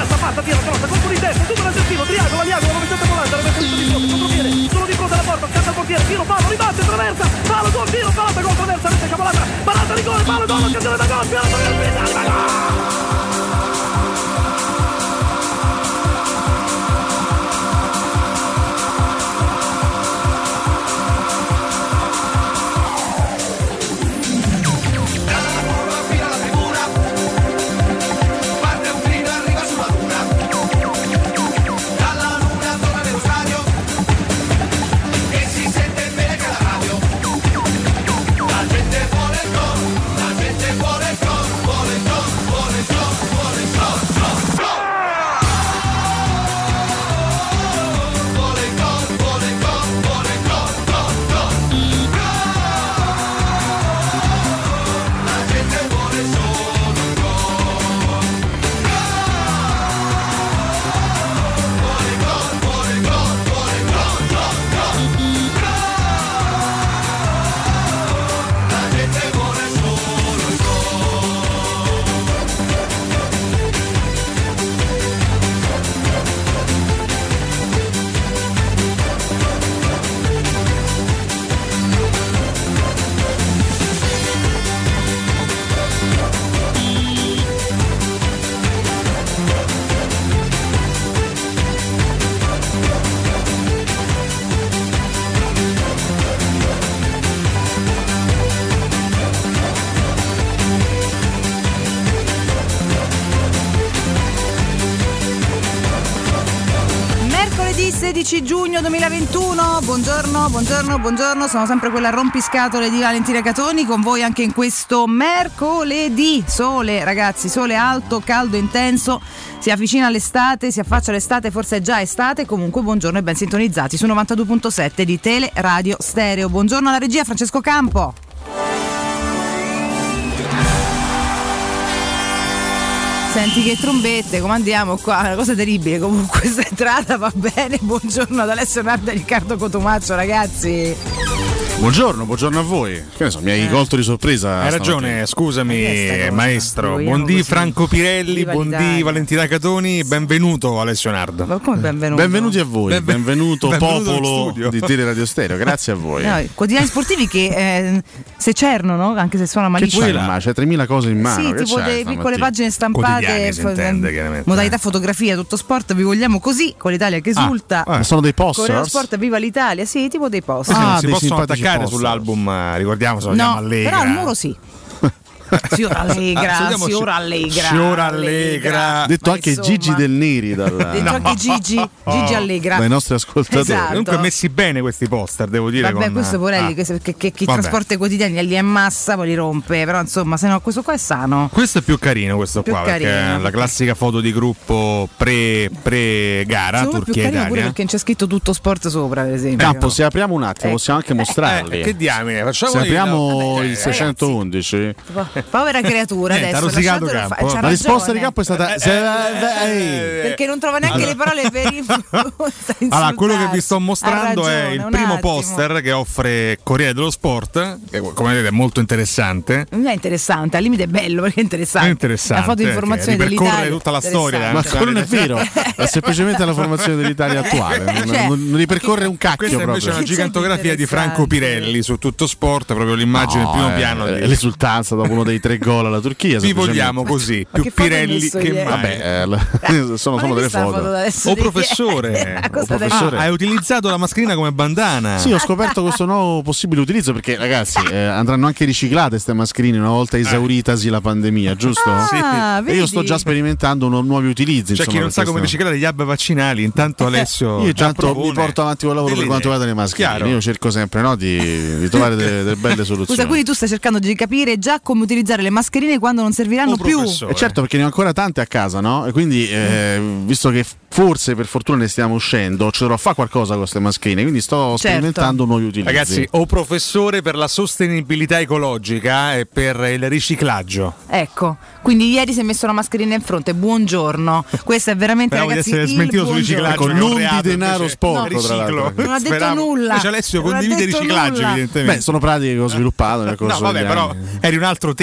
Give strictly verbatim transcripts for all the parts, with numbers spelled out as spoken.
destra, passa, tira, cross, colpo di testa, tutto l'aggettivo, triangolo, aliago, novecento volante, rimette di fronte, contropiede, solo di fronte alla porta, scatta il portiere, tiro, palo, ribatte, traversa, palo, gol, tiro, palata, gol, traversa, rete cavolata, parata di gol, palo, gol, occasione da gol, piano, piano, piano, gol! sedici giugno duemilaventuno, buongiorno, buongiorno, buongiorno, sono sempre quella rompiscatole di Valentina Catoni con voi anche in questo mercoledì. Sole, ragazzi, sole alto, caldo, intenso, si avvicina l'estate, si affaccia l'estate, forse è già estate, comunque buongiorno e ben sintonizzati su novantadue virgola sette di Tele Radio Stereo. Buongiorno alla regia, Francesco Campo. Senti che trombette, come andiamo qua? Una cosa terribile, comunque questa entrata va bene. Buongiorno ad Alessio Narda e Riccardo Cotomaccio, ragazzi. Buongiorno, buongiorno a voi. Che ne so, mi hai eh. colto di sorpresa. Hai ragione, scusami maestro. Buondì Franco Pirelli, buondì Valentina Catoni, benvenuto Alessio Nardo. Ma come benvenuto? Benvenuti a voi, Benven- benvenuto, benvenuto popolo di Tele Radio Stereo, grazie a voi. No, quotidiani sportivi che eh, se c'erano, anche se suona malissimo. Che c'è, ma c'è tremila cose in mano. Sì, che tipo c'è, delle piccole pagine stampate, si intende, chiaramente. Modalità fotografia, tutto sport, vi vogliamo così, con l'Italia che esulta. Ah, eh. Sono dei poster? Con lo sport, viva l'Italia, sì, tipo dei poster. Ah, ah, si possono attaccare poster sull'album, ricordiamo, se lo no, chiama Allegra. Però al muro sì. Signora Allegra, ah, signora Allegra, signora Allegra. Detto anche insomma, Gigi Del Neri dal... detto no. anche Gigi Gigi Allegra dai nostri ascoltatori. Esatto. Comunque messi bene questi poster, devo dire. Vabbè, con... questo Porelli, ah. che, che chi Vabbè. trasporta i quotidiani li ammassa, poi li rompe. Però insomma, se no, questo qua è sano. Questo è più carino, questo più qua, carino, perché è la classica foto di gruppo pre, pre gara, Turchia più carino pure perché non c'è scritto tutto sport sopra, per esempio. Campo, se apriamo un attimo, eh. possiamo anche mostrarli. Eh, che diamine, facciamo se apriamo Vabbè, il seicentoundici. Povera creatura, Niente, adesso rosicato lasciatelo Campo. fa- La risposta di ragione. Campo è stata se- Eh, perché non trova neanche allora. le parole per il Allora, quello che vi sto mostrando ragione, è il un primo attimo. poster che offre Corriere dello Sport, che come vedete è molto interessante. Non è interessante, al limite è bello perché è interessante. È interessante. La foto di informazione ripercorre dell'Italia. tutta la storia. Ma quello non è vero, è semplicemente la formazione dell'Italia attuale. Non, Cioè, non, non ripercorre un cacchio Questa proprio. invece è una Che gigantografia di interessante. Franco Pirelli su Tutto Sport, proprio l'immagine No, in primo è- piano. è Di... l'esultanza dopo uno dei tre gol alla Turchia. Vi semplicemente. vogliamo così, Ma più che foto hai Pirelli messo che ieri? mai. Vabbè, eh, l- sono Ma solo hai delle visto la foto. adesso O di- professore, A cosa o dai- professore. Ah, hai utilizzato la mascherina come bandana. Sì, ho scoperto questo nuovo possibile utilizzo perché ragazzi eh, andranno anche riciclate queste mascherine una volta esauritasi la pandemia, giusto? Ah, E vedi? io sto già sperimentando nu- nuovi utilizzi. C'è insomma, chi non per sa come questo. riciclare gli hub vaccinali, intanto Alessio Io già intanto mi propone porto avanti con il lavoro per delle quanto idee. riguarda le mascherine. Chiaro. Io cerco sempre no, di, di trovare delle, delle belle soluzioni. Scusa, quindi tu stai cercando di capire già come utilizzare le mascherine quando non serviranno Oh, più. professore. E certo, perché ne ho ancora tante a casa, no? E quindi, eh, visto che forse per fortuna ne stiamo uscendo, ci dovrò fare qualcosa con queste mascherine. Quindi sto sperimentando nuovi utilizzi. Ragazzi, o professore per la sostenibilità ecologica e per il riciclaggio. Ecco, quindi ieri si è messo la mascherina in fronte. Buongiorno. Questo è veramente, Speriamo di ragazzi, essere il smentito sul buongiorno. riciclaggio. Ecco, che è un non di reato, denaro invece. sporco, No, tra l'altro. riciclo. Non ha detto Speravo. nulla. Invece Alessio Non ha condivide detto riciclaggio, nulla. evidentemente. Beh, sono pratiche che ho sviluppato nel corso No, vabbè, degli però anni. eri un altro tema.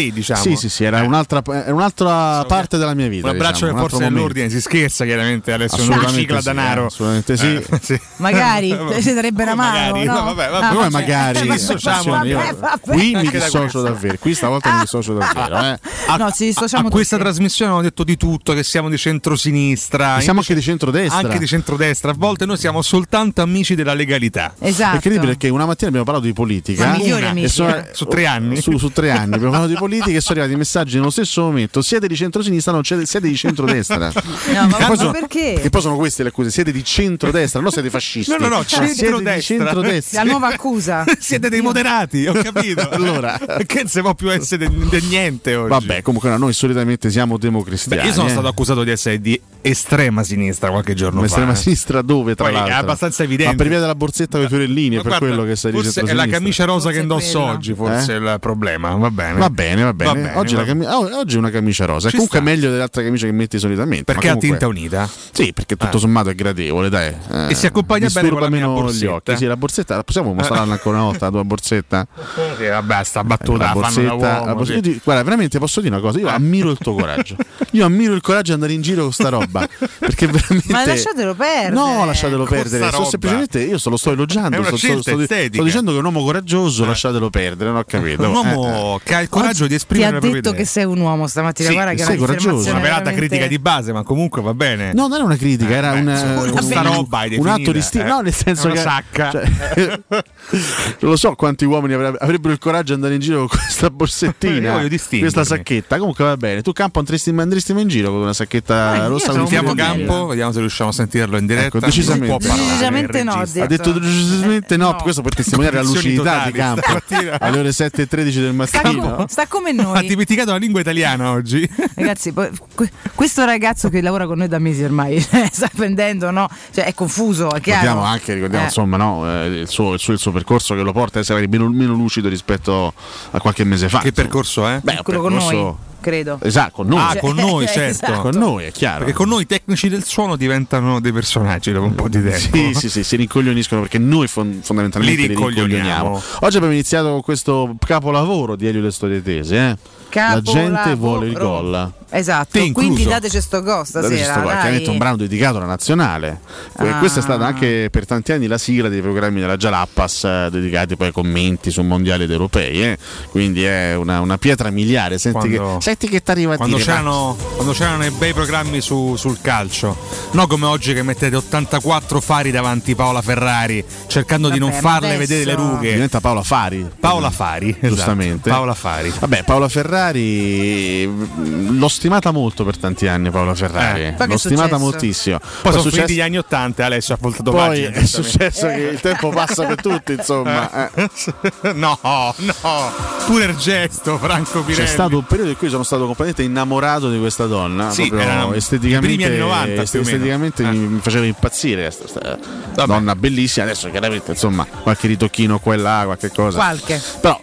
lì, diciamo. Sì, sì, sì, era un'altra, era un'altra parte della mia vita. Un abbraccio diciamo, alle forze dell'ordine, si scherza chiaramente, adesso non ricicla sì, danaro. Eh, assolutamente sì. Eh, sì. Magari si darebbe una mano. Magari, no? no, vabbè, vabbè. Ah, Come vabbè. magari? Eh, Dissociamo, vabbè, io- vabbè. Qui mi Anche da dissocio questo. davvero, qui stavolta mi dissocio davvero. Eh. No, ci dissociamo a questa tutti. trasmissione abbiamo detto di tutto, che siamo di centrosinistra, E siamo invece- anche di centrodestra. anche di centrodestra. A volte noi siamo soltanto amici della legalità. Esatto. È incredibile perché una mattina abbiamo parlato di politica. Ma migliori Una, amici, e sono- eh. Su tre anni. Su, su tre anni abbiamo parlato di politica e sono arrivati messaggi nello stesso momento. Siete di centrosinistra, no, siete siete di centrodestra. No, ma, E poi ma sono- perché? E poi sono queste le accuse. Siete di centrodestra, non siete fascisti. No, no, no, Siete di centrodestra. centrodestra. La nuova accusa. Siete dei moderati, ho capito. Allora. che non si può più essere di niente oggi. Vabbè, comunque no, noi solitamente siamo democristiani. Beh, io sono eh. stato accusato di essere di estrema sinistra qualche giorno Ma fa. estrema eh. sinistra dove tra Poi l'altro? è abbastanza evidente. Ma per via della borsetta con i fiorellini, è Ma per guarda, quello che stai forse dicendo. è la camicia rosa che Forse è indosso quello. oggi, forse Eh? è il problema. Va bene. Va bene, va bene. Va bene, oggi, va la cami- oh, oggi è una camicia rosa. Ci Comunque sta. è meglio delle altre camicie che metti solitamente. Perché ma ha comunque- tinta unita. Sì, perché tutto sommato è gradevole, dai. Eh, E si accompagna bene con la mia disturba meno borsetta. gli occhi. Sì, la borsetta, possiamo mostrarla ancora una volta la tua borsetta? Sì, vabbè, sta battuta la la fanno da borsetta, uomo, la borsetta- sì. io ti- guarda, veramente posso dire una cosa, io ammiro il tuo coraggio. Io ammiro il coraggio di andare in giro con sta roba, perché veramente Ma lasciatelo perdere. No, lasciatelo Con perdere. sta Sto roba. semplicemente io sto- lo sto elogiando, È una sto, sto- scelta sto di- estetica. sto dicendo che è un uomo coraggioso, lasciatelo perdere, non ho capito. Un Eh, uomo che ha il coraggio di Ti esprimere ha le proprie detto idee. che sei un uomo stamattina. Sì, Guarda che è sei una coraggioso. affermazione Una velata veramente- critica di base, ma comunque va bene. No, non è una critica, era Eh, un, beh, un- con sta un- roba hai un atto definita, di stile. eh. No, nel senso È una che sacca. cioè, non lo so quanti uomini avre- avrebbero il coraggio di andare in giro con questa borsettina, Io voglio distinguermi. questa sacchetta. Comunque va bene. Tu Campo andresti, andresti mai in giro con una sacchetta Ah, io rossa? sono con Sentiamo molto fiorellini? Campo, vediamo se riusciamo a sentirlo in diretta. Ecco, decisamente. Non può parlare, Decisamente il no, regista. ha Ha detto decisamente no, Eh, no. questo per testimoniare la Condizioni lucidità di totali Campo stamattina. alle ore sette e tredici del Sta, mattino. co- sta come Ha noi. dimenticato la lingua italiana oggi. Ragazzi, poi, que- questo ragazzo che lavora con noi da mesi ormai sta prendendo, no? Cioè è confuso, è chiaro. Ricordiamo anche, ricordiamo Eh. insomma, no, eh, il, suo, il, suo, il suo percorso che lo porta a essere meno, meno lucido rispetto a qualche mese fa. Che insomma. percorso è? Beh, un quello con percorso- noi, credo. Esatto, con noi. Ah, Cioè, con noi, eh, certo. esatto. Con noi, è chiaro. Perché con noi i tecnici del suono diventano dei personaggi dopo un po' di tempo. Sì, sì, sì, si rincoglioniscono perché noi fon- fondamentalmente Li li rincoglioniamo. rincoglioniamo. Oggi abbiamo iniziato con questo capolavoro di Elio Le Storie Tese, eh? La gente Capolavoro. vuole il gol. Esatto, Te incluso. quindi dateci sto go Dateci stasera. sto gol, dai. chiaramente un brano dedicato alla nazionale. Eh, Ah. Questa è stata anche per tanti anni la sigla dei programmi della Jalapas eh, dedicati poi ai commenti su mondiali ed europei. Eh? Quindi è una, una pietra miliare. Senti, Quando- che, senti che ti arriva a Quando dire. ma- c'erano, quando c'erano i bei programmi su- sul calcio, no come oggi che mettete ottantaquattri fari davanti Paola Ferrari cercando di Vabbè, non ma farle adesso- vedere le rughe. Diventa Paola Fari. Paola Fari, esatto. Giustamente. Paola Fari. Vabbè, Paola Ferrari mh, l'ho stimata molto per tanti anni. Paola Ferrari, Eh. Poi che l'ho è stimata successo? moltissimo. Poi è sono successo- finiti gli anni ottanta e Alessio ha voltato Poi pagina. è successo che il tempo passa per tutti, insomma. eh. No, no, pure il gesto, Franco Pirelli. C'è stato un periodo in cui sono stato completamente innamorato di questa donna. Sì, proprio erano esteticamente, i primi anni novanta, più o meno. esteticamente Eh. mi, mi faceva impazzire questa, questa Vabbè. donna bellissima. Adesso chiaramente insomma qualche ritocchino qua e là, qualche cosa. Qualche. Però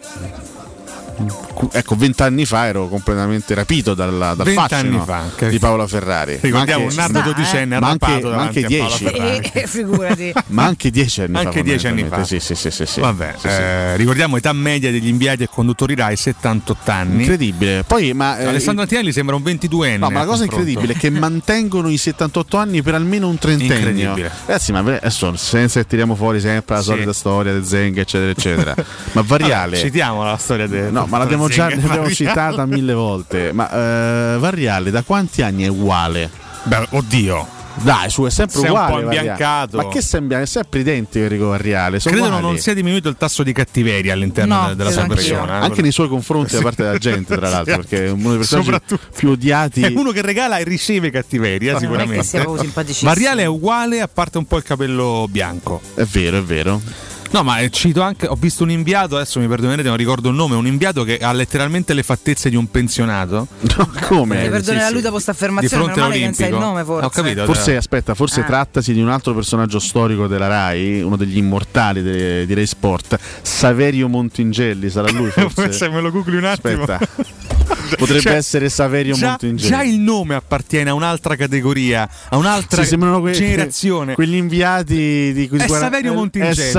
ecco, vent'anni fa ero completamente rapito dalla, dal Vent'anni fascino fa, che- di Paola Ferrari. Ricordiamo Ma un anche- nardo sta, dodicenne eh. Ma arrabbiato anche- ma davanti anche a Paola dieci. Ferrari. Eh, figurati. ma anche dieci anni fa. Anche dieci anni fa. Sì, sì, sì, sì, sì. Vabbè, Sì, sì. eh, ricordiamo età media degli inviati e conduttori Rai settantotto anni. Incredibile. Poi, ma, eh, Alessandro Antinelli sembra un ventiduenne. No, ma la cosa a confronto. incredibile è che mantengono i settantotto anni per almeno un trentennio. Incredibile. Ragazzi, ma adesso senza che tiriamo fuori sempre la Sì. solita storia del Zeng, eccetera, eccetera. Ma Variale. Vabbè, citiamo la storia del No, ma l'abbiamo già Zeng, l'abbiamo Maria. citata mille volte. Ma eh, Variale da quanti anni è uguale? Beh, oddio. Dai, su, è sempre Sei un uguale. po' Variale. imbiancato. Ma che sembra? È sempre identico Enrico Variale. Sono Credo uguali. non sia diminuito il tasso di cattiveria all'interno No, de- della sua credo anch'io. persona. eh. Anche nei suoi confronti da parte della gente, tra l'altro, perché è uno dei personaggi Soprattutto- più odiati. È uno che regala e riceve cattiveria, Non è sicuramente. che sia proprio simpaticissimo. Variale è uguale, a parte un po' il capello bianco. È vero, è vero. No, ma eh, cito anche, ho visto un inviato, adesso mi perdonerete, non ricordo il nome, un inviato che ha letteralmente le fattezze di un pensionato. No, come? Mi perdonerà Sì, lui sì. dopo questa Di affermazione, fronte normale che non sai il all'Olimpico. nome forse. Ho capito. Forse, aspetta, forse Ah. trattasi di un altro personaggio storico della Rai, uno degli immortali de- di Rai Sport, Saverio Montingelli, sarà lui forse? Se me lo googli un attimo. Aspetta. Potrebbe Cioè, essere Saverio già, Montingelli. già il nome appartiene a un'altra categoria, a un'altra Sì, sembrano que- generazione. quegli inviati di cui È guarda- Saverio è- Montingelli. È Saverio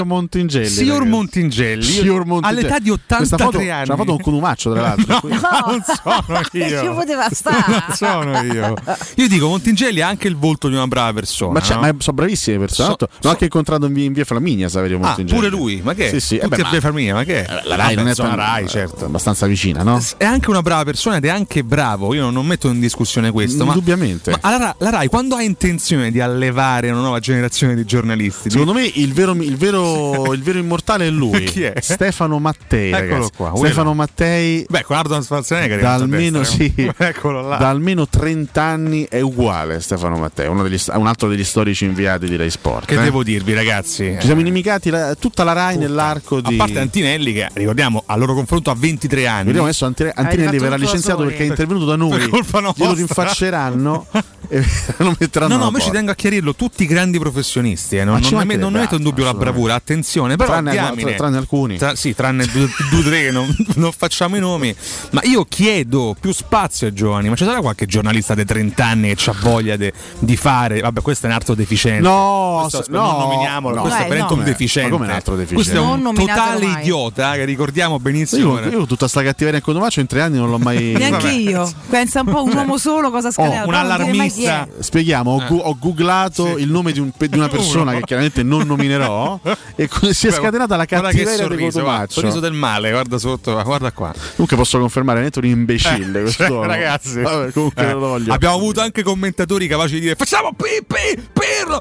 Montingelli. Signor Montingelli. Signor Montingelli. All'età di ottantatré anni. Ci ha fatto un columaccio, tra l'altro. No, no, non sono io. Ci poteva stare. Non sono io. Io dico, Montingelli ha anche il volto di una brava persona. Ma, no? ma sono bravissime persone. So, L'ho so. anche incontrato in via, in via Flaminia, Saverio Montingelli. Ah, pure lui? Ma che? Sì, sì. Tutti eh beh, a via Flaminia, ma che? Eh, la Rai Vabbè, non è zona tan- Rai, certo. abbastanza vicina, no? È anche una brava persona ed è anche bravo. Io non, non metto in discussione questo. Ma, indubbiamente. Ma la, la Rai quando ha intenzione di allevare una nuova generazione di giornalisti? Secondo me il vero, il vero, il vero immortale è lui. Chi è? Stefano Mattei. Eccolo ragazzi. qua. Stefano Mattei. Beh, con Arnold Schwarzenegger. Da almeno, sì, Eccolo là. da almeno trenta anni è uguale Stefano Mattei, uno degli, un altro degli storici inviati di Rai Sport. Che eh? devo dirvi, ragazzi? Ci siamo inimicati la, tutta la Rai tutta. nell'arco di. A parte Antinelli, che ricordiamo al loro confronto a ventitré anni. Vediamo adesso Antine- Antinelli verrà licenziato perché è intervenuto da noi. Per colpa nostra. Glielo rinfacceranno e lo metteranno. No, no, alla ma ci porta. tengo a chiarirlo. Tutti grandi professionisti, eh. non, ci non, ne, non ne mancherebbe metto in dubbio la altro, bravura. Attenzione, però Tranne, diamine, tra- tranne alcuni. Tra, sì, tranne due o tre che non, non facciamo i nomi. Ma io chiedo più spazio ai giovani. Ma ci sarà qualche giornalista dei trenta anni che ha voglia de, di fare? Vabbè, questo è un altro deficiente. No, questo, no, non nominiamolo. no. Questo Dai, è veramente no. un deficiente. Ma come un altro deficiente? Questo è Non un nominatelo totale mai. idiota che ricordiamo benissimo. Io, io tutta sta cattiveria in Codomaccio in tre anni non l'ho mai. Neanche io. Pensa un po' un uomo solo cosa scatenato. un Però non dire mai chi è. allarmista. Spieghiamo, ho, gu- ho googlato Sì. il nome di, un- di una persona Uno. che chiaramente non nominerò e co- si è Beh, scatenata la guarda che cattiveria di sorriso, guarda, Codomaccio. sorriso del male, guarda sotto, guarda qua. Comunque posso confermare, è un imbecille Eh, quest'uomo. cioè, ragazzi, Vabbè, comunque eh, non lo voglio. abbiamo avuto anche commentatori capaci di dire facciamo Pippi, Pirlo,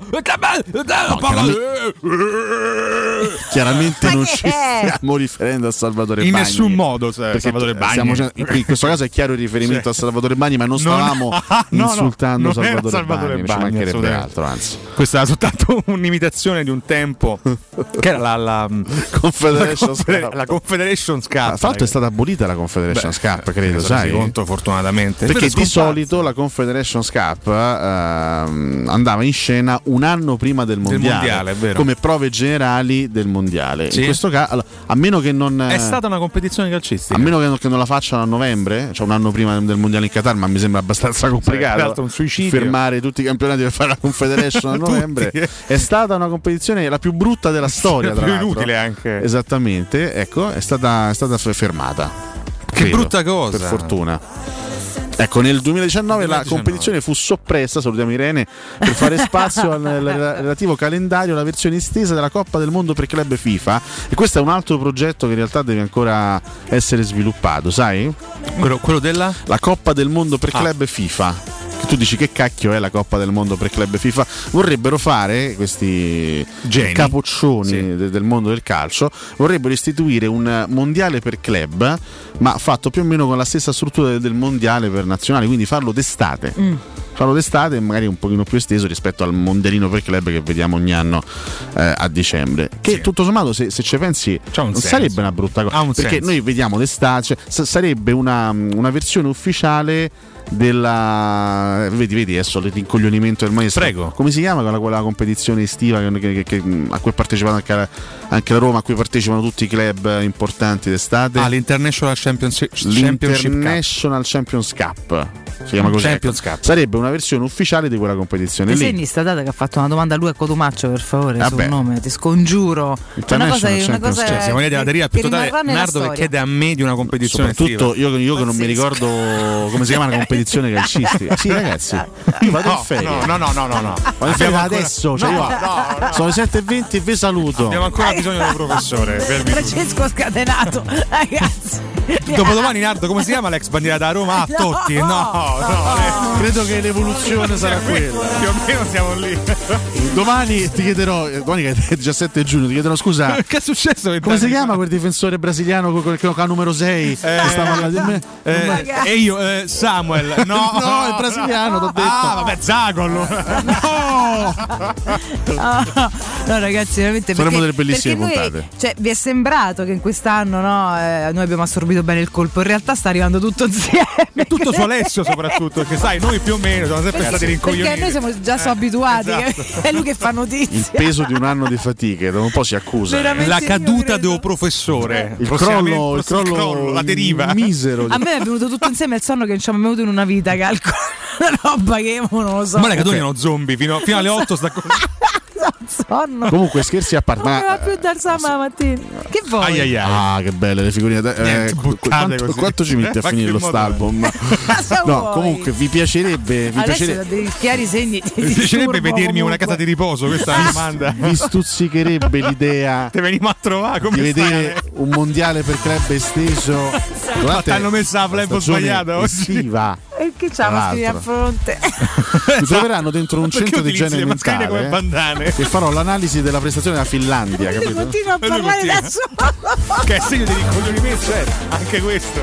Chiaramente Ma non che ci è? stiamo riferendo a Salvatore in Bagni. nessun modo se- Perché Salvatore Bagni. stiamo già- in questo caso è chiaro il riferimento Sì. a Salvatore Bagni, ma non Non- stavamo Ah, no, no, insultando non era Salvatore, Salvatore Bagni, Bagni, ci mancherebbe assolutamente. altro, anzi. Questa era soltanto un'imitazione di un tempo che era la, la, Confederation la, Confeder- Cup. la Confederation Cup. Ah, tra l'altro è stata abolita la Confederation Beh, Cup, credo, se ne sai? resi conto fortunatamente. Perché Invece di scomparsa. solito la Confederation Cup ehm, andava in scena un anno prima del mondiale, mondiale, è vero. come prove generali del mondiale. Sì. In questo caso, allora, a meno che non È stata una competizione calcistica. a meno che non, che non la facciano a novembre, cioè un anno prima del mondiale in Qatar, ma mi sembra abbastanza tra complicato l'altro un suicidio. fermare tutti i campionati per fare la Confederation a Tutti. novembre. È stata una competizione la più brutta della storia, La tra più l'altro. inutile anche. Esattamente, ecco, è stata, è stata fermata. Che Credo, brutta cosa. per fortuna. Ecco, nel duemiladiciannove la duemiladiciannove competizione fu soppressa, salutiamo Irene, per fare spazio al al relativo calendario alla versione estesa della Coppa del Mondo per club FIFA, e questo è un altro progetto che in realtà deve ancora essere sviluppato, sai? Quello, quello della? La Coppa del Mondo per Ah. club FIFA. Che tu dici che cacchio è la Coppa del Mondo per club FIFA? Vorrebbero fare questi Geni. capoccioni Sì. de- del mondo del calcio, vorrebbero istituire un mondiale per club, ma fatto più o meno con la stessa struttura del, del mondiale per nazionali, quindi farlo d'estate. Mm. Farlo d'estate e magari un pochino più esteso rispetto al mondialino per club che vediamo ogni anno eh, a dicembre. Che Sì. tutto sommato, se, se ci pensi, C'ha un non senso. sarebbe una brutta cosa. Ha un Perché senso. noi vediamo l'estate, cioè, sa- sarebbe una, una versione ufficiale della. Vedi, vedi adesso l'incoglionimento del maestro. Prego. Come si chiama quella, quella competizione estiva che, che- che- a cui ha partecipato anche la, anche la Roma, a cui partecipano tutti i club importanti d'estate? Ah, l'International Championship, Championship Cup. L'International Champions Cup. Si chiama così. Champions ecco. Cup. Sarebbe una versione ufficiale di quella competizione Ti lì. segni sta data che ha fatto una domanda a lui a Cotumaccio, per favore, Vabbè. sul nome, ti scongiuro. È una cosa, International una Champions cosa Cup. Cioè, siamo andati alla deriva più che totale. rimarrà nella Nardo che storia. chiede a me di una competizione Soprattutto estiva. io, io che non mi Pazzesco. ricordo come si chiama la competizione calcistica. Sì, ragazzi, io vado in No, ferie. no, no, no, no, no, no. Vado in ferie Abbiamo adesso. Cioè No, io- no, no. Sono le sette e venti e vi saluto. Abbiamo ancora bisogno del professore. fermi tutti. Francesco scatenato, ragazzi. Dopodomani, Nardo, come si chiama l'ex bandiera da Roma? Ah, No. Totti. No, no, eh, Credo che l'evoluzione sarà quella. più o meno siamo lì. Domani ti chiederò, eh, domani che è il diciassette giugno, ti chiederò scusa. Che è successo? Come si chiama quel difensore brasiliano con con il numero sei? che stava alla- di me? Eh, Magari. e io, eh, Samuel, no, No, è brasiliano, t'ho detto. Ah, vabbè, Zago allora. No! Ah, no, ragazzi, veramente Faremo perché, delle bellissime perché noi- puntate. Cioè, vi è sembrato che in quest'anno no, eh, noi abbiamo assorbito bene il colpo. In realtà sta arrivando tutto insieme. Tutto su Alessio soprattutto, perché sai, noi più o meno siamo sempre stati rincoglioniti. Perché noi siamo già so abituati. esatto. che è lui che fa Il notizie. peso di un anno di fatiche, dopo un po' si accusa. Veramente. La io caduta credo. del professore. Il Prossimamente- crollo, il crollo, la deriva. misero. A me è venuto tutto insieme il sonno che non ci abbiamo venuto in una vita, calcolo. Una roba che io non lo so. Guarda che tu eri uno zombie fino, fino alle otto sta con... sonno. Comunque scherzi a parte. Non mi va Ma più dar sonno la mattina. Che vuoi? Ai ai ai. ah, che belle le figurine. Eh, Niente, qu- buttate quanto, così. quanto ci metti a Ma finire che lo modo st'album? Cosa No, vuoi? comunque vi piacerebbe. Vi Adesso piacerebbe. ho dei chiari segni di Mi piacerebbe disturbo vedermi una comunque. casa di riposo, questa è la domanda. Vi stuzzicherebbe l'idea Te veniamo a trovare come di stai? vedere un mondiale per club esteso Ma durante t'hanno messa la flebo stagione sbagliata oggi. estiva. E che Tra c'ha la mascherina a l'altro. fronte? Mi troveranno dentro un Perché centro di utilizzi igiene le mascherine come mentale bandane? e farò l'analisi della prestazione della Finlandia, Io capito? continuo a lui parlare continua. da solo. Che è segno di ricoglioni me, certo. Anche questo.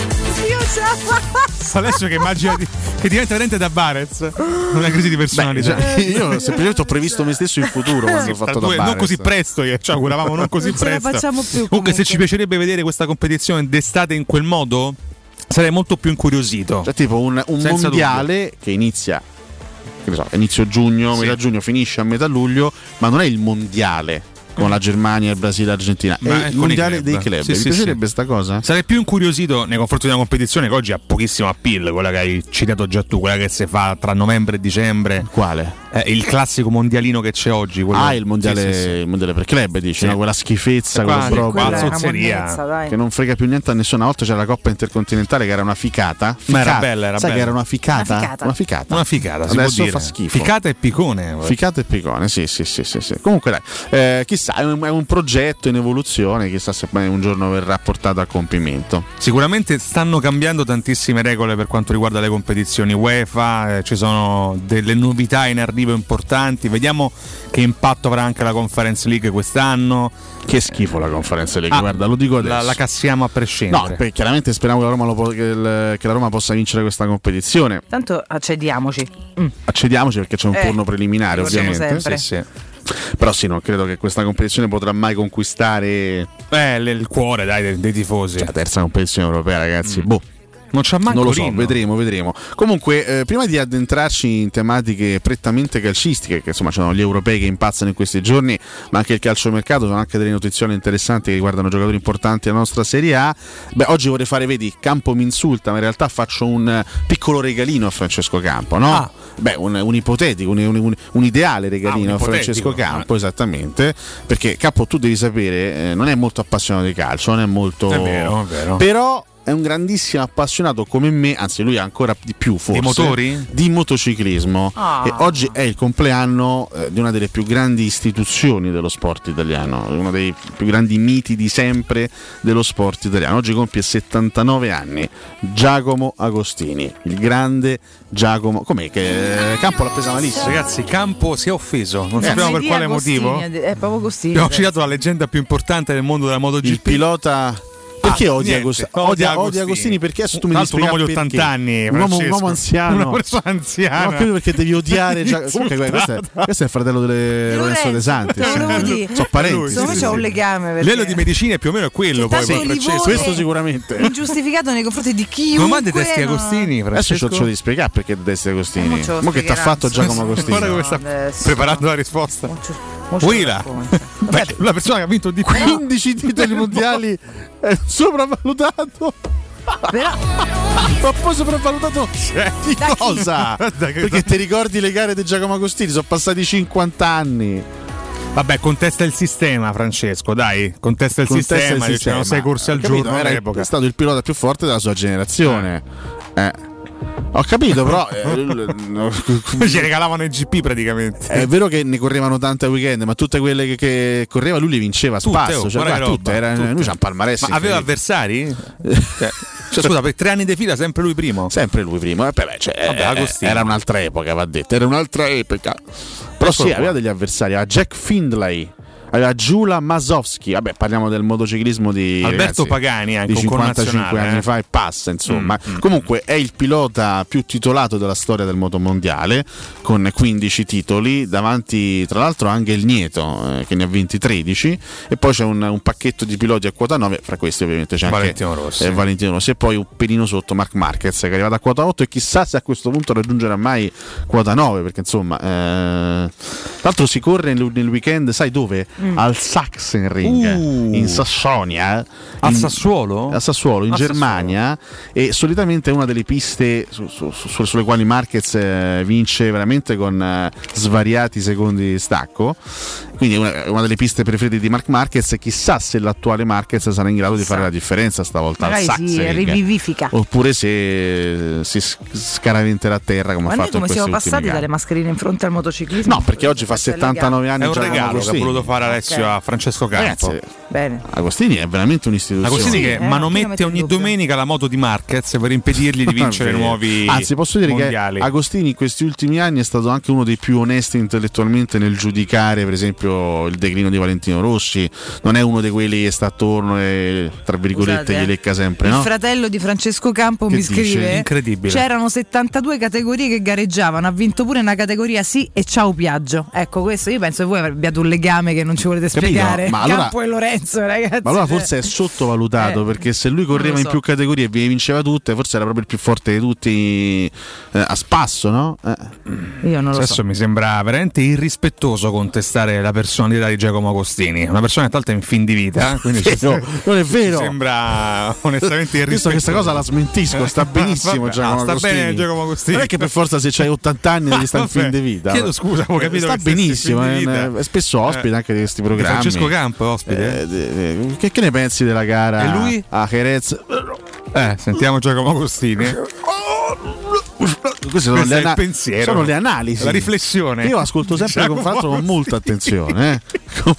Io ce la faccio. Adesso che immagina di- che diventa veramente da Barez. Una crisi di personalità. Cioè, io semplicemente ho previsto me stesso in futuro quando ho Sta fatto due- da non Bares. così presto, io- ci auguravamo non così Non ce la presto. facciamo più, Comunque, comunque. se ci piacerebbe vedere questa competizione d'estate in quel modo, sarei molto più incuriosito. Cioè, tipo un, un Senza mondiale che inizia, che ne so, inizio giugno, Sì. metà giugno, finisce a metà luglio, ma non è il mondiale con la Germania, il Brasile, l'Argentina, Ma è è il con i mondiale club. dei club. Sì, Vi sì, piacerebbe sta cosa? Sarei più incuriosito nei confronti di una competizione che oggi ha pochissimo appeal, quella che hai citato già tu, quella che si fa tra novembre e dicembre. Quale? Eh, il classico mondialino che c'è oggi. quello- Ah, il mondiale, Sì, sì, sì. il mondiale per club, dici, Sì. no? Quella schifezza, Qua- quella qua- proprio Quella è una zozzeria. monnezza, dai. che non frega più niente a nessuno. Una volta c'era la Coppa Intercontinentale che era una ficata. Ma era Ficata. bella, era Sai bella. che era una ficata? Una ficata. Una ficata. Una ficata, si Adesso può dire. fa schifo. Ficata e picone. Ficata e picone, sì, sì, sì, sì, sì. Comunque dai, eh, chissà, è un, è un progetto in evoluzione, chissà se mai un giorno verrà portato a compimento. Sicuramente stanno cambiando tantissime regole per quanto riguarda le competizioni UEFA, eh, ci sono delle novità in arrivo importanti, vediamo che impatto avrà anche la Conference League quest'anno. Che schifo la Conference League, Ah, guarda, lo dico adesso. La, la cassiamo a No, prescindere. perché chiaramente speriamo che la, Roma lo po- che, il- che la Roma possa vincere questa competizione. Tanto accediamoci. Mm. Accediamoci perché c'è un Eh, turno preliminare, lo diciamo ovviamente. sempre. Sì, sì. Però sì, non credo che questa competizione potrà mai conquistare Eh, le- il cuore dai, dei, dei tifosi. la terza competizione europea, ragazzi. Boh. Non c'ha manco Non lo so, Rinno. vedremo, vedremo. Comunque, eh, prima di addentrarci in tematiche prettamente calcistiche, che insomma ci sono gli europei che impazzano in questi giorni, ma anche il calciomercato, sono anche delle notizie interessanti che riguardano giocatori importanti della nostra Serie A. Beh, oggi vorrei fare, vedi, Campo mi insulta, ma in realtà faccio un eh, piccolo regalino a Francesco Campo, no? Ah. Beh, un, un ipotetico, un, un- un ideale regalino Ah, un a Francesco ipotetico. Campo, esattamente. Perché Campo, tu devi sapere, eh, non è molto appassionato di calcio, non è molto. È vero, è vero. Però è un grandissimo appassionato come me, anzi lui ancora di più forse, Di motori? di motociclismo. Ah. E oggi è il compleanno eh, di una delle più grandi istituzioni dello sport italiano, uno dei più grandi miti di sempre dello sport italiano. Oggi compie settantanove anni Giacomo Agostini, il grande Giacomo. Com'è che eh, Campo l'ha presa malissimo? Ragazzi, Campo si è offeso, non Eh, sappiamo per Di quale Agostini, motivo. È proprio Agostini. Abbiamo citato la leggenda più importante del mondo della MotoGP. Il pilota. Perché Ah, odia, niente, Agostini? odia Odia, Agostini. odia Agostini perché adesso tu mi Tra devi l'altro un spiegare uomo di ottanta perché. anni, un uomo, un Francesco. uomo anziano, Una persona anziana. Non ho capito perché devi odiare Giacomo. Comunque questo è, questo è il fratello di Lorenzo De Santis. te lo volevo dire. Sono parenti. Lui, Secondo me sì, c'è sì. un legame. perché Livello di medicina più o meno è quello. c'è Poi, tanto poi, livore Francesco. Questo sicuramente. ingiustificato nei confronti di chiunque. Non mandi testi non- Agostini, Adesso Francesco. ce lo devi spiegare perché detesti Agostini. Eh, mo ce lo Ma che ti ha spiegherà, fatto insomma. Giacomo Agostini? Guarda come sta Adesso. preparando la risposta. Mo ce- mo ce lo Willa. racconta. Beh, la persona che ha vinto di più. quindici titoli mondiali è sopravvalutato. Però Ma poi sopravvalutato di Da chi? cosa? Da che- Perché ti ricordi le gare di Giacomo Agostini? Sono passati cinquanta anni. Vabbè, contesta il sistema, Francesco, dai. Contesta il Contesta sistema. il C'erano sistema. sei corse al Ho capito, giorno era il- all'epoca. è stato il pilota più forte della sua generazione. Eh. Ho capito, però eh, l- Ci regalavano il G P praticamente. è vero che ne correvano tante a weekend, ma tutte quelle che, che correva lui le vinceva a Tutte, spasso. oh, cioè, guarda guarda, che tutte, roba, era, tutte. lui c'ha un palmarès. Ma aveva incredibile. avversari? cioè, cioè, scusa, per tre anni di fila sempre lui primo. Sempre lui primo. Eh, beh, cioè, Vabbè, eh, Agostini. era un'altra epoca, va detto. Era un'altra epoca. Però sì, Eccolo aveva qua. degli avversari. Aveva Jack Findlay, aveva Giula Masowski. Vabbè, parliamo del motociclismo di Alberto ragazzi, Pagani, anche di un cinquantacinque connazionale, anni eh. fa e passa, insomma. Mm, mm. Comunque è il pilota più titolato della storia del motomondiale, con quindici titoli, davanti tra l'altro anche il Nieto, eh, che ne ha vinti tredici, e poi c'è un, un pacchetto di piloti a quota nove, fra questi ovviamente c'è Valentino anche Rossi. eh, Valentino Rossi, e poi un pelino sotto Marc Marquez, che è arrivato a quota otto, e chissà se a questo punto raggiungerà mai quota nove, perché insomma... Eh, Tra l'altro si corre nel, nel weekend, sai dove? Mm. Al Sachsenring, uh. in Sassonia. A in, Sassuolo? A Sassuolo, in a Germania. Sassuolo. E solitamente è una delle piste su, su, su, sulle quali Marquez eh, vince veramente con eh, svariati secondi di stacco. Quindi è una, una delle piste preferite di Marc Marquez. Chissà se l'attuale Marquez sarà in grado di fare la differenza stavolta magari al Sachsenring. Si rivivifica. Oppure se si scaraventerà a terra come ha fatto come in siamo questi passati ultimi dalle mascherine in fronte al motociclismo. No, perché oggi fa settantanove anni. È un Giacomo regalo Agostini. che ha voluto fare Alessio okay. a Francesco Campo. Ragazzi, bene. Agostini è veramente un'istituzione. Agostini che sì, eh, manomette ogni domenica la moto di Marquez per impedirgli di vincere nuovi Anzi, posso dire mondiali. Che Agostini in questi ultimi anni è stato anche uno dei più onesti intellettualmente nel giudicare, per esempio, il declino di Valentino Rossi. Non è uno di quelli che sta attorno e tra virgolette Scusate, gli lecca sempre, il no? Il fratello di Francesco Campo che mi dice? scrive: incredibile. C'erano settantadue categorie che gareggiavano, ha vinto pure una categoria sì e ciao Piaggio. Ecco, questo io penso che voi abbiate un legame che non ci volete spiegare. Ma Campo allora, e Lorenzo, ragazzi. Ma allora forse è sottovalutato, eh, perché se lui correva so. in più categorie e vi vinceva tutte, forse era proprio il più forte di tutti eh, a spasso, no? Eh. Io non lo Adesso so. mi sembra veramente irrispettoso contestare la personalità di Giacomo Agostini, una persona che tra l'altro è in fin di vita, quindi Sì, no, non è vero. Mi sembra onestamente irrispettoso. Visto questa cosa la smentisco, sta benissimo Vabbè, Giacomo no, sta Agostini. bene Giacomo Agostini. Non è che per forza se c'hai ottanta anni devi stare in fin di vita. Chiedo scusa, ho capito sta che stessi in benissimo, fin di è, vita. è spesso ospite Eh, anche di questi programmi. Francesco Campo è ospite. Eh, de- de- che, che ne pensi della gara E lui? a Jerez? Eh, sentiamo Giacomo Agostini. Queste sono, Questo le, è il ana- pensiero. sono le analisi, la riflessione. Io ascolto sempre con, Giacomo con molta attenzione, eh.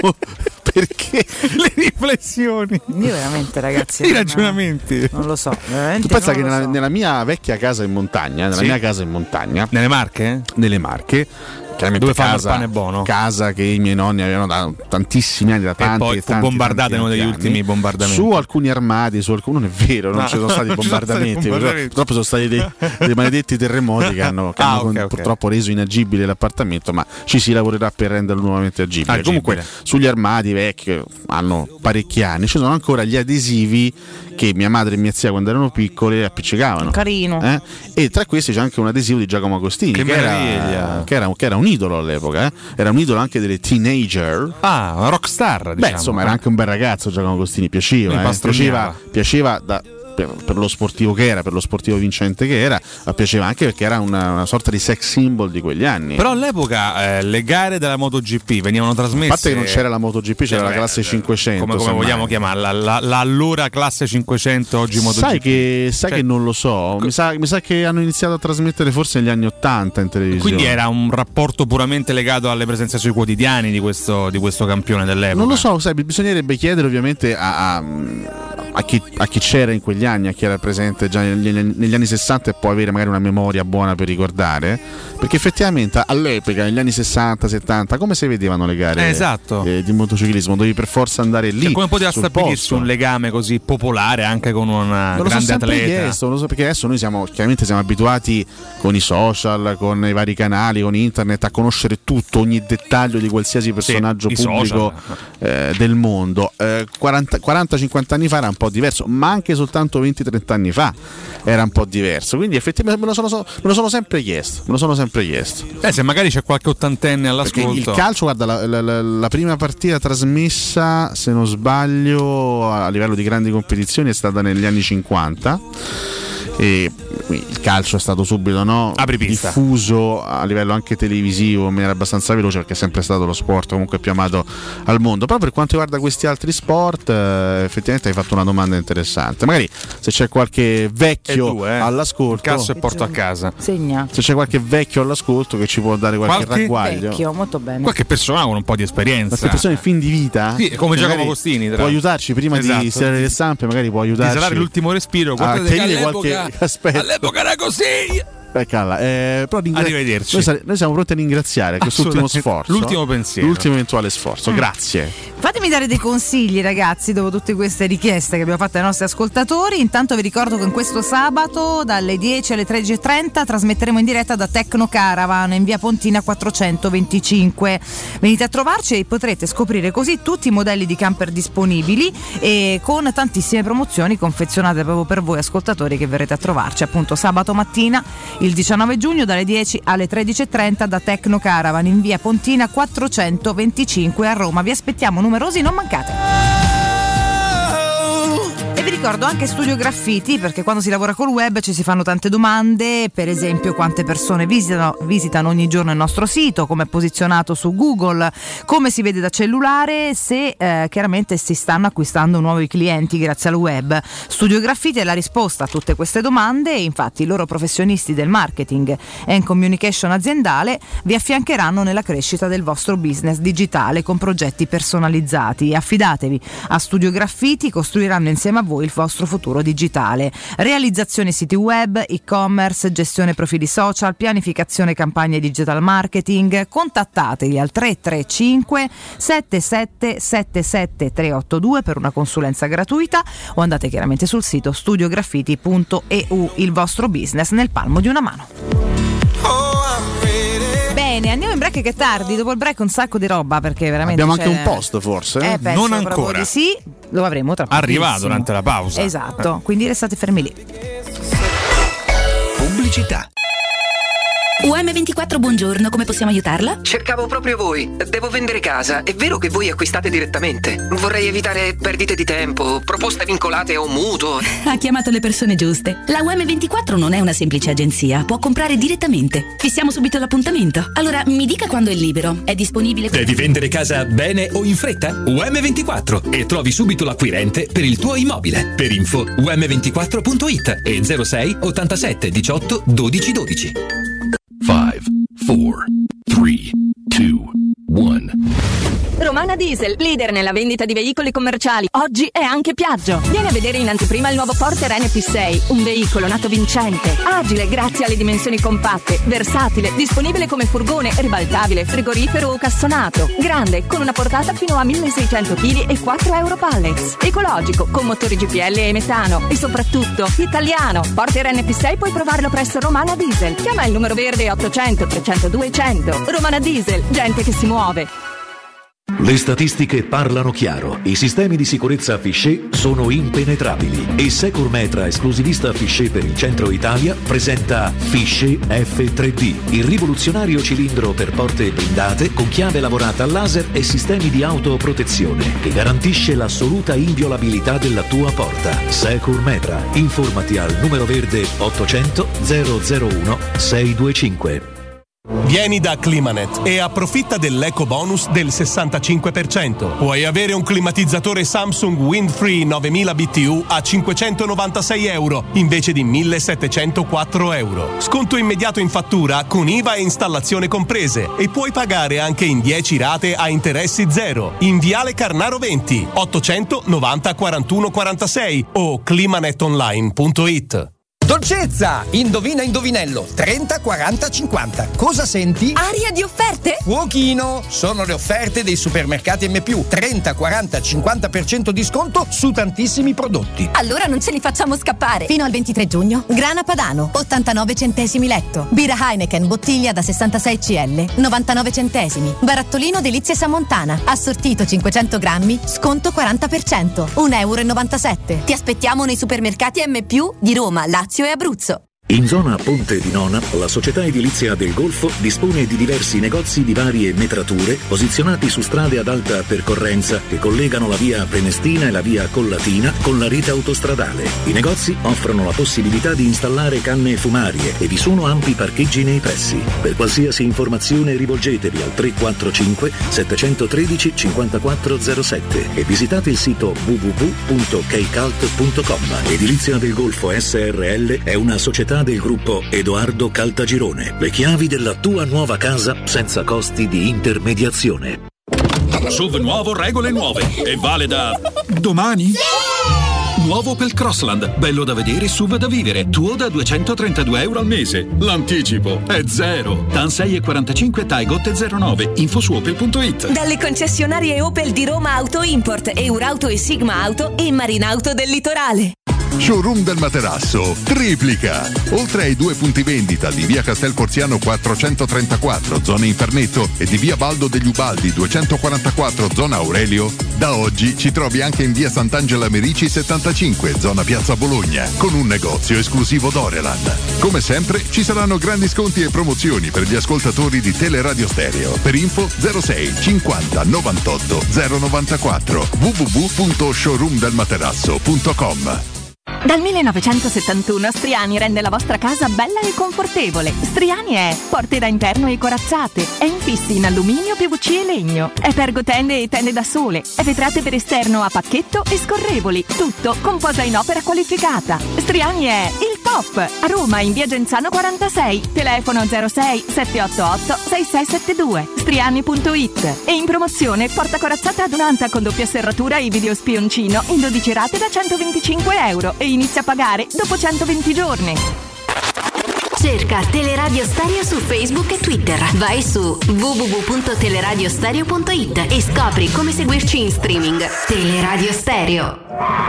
Perché le riflessioni, Io veramente, ragazzi, i non- ragionamenti. Non lo so. Veramente tu pensa non che lo nella, so. nella mia vecchia casa in montagna, nella Sì. mia casa in montagna, Nelle Marche? nelle Marche, chiaramente Dove fanno casa, il pane buono. casa che i miei nonni avevano da tantissimi anni, da tanti E poi e fu tanti, bombardata tanti, in uno degli tanti ultimi anni. bombardamenti. Su alcuni armadi, su alcuni, non è vero, non No, ci sono stati non ci sono stati bombardamenti, bombardamenti. purtroppo sono stati dei, dei maledetti terremoti che hanno, che Ah, hanno ok, con- ok. purtroppo reso inagibile l'appartamento, ma ci si lavorerà per renderlo nuovamente agibile. Agibile. Comunque sugli armadi vecchi, che hanno parecchi anni, ci sono ancora gli adesivi che mia madre e mia zia quando erano piccole appiccicavano. Carino. Eh? E tra questi c'è anche un adesivo di Giacomo Agostini, Che che, era, meraviglia. che, era, che era un idolo all'epoca, eh? Era un idolo anche delle teenager. Ah, una rockstar, diciamo. Beh, insomma, era anche un bel ragazzo Giacomo Agostini, piaceva, Mi eh? pastroniava. piaceva, piaceva da, per, per lo sportivo che era, per lo sportivo vincente che era, ma piaceva anche perché era una, una sorta di sex symbol di quegli anni. Però all'epoca eh, le gare della MotoGP venivano trasmesse. A parte che non c'era la MotoGP, c'era Cioè, la classe eh, cinquecento. Come, come semmai. vogliamo chiamarla? La, la allora classe cinquecento, oggi MotoGP. Sai che, sai Cioè, che non lo so, mi sa, mi sa che hanno iniziato a trasmettere forse negli anni ottanta in televisione. Quindi era un rapporto puramente legato alle presenze sui quotidiani di questo, di questo campione dell'epoca. Non lo so, sai, bisognerebbe chiedere ovviamente a, a, a, chi, a chi c'era in quegli anni, a chi era presente già negli, negli anni sessanta e può avere magari una memoria buona per ricordare, perché effettivamente all'epoca, negli anni sessanta settanta, come si vedevano le gare Eh, esatto. eh, di motociclismo? Dovevi per forza andare lì. Cioè, come poteva sul stabilirsi posto. un legame così popolare anche con una Non lo so grande sempre atleta? chiesto, non lo so, perché adesso noi siamo chiaramente siamo abituati con i social, con i vari canali, con internet a conoscere tutto, ogni dettaglio di qualsiasi personaggio i pubblico eh, del mondo. Eh, quaranta cinquanta anni fa era un po' diverso, ma anche soltanto venti trenta anni fa era un po' diverso. Quindi effettivamente me lo sono, me lo sono sempre chiesto, me lo sono sempre chiesto. Eh, se magari c'è qualche ottantenne Perché all'ascolto. il calcio, guarda, la, la- la- la prima partita trasmessa, se non sbaglio, a livello di grandi competizioni è stata negli anni cinquanta. E il calcio è stato subito, no, Apripista. diffuso a livello anche televisivo in maniera abbastanza veloce, perché è sempre stato lo sport comunque più amato al mondo. Però per quanto riguarda questi altri sport, eh, effettivamente hai fatto una domanda interessante. Magari se c'è qualche vecchio E due, eh. all'ascolto, Casso e porto a casa. Segna. se c'è qualche vecchio all'ascolto che ci può dare qualche, Qualche ragguaglio, Vecchio, molto bene. Qualche persona con un po' di esperienza. qualche persona in fin di vita, Sì, come che Giacomo magari Agostini, tra può l'altro. aiutarci prima Esatto. di stirare le zampe, magari può Di aiutarci salare l'ultimo respiro. a Guardate che chiarire all'epoca, qualche aspetta. all'epoca era così. Eh, calla, eh, però ringra- Arrivederci. Noi, sare- noi siamo pronti a ringraziare quest'ultimo Assolutamente. sforzo, L'ultimo pensiero. l'ultimo eventuale sforzo. Grazie. Fatemi dare dei consigli, ragazzi, dopo tutte queste richieste che abbiamo fatto ai nostri ascoltatori. Intanto vi ricordo che in questo sabato dalle dieci alle tredici e trenta trasmetteremo in diretta da Tecno Caravan in via Pontina quattrocentoventicinque. Venite a trovarci e potrete scoprire così tutti i modelli di camper disponibili e con tantissime promozioni confezionate proprio per voi ascoltatori che verrete a trovarci appunto sabato mattina Il diciannove giugno dalle dieci alle tredici e trenta da Tecno Caravan in via Pontina quattrocentoventicinque a Roma. Vi aspettiamo numerosi, non mancate. E vi ricordo anche Studio Graffiti, perché quando si lavora col web ci si fanno tante domande, per esempio quante persone visitano, visitano ogni giorno il nostro sito, come è posizionato su Google, come si vede da cellulare, se eh, chiaramente si stanno acquistando nuovi clienti grazie al web. Studio Graffiti è la risposta a tutte queste domande e infatti i loro professionisti del marketing and communication aziendale vi affiancheranno nella crescita del vostro business digitale con progetti personalizzati. Affidatevi a Studio Graffiti, costruiranno insieme a voi il vostro futuro digitale. Realizzazione siti web, e-commerce, gestione profili social, pianificazione campagne digital marketing. Contattateli al tre tre cinque sette sette sette sette tre otto due per una consulenza gratuita o andate chiaramente sul sito studio graffiti punto e u. Il vostro business nel palmo di una mano. Bene, andiamo in break che è tardi, dopo il break un sacco di roba perché veramente abbiamo c'è... anche un post forse? Eh, penso non ancora di sì, lo avremo tra arriva pochissimo. durante la pausa. Esatto, quindi restate fermi lì. Pubblicità. U M ventiquattro, buongiorno, come possiamo aiutarla? Cercavo proprio voi. Devo vendere casa. È vero che voi acquistate direttamente? Vorrei evitare perdite di tempo, proposte vincolate o mutuo. Ha chiamato le persone giuste. La U M ventiquattro non è una semplice agenzia, può comprare direttamente. Fissiamo subito l'appuntamento. Allora, mi dica quando è libero. È disponibile? Devi vendere casa bene o in fretta? U M ventiquattro e trovi subito l'acquirente per il tuo immobile. Per info u m ventiquattro punto it e zero sei ottantasette diciotto dodici dodici. five, four, three, two, one. Romana Diesel, leader nella vendita di veicoli commerciali. Oggi è anche Piaggio. Vieni a vedere in anteprima il nuovo Porter N P sei, un veicolo nato vincente, agile grazie alle dimensioni compatte, versatile, disponibile come furgone, ribaltabile, frigorifero o cassonato, grande, con una portata fino a milleseicento chili e quattro euro pallets, ecologico, con motori G P L e metano e soprattutto italiano. Porter N P sei puoi provarlo presso Romana Diesel. Chiama il numero verde ottocento trecento duecento. Romana Diesel, gente che si muove. Le statistiche parlano chiaro. I sistemi di sicurezza Fichet sono impenetrabili e Securmetra, esclusivista Fichet per il centro Italia, presenta Fichet F tre D, il rivoluzionario cilindro per porte blindate con chiave lavorata a laser e sistemi di autoprotezione che garantisce l'assoluta inviolabilità della tua porta. Securmetra. Informati al numero verde ottocento zero zero uno sei due cinque. Vieni da Climanet e approfitta dell'eco bonus del sessantacinque per cento. Puoi avere un climatizzatore Samsung Windfree novemila B T U a cinquecentonovantasei euro invece di millesettecentoquattro euro. Sconto immediato in fattura con I V A e installazione comprese e puoi pagare anche in dieci rate a interessi zero. In Viale Carnaro venti, ottocento novanta quarantuno quarantasei o climanetonline punto it. Dolcezza! Indovina indovinello. trenta, quaranta, cinquanta. Cosa senti? Aria di offerte? Fuochino! Sono le offerte dei supermercati M più. trenta, quaranta, cinquanta per cento di sconto su tantissimi prodotti. Allora non ce li facciamo scappare. Fino al ventitré giugno, Grana Padano, ottantanove centesimi letto. Birra Heineken, bottiglia da sessantasei centilitri, novantanove centesimi. Barattolino Delizie Samontana, assortito cinquecento grammi, sconto quaranta per cento, un euro e novantasette. Ti aspettiamo nei supermercati M più di Roma, Lazio e Abruzzo. In zona Ponte di Nona, la società edilizia del Golfo dispone di diversi negozi di varie metrature posizionati su strade ad alta percorrenza che collegano la via Prenestina e la via Collatina con la rete autostradale. I negozi offrono la possibilità di installare canne fumarie e vi sono ampi parcheggi nei pressi. Per qualsiasi informazione rivolgetevi al tre quattro cinque sette uno tre cinque zero sette e visitate il sito w w w punto keicalt punto com. Edilizia del Golfo S R L è una società del gruppo Edoardo Caltagirone. Le chiavi della tua nuova casa senza costi di intermediazione. S U V nuovo, regole nuove. E vale da domani? Sì! Nuovo Opel Crossland, bello da vedere, S U V da vivere. Tuo da duecentotrentadue euro al mese. L'anticipo è zero. T A N sei e quarantacinque, Taigot zero nove. Info su opel punto it. Dalle concessionarie Opel di Roma Auto Import, Eurauto e Sigma Auto e Marinauto del Litorale. Showroom del Materasso triplica. Oltre ai due punti vendita di via Castel Porziano quattrocentotrentaquattro, zona Infernetto, e di via Baldo degli Ubaldi duecentoquarantaquattro, zona Aurelio, Da oggi ci trovi anche in via Sant'Angela Merici settantacinque, zona Piazza Bologna, con un negozio esclusivo Doreland. Come sempre ci saranno grandi sconti e promozioni per gli ascoltatori di Teleradio Stereo. Per info zero sei cinquanta novantotto zero novantaquattro w w w punto showroom del materasso punto com. Dal millenovecentosettantuno Striani rende la vostra casa bella e confortevole. Striani è porte da interno e corazzate, è infissi in alluminio, P V C e legno, è pergotende e tende da sole, è vetrate per esterno a pacchetto e scorrevoli, tutto con posa in opera qualificata. Striani è il top! A Roma in via Genzano quarantasei, telefono zero sei sette otto otto sei sei sette due, striani punto it. E in promozione porta corazzata adunata con doppia serratura e video spioncino in dodici rate da centoventicinque euro e inizia a pagare dopo centoventi giorni. Cerca Teleradio Stereo su Facebook e Twitter. Vai su w w w punto teleradiostereo punto it e scopri come seguirci in streaming. Teleradio Stereo.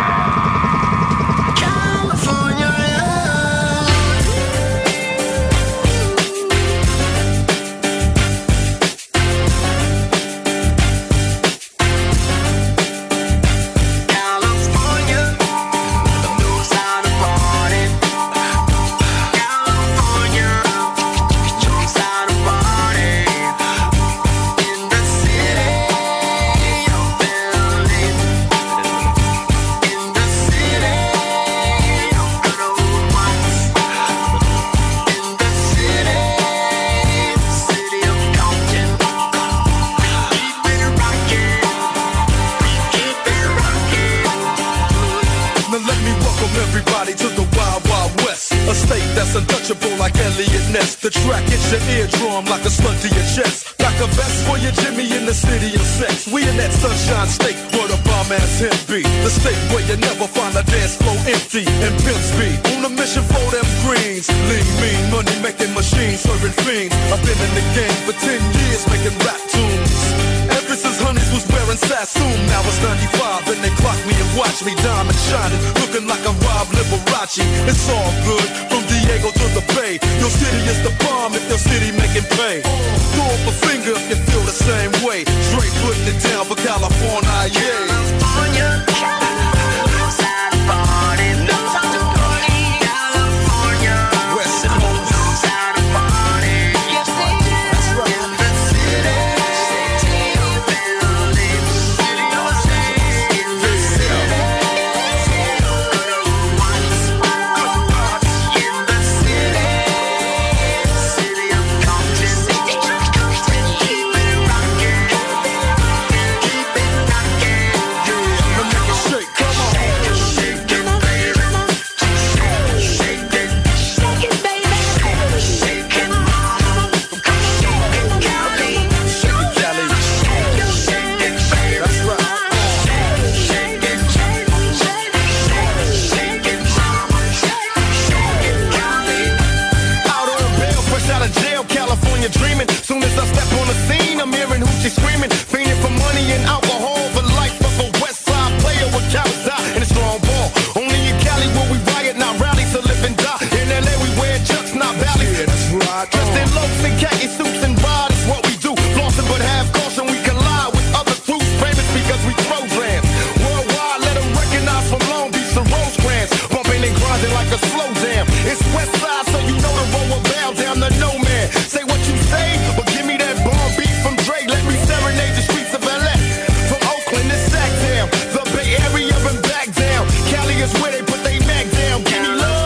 The track hits your eardrum like a slug to your chest. Like a vest for your Jimmy in the city of sex. We in that sunshine state where the bomb ass him be. The state where you never find a dance floor empty and pimp speed. On a mission for them greens. Lean, mean, money making machines, serving fiends. I've been in the game for ten years making rap tunes. Ever since Honeys was wearing Sassoon, now it's ninety-five and they clock me and watch me diamond shining, looking like a Rob Liberace. It's all good from Diego to the Bay. Your city is the bomb if your city making pay. Throw up a finger if you feel the same way. Straight putting it down for California, yeah. California, knows how to party, knows how to party. California, West Coast, knows how to party. Yes, they do. That's right. In the city, city of building, city of cities, in the city, city of good ones, good parts. In the city, city of Compton, city of Compton, keep it rockin', keep it rockin'. Now make it shake, come on. Shake it, shake it, baby. Shake it, shake it, shake it, baby. Shake it, mama. Shake it, Cali. Shake it, Cali. Shake it, shake it, baby. That's right. Shake it, shake it, shake it, shake it, mama. Shake it, shake it, Cali. Out on bail, fresh out of jail, California dreaming. Soon as I step on the scene, I'm hearing hoochie screaming, fiending for money and alcohol. The life of a West Side player with cows die and a strong ball. Only in Cali will we riot, not rally to live and die. In L A we wear chucks, not valleys. Yeah, that's right. Dressed in loafs and khaki suits and ride is what we do. Flossing but have caution, we collide with other crews. Famous because we Trojans. Worldwide, let them recognize from Long Beach to Rosecrans. Bumping and grinding like a slow jam. It's West Side, so you know the road will bow down to no man. Say what you say, but give me that bomb beat from Dre. Let me serenade the streets of L A. From Oakland to Sacktown, the Bay Area and back down. Cali is where they put they neck down. Give me love.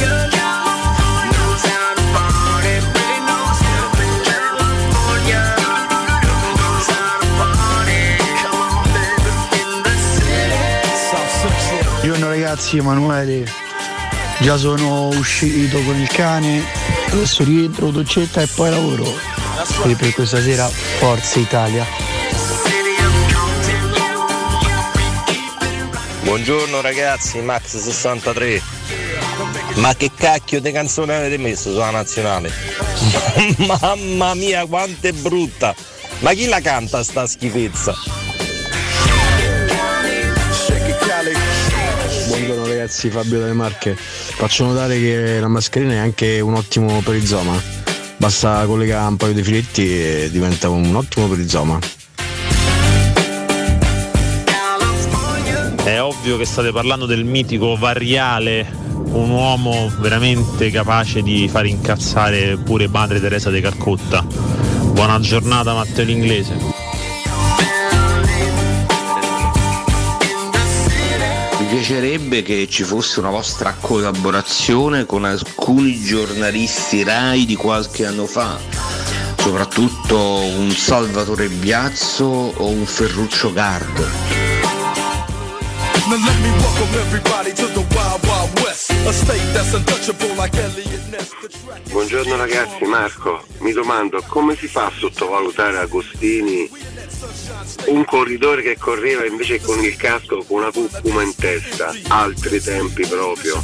Knows how to party, really knows how to California. Knows how to party. Come on, baby, in the city. South Central. Buongiorno ragazzi, Emanuele. Già sono uscito con il cane, adesso rientro, doccetta e poi lavoro. E per questa sera Forza Italia. Buongiorno ragazzi, Max sessantatré. Ma che cacchio di canzone avete messo sulla nazionale? Mamma mia, quanto è brutta! Ma chi la canta sta schifezza? Buongiorno ragazzi, Fabio dalle Marche. Faccio notare che la mascherina è anche un ottimo perizoma. Basta collegare un paio di filetti e diventa un ottimo perizoma. È ovvio che state parlando del mitico Variale, un uomo veramente capace di far incazzare pure Madre Teresa de Calcutta. Buona giornata Matteo l'Inglese. Mi piacerebbe che ci fosse una vostra collaborazione con alcuni giornalisti Rai di qualche anno fa, soprattutto un Salvatore Biazzo o un Ferruccio Gard. Buongiorno ragazzi, Marco, mi domando come si fa a sottovalutare Agostini, un corridore che correva invece con il casco con una cucuma in testa, altri tempi proprio.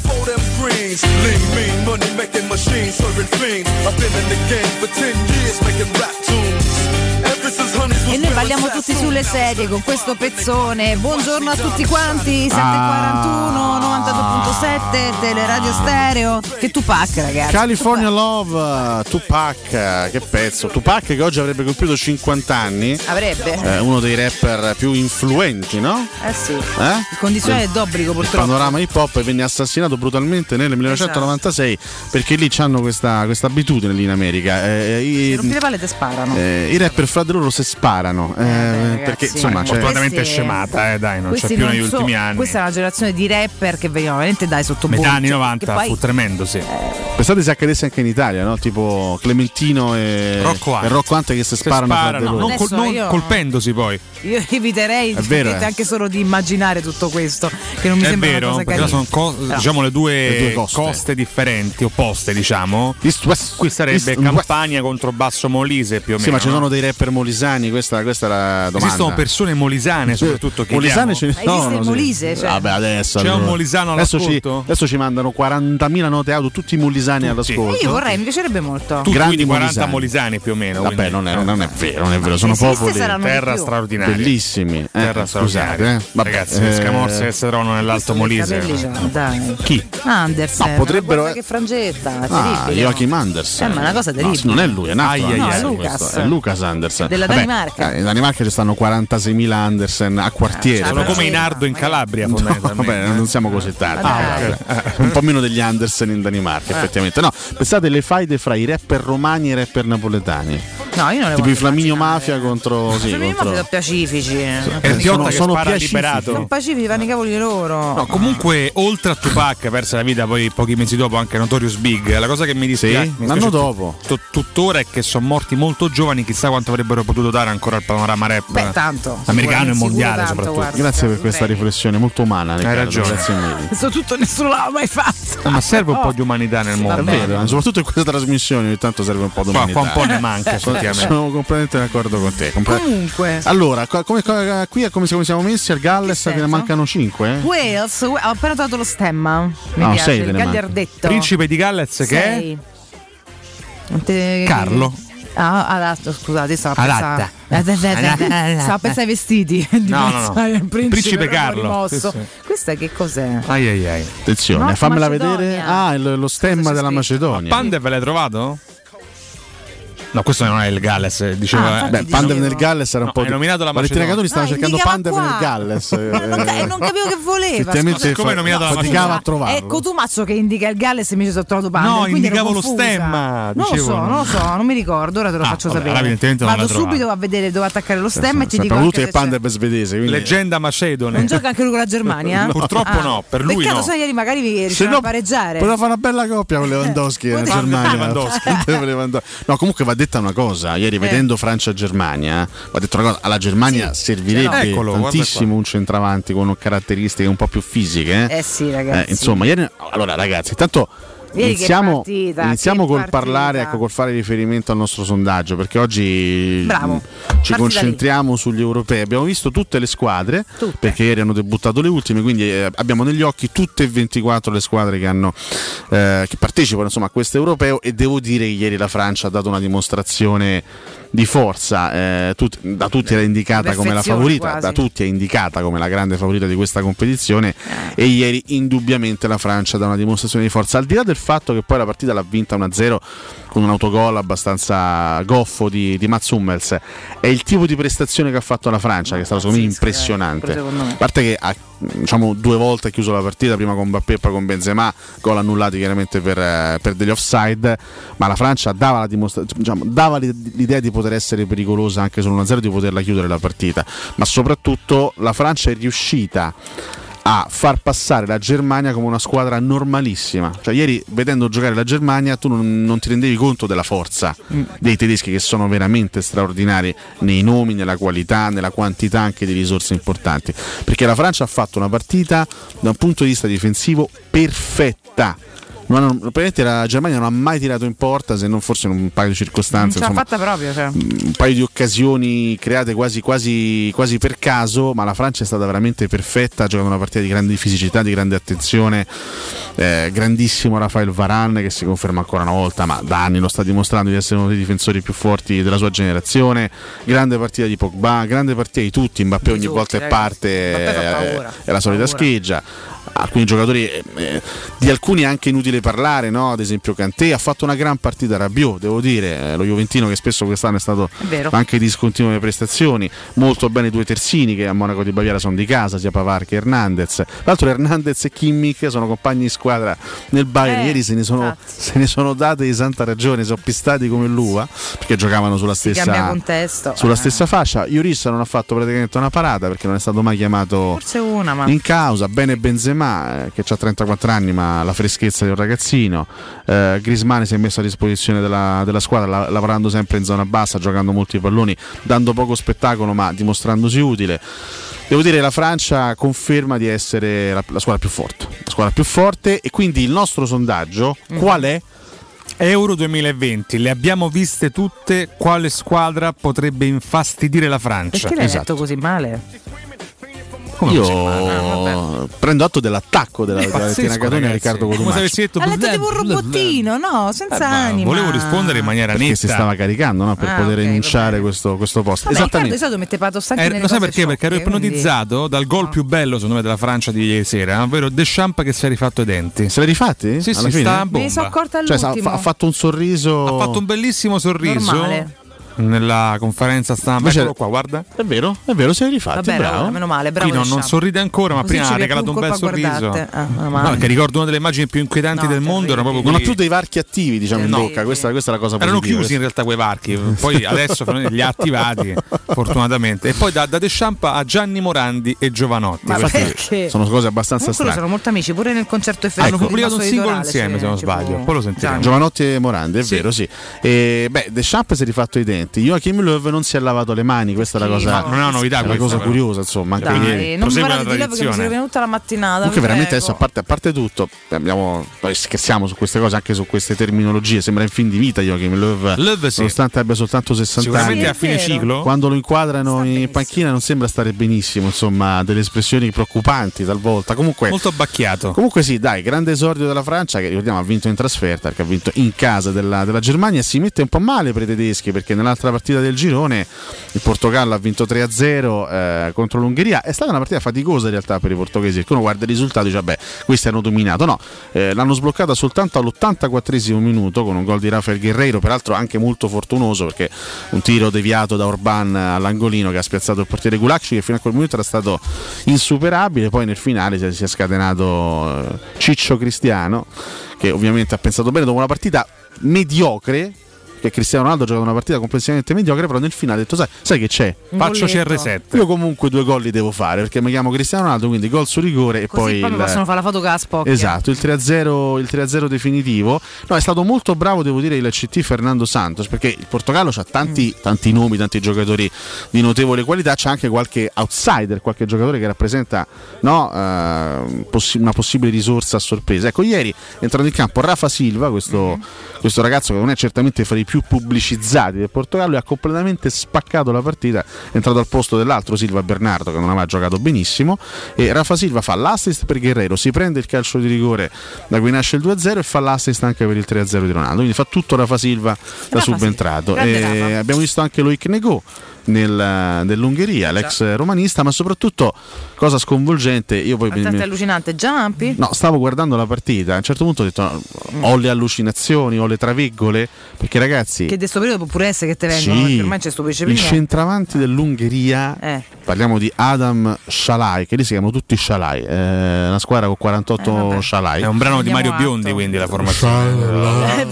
E noi balliamo tutti sulle sedie con questo pezzone. Buongiorno a tutti quanti, sette e quarantuno, novantadue virgola sette, Teleradio Stereo. Che Tupac, ragazzi. California Love, Tupac, che pezzo. Tupac che oggi avrebbe compiuto cinquanta anni. Avrebbe. Eh, uno dei rapper più influenti, no? Eh sì. Eh? In condizione d'obbligo Il purtroppo. panorama hip hop, e venne assassinato brutalmente nel millenovecentonovantasei, esatto. Perché lì hanno questa, questa abitudine lì in America. Eh, i, rompi le palle te sparano. Eh, I rapper fra di loro si sparano. Eh, beh, perché ragazzi, insomma c'è fortunatamente scemata, eh, dai, non c'è più non negli so, ultimi anni. Questa è una generazione di rapper che venivano veramente dai sotto metà bordo, anni novanta poi, fu tremendo, sì. Pensate se accadesse anche in Italia, no? Tipo Clementino e Rocco Hunt, e Rocco Hunt che si sparano, sparano fra di loro. non, col, non io- colpendosi poi. Io eviterei vero, eh. anche solo di immaginare tutto questo, che non mi È sembra vero, una cosa perché carina. sono co- Però- diciamo le due, Le due coste. coste. differenti, opposte, diciamo. East, west, Qui sarebbe East, Campania contro Basso Molise, più o meno. Sì, ma ci no? sono dei rapper molisani, questa, questa è la domanda. Esistono persone molisane, soprattutto che Molisane ce ne Ma esiste sono. il sì. Molise, cioè? Vabbè, adesso C'è un allora. molisano adesso ci, all'ascolto? adesso ci mandano quarantamila note auto, tutti molisani all'ascolto. Io vorrei, mi piacerebbe molto. Tu Grandi quindi quaranta molisani. molisani più o meno. Vabbè, quindi- non è, non è vero, non è vero, sono se esiste popoli saranno di terra più. straordinaria. bellissimi. Eh, Terra straordinaria. scusate, eh. Vabbè, Ragazzi, le eh, scamorze che si trovano nell'Alto Molise. Capelli c'ha, dai. Chi? Andersen. No, potrebbero- Ma guarda che frangetta, è Ah, terribile. Joachim Andersen. Eh, ma è una cosa No, terribile. non è lui, è un altro Ai, ai, Andersen, ai. No, è questo. Lucas. È Lucas Andersen. Della Vabbè, Danimarca. eh, in Danimarca ci stanno quarantaseimila Andersen a quartiere. Ah, Sono però. come i Nardo in Calabria, No, fondamentalmente. vabbè, non siamo così tardi. Ah, eh, Un po' meno degli Andersen in Danimarca, effettivamente. No, pensate le faide fra i rapper romani e i rapper napoletani. No, io non le Tipo i voglio Flaminio immaginare. Mafia contro. Sì, Cioè, mi contro... sono pacifici. E il sono- Piotta che sono spara pacifici. liberato. Sono pacifici, fanno i cavoli loro. No, comunque, oltre a Tupac, perse la vita poi pochi mesi dopo anche Notorious Big. La cosa che mi dispiace, Sì, mi l'anno dispiace dopo. tut- tuttora è che sono morti molto giovani. Chissà quanto avrebbero potuto dare ancora al panorama rap Beh, tanto. americano e Sicuro mondiale, tanto, soprattutto. guarda. Grazie per questa Prego. riflessione molto umana. Riccardo, ragione. Grazie mille. Questo tutto nessuno l'ha mai fatto. Eh, ma serve un po' di umanità nel È mondo. vero, eh, soprattutto in questa trasmissione ogni tanto serve un po' di Qua, umanità. qua un po' ne manca, Sono- effettivamente. Sono completamente d'accordo con te. Comple- Comunque, Allora, qua- come, come- qui è come come siamo messi al Galles, Che che ne senso? mancano cinque. Wales, ho appena trovato lo stemma. Mi No, piace, sei te il ne mancano. gagliardetto. Principe di Galles che è? Sei. Te- Carlo. Ah, adatto, scusate, stavo a Adatta. pensare. Stavo a pensare ai vestiti. di No, no, no. pensare al principe, Principe proprio Carlo. rimosso. Sì, sì. Questa che cos'è? Ai ai ai. Attenzione, Nord fammela Macedonia. vedere. Ah, il- lo stemma c'è della scritto? Macedonia. Pandev l'hai trovato? No, questo non è il Galles, diceva. Ah, infatti Beh, Pandev dicevo. nel Galles era un No, po' hai di... nominato la Valentina Macedonia. Catoni stava Ah, cercando indicava Pandev qua. nel Galles. Non, ca- non capivo che voleva. Effettivamente Siccome fa- nominato la faticava Macedonia. a trovarlo. È Cotumaccio che indica il Galles e mi ci sono trovato Pandev. No, quindi ero indicavo lo confusa. stemma, Non lo dicevo, so, no. non lo so, non mi ricordo. Ora te lo Ah, faccio vabbè, sapere. evidentemente non Vado l'hai trovato. subito a vedere dove attaccare lo stemma e ti dico Sappiamo anche tutti se che c'è. Pandev è svedese. Quindi... Leggenda macedone. Non gioca anche lui con la Germania? Purtroppo Ah. no, per lui Peccato, no. se no ieri magari vi Se riusciamo no, a pareggiare. poteva fare una bella coppia con Lewandowski in Poteva- Germania. Lewandowski. Pandev, Lewandowski. No, comunque va detta una cosa. Ieri vedendo Francia-Germania, va detto una cosa. Alla Germania Sì. servirebbe Eccolo, guarda tantissimo un centravanti con caratteristiche un po' più fisiche. Eh, Eh sì, ragazzi. Eh, insomma, ieri. Allora, ragazzi, intanto. Ieri che Iniziamo, partita, iniziamo che col partita. parlare, ecco, col fare riferimento al nostro sondaggio, perché oggi Bravo. mh, Parti ci da concentriamo sugli europei. Abbiamo visto tutte le squadre, Tutte. perché ieri hanno debuttato le ultime, quindi eh, abbiamo negli occhi tutte e ventiquattro le squadre che, hanno, eh, che partecipano insomma, a questo europeo, e devo dire che ieri la Francia ha dato una dimostrazione di forza, eh, tut- da tutti era indicata come la perfezione favorita, quasi. da tutti è indicata come la grande favorita di questa competizione, Eh. e ieri indubbiamente la Francia dà una dimostrazione di forza, al di là del fatto che poi la partita l'ha vinta uno a zero con un autogol abbastanza goffo di, di Mats Hummels. È il tipo di prestazione che ha fatto la Francia, che è stato secondo me impressionante. A parte che ha diciamo due volte chiuso la partita, prima con Mbappé e poi con Benzema, gol annullati chiaramente per, per degli offside, ma la Francia dava, la dimostra- diciamo, dava l'idea di poter essere pericolosa anche sull'uno a zero, di poterla chiudere la partita, ma soprattutto la Francia è riuscita a far passare la Germania come una squadra normalissima. Cioè ieri vedendo giocare la Germania tu non, non ti rendevi conto della forza mm. dei tedeschi, che sono veramente straordinari nei nomi, nella qualità, nella quantità anche di risorse importanti, perché la Francia ha fatto una partita da un punto di vista difensivo perfetta. Non hanno, praticamente la Germania non ha mai tirato in porta, se non forse in un paio di circostanze, non ce l'ha insomma, fatta proprio, cioè. un paio di occasioni create quasi, quasi, quasi per caso, ma la Francia è stata veramente perfetta, ha giocato una partita di grande fisicità, di grande attenzione, eh, grandissimo Rafael Varane, che si conferma ancora una volta, ma da anni lo sta dimostrando di essere uno dei difensori più forti della sua generazione. Grande partita di Pogba, grande partita di tutti. Mbappé ogni tutti, volta che parte è, è la solita scheggia. Alcuni giocatori, eh, di alcuni è anche inutile parlare, no? Ad esempio Kanté ha fatto una gran partita, Rabiot, devo dire, eh, lo Juventino che spesso quest'anno è stato è anche discontinuo nelle prestazioni. Molto bene i due terzini che a Monaco di Baviera sono di casa, sia Pavard che Hernandez. Tra l'altro Hernandez e Kimmich sono compagni di squadra nel Bayern, eh, ieri se ne, sono, se ne sono date di santa ragione, sono pistati come l'uva, perché giocavano sulla stessa, contesto, sulla eh. stessa fascia. Lloris non ha fatto praticamente una parata perché non è stato mai chiamato forse una, ma... in causa. Bene Benzema, che ha trentaquattro anni ma la freschezza di un ragazzino. eh, Griezmann si è messo a disposizione della, della squadra, la, lavorando sempre in zona bassa, giocando molti palloni, dando poco spettacolo ma dimostrandosi utile. Devo dire, la Francia conferma di essere la, la squadra più forte, la squadra più forte, e quindi il nostro sondaggio mm. qual è? Euro duemilaventi, le abbiamo viste tutte, quale squadra potrebbe infastidire la Francia? Perché l'hai esatto. detto così male? Io ah, prendo atto dell'attacco della Valentina Catoni a Riccardo Cotumaccio. Ha letto tipo un robottino, no? Senza eh, anima. Volevo rispondere in maniera perché netta. si stava caricando, no? Per ah, poter okay, enunciare questo, questo post. Vabbè, esattamente. Riccardo, mette pato stanchi eh, lo sai perché? Sciocche, perché ero ipnotizzato quindi... dal gol no. più bello secondo me della Francia di ieri sera, ovvero Deschamps che si è rifatto i denti. Se l'hai rifatti? Sì, alla sì, fine? sta a bomba. Me ne sono accorta all'ultimo. Cioè, ha fatto un sorriso. Ha fatto un bellissimo sorriso. Normale. Nella conferenza stampa, eccolo qua, guarda. È vero, è vero, sei rifatti. Vabbè, bravo. No, meno male, bravo. Qui non, non sorride ancora, ma così prima ha regalato un bel sorriso. Ah, no, che ricordo una delle immagini più inquietanti no, del mondo. Era proprio non quelli... ha più dei varchi attivi, diciamo, eh, in no. bocca. Questa, questa è la cosa positiva. Erano chiusi in realtà quei varchi. Poi adesso li ha attivati, fortunatamente. E poi da, da Deschamps a Gianni Morandi e Giovanotti. Ma perché? Sono cose abbastanza strane. Sono molto amici, pure nel concerto effettivo. Hanno pubblicato un singolo insieme, se non sbaglio. Poi lo sentiremo. Giovanotti e Morandi, è vero, sì. E, beh, Deschamps si è rifatto i denti. Joachim Löw non si è lavato le mani, questa è la cosa, no, non è una novità, è una cosa curiosa, insomma, anche dai, ieri. non mi parlate di Löw che mi sono venuta la mattinata. Comunque veramente adesso, a parte, a parte tutto, abbiamo, noi scherziamo su queste cose, anche su queste terminologie, sembra in fin di vita Joachim Löw, Löw sì. nonostante abbia soltanto sessanta anni. Sicuramente a fine ciclo. Quando lo inquadrano in panchina non sembra stare benissimo, insomma, delle espressioni preoccupanti talvolta. Comunque molto abbacchiato. Comunque sì, dai, grande esordio della Francia, che ricordiamo ha vinto in trasferta, perché ha vinto in casa della, della Germania. Si mette un po' male per i tedeschi, perché nell'altra partita del girone il Portogallo ha vinto tre a zero eh, contro l'Ungheria. È stata una partita faticosa in realtà per i portoghesi, perché uno guarda i risultati e dice vabbè, questi hanno dominato. No, eh, l'hanno sbloccata soltanto all'ottantaquattresimo minuto con un gol di Rafael Guerreiro, peraltro anche molto fortunoso, perché un tiro deviato da Orban all'angolino che ha spiazzato il portiere Gulacci, che fino a quel momento era stato insuperabile. Poi nel finale si è, si è scatenato eh, Ciccio Cristiano, che ovviamente ha pensato bene dopo una partita mediocre, che Cristiano Ronaldo ha giocato una partita complessivamente mediocre, però nel finale ha detto sai, sai che c'è? Faccio C R sette. Io comunque due gol li devo fare, perché mi chiamo Cristiano Ronaldo, quindi gol su rigore e così poi, poi il... possono fare la foto con la spocchia. Esatto, il tre a zero, il tre a zero definitivo. No, è stato molto bravo, devo dire, il C T Fernando Santos, perché il Portogallo ha tanti, mm. tanti nomi, tanti giocatori di notevole qualità, c'è anche qualche outsider, qualche giocatore che rappresenta, no, uh, possi- una possibile risorsa a sorpresa. Ecco, ieri entrando in campo Rafa Silva, questo, mm. questo ragazzo che non è certamente fra i più più pubblicizzati del Portogallo e ha completamente spaccato la partita, è entrato al posto dell'altro Silva Bernardo che non aveva giocato benissimo, e Rafa Silva fa l'assist per Guerrero, si prende il calcio di rigore da cui nasce il due a zero e fa l'assist anche per il tre a zero di Ronaldo, quindi fa tutto Rafa Silva da Rafa subentrato. Silva. E abbiamo visto anche Loic Nego nel, nell'Ungheria, l'ex romanista, ma soprattutto cosa sconvolgente, io poi mi, È allucinante, Giampi? no, stavo guardando la partita, a un certo punto ho detto no, ho le allucinazioni, ho le traveggole, perché ragazzi, Che di sto periodo può pure essere che te vengono, sì, perché ormai ci stupisce il prima. centravanti dell'Ungheria, Eh. parliamo di Adam Shalai, che lì si chiamano tutti Shalai, eh, una squadra con quarantotto Eh, Shalai. È un brano di Andiamo Mario atto. Biondi, quindi la formazione.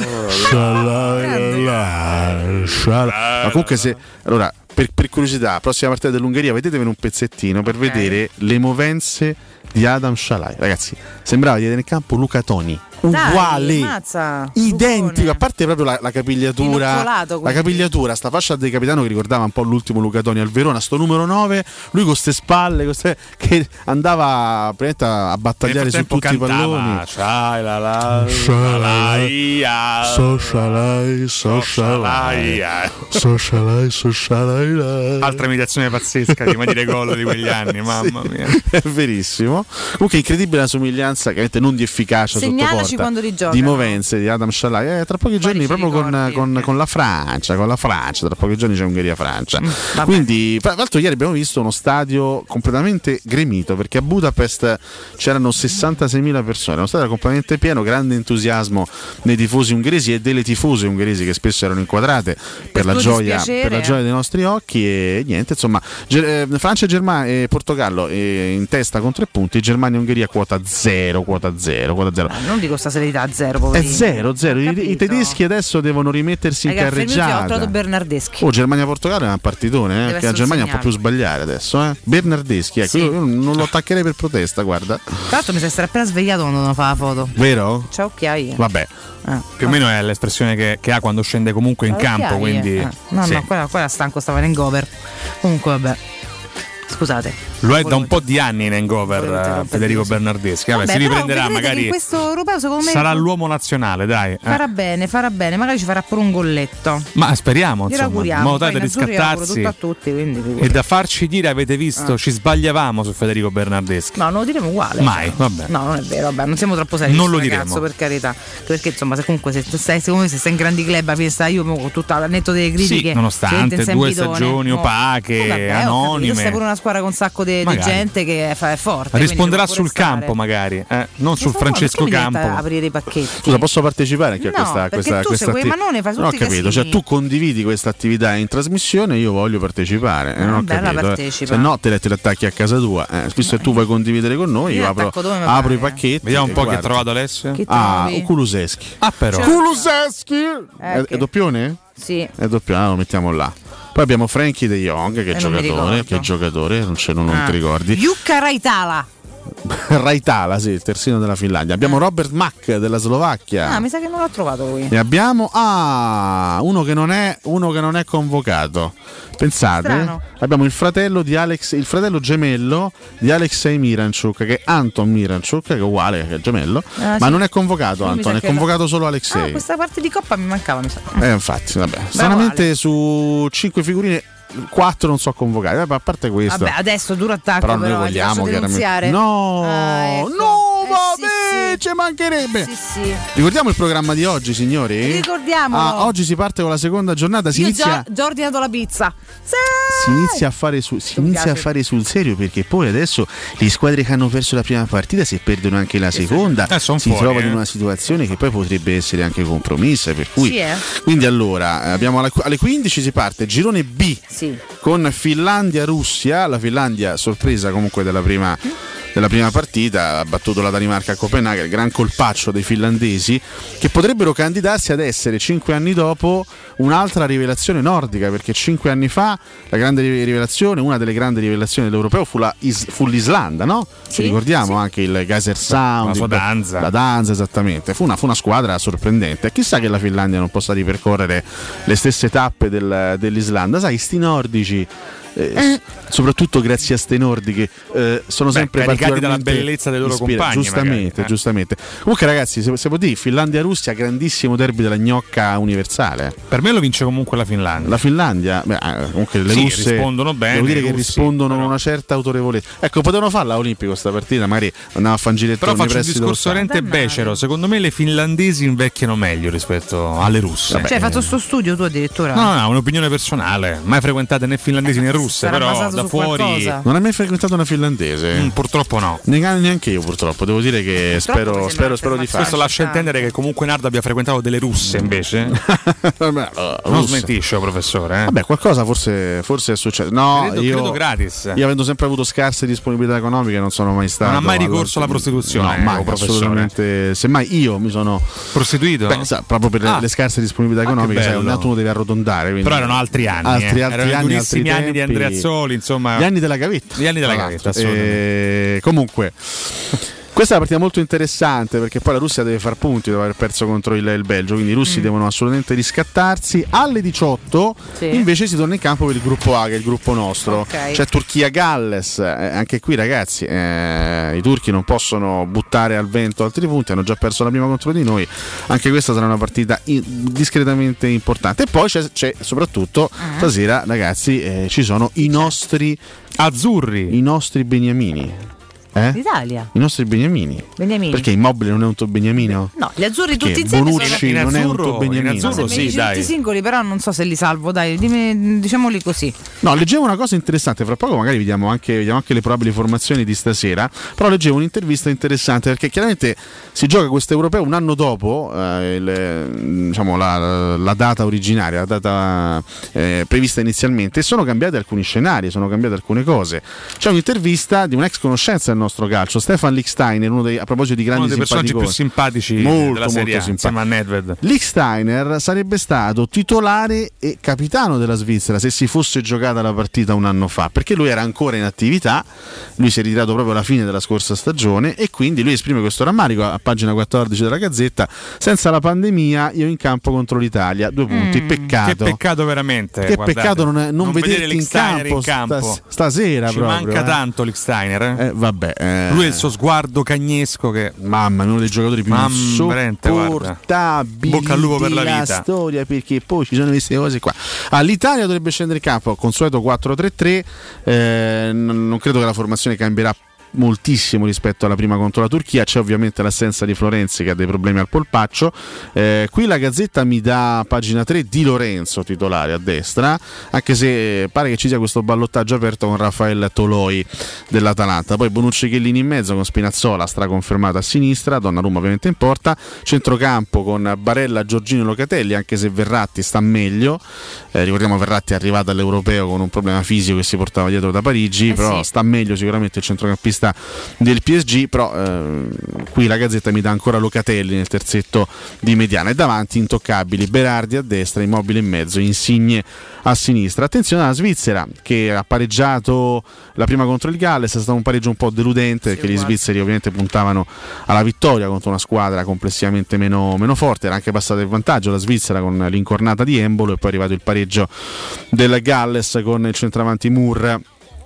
Shalai, Shalai. Ma comunque se allora per, per curiosità, prossima partita dell'Ungheria, vedetevene un pezzettino per vedere le movenze di Adam Shalai. Ragazzi, sembrava di vedere in campo Luca Toni, uguale, Dai, mazza, identico, a parte proprio la, la capigliatura, Inoccolato, la quindi. capigliatura, sta fascia del capitano che ricordava un po' l'ultimo Luca Toni al Verona, sto numero nove, lui con ste spalle, con ste, che andava praticamente a battagliare su tutti i palloni. Shai la la, Shalai, so Shalai, so Shalai, so Shalai, so Shalai. Altra imitazione pazzesca di Madire Gol di quegli anni, mamma mia. È verissimo. Comunque incredibile la somiglianza, chiaramente non di efficacia Segnalaci sotto porta, quando rigiocano. di movenze di Adam Shalai. Eh, tra pochi giorni proprio con, con, con la Francia, con la Francia, tra pochi giorni c'è Ungheria-Francia. Mm, Quindi, tra l'altro ieri abbiamo visto uno stadio completamente gremito, perché a Budapest c'erano sessantaseimila persone, uno stadio completamente pieno, grande entusiasmo nei tifosi ungheresi e delle tifose ungheresi che spesso erano inquadrate per, Per la tuo gioia, dispiacere, per la gioia eh. dei nostri occhi, e niente, insomma, Ger- eh, Francia e Germania e Portogallo eh, in testa con tre punti, Germania e Ungheria quota zero, quota zero, quota zero. Non dico sta serenità zero, È poverino. zero, zero. I, I tedeschi adesso devono rimettersi in Ragazzi, Fermi, ho trovato carreggiata. Bernardeschi. Oh, Germania-Portogallo è un partitone, eh, Deve che la essere Germania un non può più sbagliare adesso. Eh. Bernardeschi, ecco, Sì. io, io non lo attaccherei per protesta, guarda. Tra l'altro mi sei stato appena svegliato quando non fa la foto. Vero? C'ha occhiaie. Vabbè. Ah. Più o meno è l'espressione che, che ha quando scende comunque in Ha campo, occhiaie. quindi Ah. No, sì. no, quella, quella stanco, stava in gover. Comunque, vabbè. Scusate. Lo è da un po' di anni in hangover eh, Federico Bernardeschi. Vabbè, Vabbè, si però riprenderà, vedrete che magari in questo europeo secondo me sarà l'uomo nazionale, dai. eh. farà bene, farà bene, magari ci farà pure un golletto. Ma speriamo, Glielo insomma, in auguriamo. modo tale Poi da in azzurri auguro riscattarsi tutto a tutti, quindi e figurati. da farci dire, avete visto, Ah. ci sbagliavamo su Federico Bernardeschi. No, non lo diremo uguale. Mai, vabbè. No, non è vero, vabbè, non siamo troppo seri. Non lo ragazzo, diremo. per carità. Perché insomma, se comunque se stai, secondo me se stai in grandi club, a fine stai io mo, con tutta il netto delle critiche. Sì, nonostante siete in due sempitone. stagioni Oh. opache, Oh, vabbè, ho capito, anonime. stai pure una squadra con un sacco di Magari. gente che fa, è forte. Risponderà quindi ci può sul pure stare. campo, magari, eh? non sul Ma Francesco perché mi diventa Campo. aprire i pacchetti. Scusa, posso partecipare anche No, a questa, perché questa, tu questa segui atti- Manone, fai Non ho tutti i capito, casini. cioè tu condividi questa attività in trasmissione, io voglio partecipare. eh, non ho vabbè, allora capito. eh. partecipa. Se no te le, te le attacchi a casa tua. Eh, visto che tu vuoi condividere con noi, Io io apro, attacco dove mi apro pare. i pacchetti. Vediamo un e po' chi ha guarda. trovato Alessio. Chi Ah, trovi? Kuluseschi. Ah, però. Kuluseschi! È, Eh, che- è doppione? Sì. È doppione, ah, lo mettiamo là. Poi abbiamo Frankie De Jong, che è Eh, non mi giocatore, ricordo. che è giocatore, non, ce, non, non Ah. ti ricordi. Jukka Raitala. Raitala, sì, il terzino della Finlandia. Abbiamo Robert Mack della Slovacchia. Ah, mi sa che non l'ho trovato lui. Ne abbiamo ah, uno che non è uno che non è convocato. Pensate, Strano. abbiamo il fratello di Alex, il fratello gemello di Alexei Miranchuk, che è Anton Miranchuk, che è uguale che è gemello, Ah, ma sì. non è convocato Lui mi Anton, sa è che convocato la- solo Ah, Alexei. questa parte di coppa mi mancava, mi sa. Eh, infatti, vabbè. Stranamente su cinque figurine quattro non so convocati. Vabbè, a parte questo. Vabbè, adesso duro attacco, però però, noi ti vogliamo posso denunziare? chiaramente. No, Ah, ecco. no, Eh, vabbè, ci mancherebbe. Sì, sì. Ricordiamo il programma di oggi, signori? Ricordiamolo. Ah, oggi si parte con la seconda giornata. Si Io inizia, già, già ho ordinato la pizza. Sì! si inizia a fare su, si Mi inizia a piace. fare sul serio, perché poi adesso le squadre che hanno perso la prima partita, se perdono anche la seconda, Eh, son si fuori, trovano eh. in una situazione che poi potrebbe essere anche compromessa. Per cui, Sì, eh. quindi allora eh, abbiamo alle, alle quindici si parte girone B Sì. con Finlandia-Russia. La Finlandia sorpresa comunque della prima, della prima partita, ha battuto la Danimarca a Copenaghen, il gran colpaccio dei finlandesi, che potrebbero candidarsi ad essere cinque anni dopo un'altra rivelazione nordica, perché cinque anni fa la grande rivelazione, una delle grandi rivelazioni dell'europeo fu, la Is- fu l'Islanda, no? Ci Sì, ricordiamo sì. anche il Geyser Sound, La sua il- danza. la danza, esattamente. Fu una, fu una squadra sorprendente. Chissà che la Finlandia non possa ripercorrere le stesse tappe del- dell'Islanda. Sai, sti nordici eh, eh. soprattutto grazie a ste nordi che eh, sono Beh, sempre caricati dalla particolarmente bellezza dei loro ispira- compagni. giustamente, magari, eh. giustamente. Comunque ragazzi, se, se può dire, Finlandia-Russia, grandissimo derby della gnocca universale. Per me lo vince comunque la Finlandia. La Finlandia, beh, comunque le sì, russe rispondono bene. Devo dire che russi, rispondono con una certa autorevolezza. Ecco, potevano farla olimpico sta partita, magari andava a fangirettone. Però faccio un discorso veramente becero. Secondo me le finlandesi invecchiano meglio rispetto alle russe. Vabbè, cioè hai fatto sto studio tu addirittura? No, no, un'opinione personale. Mai frequentate né finlandesi né russe, sarà però basato da su fuori qualcosa. Non hai mai frequentato una finlandese? Mm, purtroppo no. Neanche io purtroppo, devo dire che Purtroppo spero, spero, spero di farlo. Questo lascia intendere che comunque Nardo abbia frequentato delle russe invece. Vabbè, non russe. smentisce, professore. Eh? Vabbè, qualcosa forse, forse è successo. No, credo, io, credo gratis. Io avendo sempre avuto scarse disponibilità economiche non sono mai stato. Non ha mai ricorso alla prostituzione? No, mai, oh, assolutamente. Semmai io mi sono prostituito? Beh, sa, proprio per ah. le scarse disponibilità economiche, sai, ogni tanto uno deve arrotondare. Però erano altri anni. Altri, eh. altri erano anni, i altri durissimi anni tempi. di Andrea Azzoli, insomma. Gli anni della gavetta. Gli anni della gavetta, assolutamente. E comunque. Questa è una partita molto interessante perché poi la Russia deve far punti dopo aver perso contro il, il Belgio, quindi i russi mm. devono assolutamente riscattarsi. Alle diciotto sì. invece si torna in campo per il gruppo A, che è il gruppo nostro. Okay. C'è Turchia-Galles, eh, anche qui ragazzi eh, i turchi non possono buttare al vento altri punti, hanno già perso la prima contro di noi, anche questa sarà una partita in, discretamente importante. E poi c'è, c'è soprattutto uh-huh. stasera ragazzi eh, ci sono i nostri azzurri, i nostri beniamini. Eh? L'Italia. I nostri beniamini. Beniamini. Perché Immobile non è un tuo beniamino? No, gli azzurri Perché tutti insieme Bonucci sono... non è un tuo beniamino. In azzurro, sì, dai. Tutti singoli, però non so se li salvo, dai, dimmi, diciamoli così. No, leggevo una cosa interessante, fra poco magari vediamo anche, vediamo anche le probabili formazioni di stasera, però leggevo un'intervista interessante perché chiaramente si gioca questo europeo un anno dopo eh, il, diciamo, la, la data originaria, la data eh, prevista inizialmente, e sono cambiati alcuni scenari, sono cambiate alcune cose. C'è un'intervista di un ex conoscenza del nostro calcio, Stefan Lichtsteiner, uno dei, a proposito di grandi uno dei personaggi più simpatici molto, della Serie A, insieme a Nedved. Lichtsteiner sarebbe stato titolare e capitano della Svizzera se si fosse giocata la partita un anno fa, perché lui era ancora in attività, lui si è ritirato proprio alla fine della scorsa stagione e quindi lui esprime questo rammarico a pagina quattordici della Gazzetta: senza la pandemia io in campo contro l'Italia, due punti, mm, peccato. Che peccato veramente. Che guardate, peccato non, è, non, non vederti in campo, in campo. Stas- stasera ci proprio, manca eh. tanto Lichtsteiner. Eh? Eh, vabbè, eh. Lui è il suo sguardo cagnesco che mamma, uno dei giocatori più insopportabili bocca al lupo per la della vita. storia, perché poi ci sono queste cose qua. Ah, l'Italia dovrebbe scendere in campo consueto quattro tre tre, eh, non credo che la formazione cambierà moltissimo rispetto alla prima contro la Turchia. C'è ovviamente l'assenza di Florenzi che ha dei problemi al polpaccio. Eh, qui la Gazzetta mi dà pagina tre Di Lorenzo titolare a destra, anche se pare che ci sia questo ballottaggio aperto con Rafael Toloi dell'Atalanta, poi Bonucci Chiellini in mezzo con Spinazzola straconfermato a sinistra, Donnarumma ovviamente in porta, centrocampo con Barella, Giorgino e Locatelli, anche se Verratti sta meglio. Eh, ricordiamo Verratti è arrivato all'Europeo con un problema fisico che si portava dietro da Parigi, eh però sì. sta meglio sicuramente il centrocampista del P S G, però eh, qui la Gazzetta mi dà ancora Locatelli nel terzetto di mediana e davanti intoccabili Berardi a destra, Immobile in mezzo, Insigne a sinistra. Attenzione alla Svizzera che ha pareggiato la prima contro il Galles, è stato un pareggio un po' deludente, sì, perché guarda. Gli svizzeri ovviamente puntavano alla vittoria contro una squadra complessivamente meno, meno forte, era anche passata il vantaggio la Svizzera con l'incornata di Embolo e poi è arrivato il pareggio del Galles con il centravanti Moore.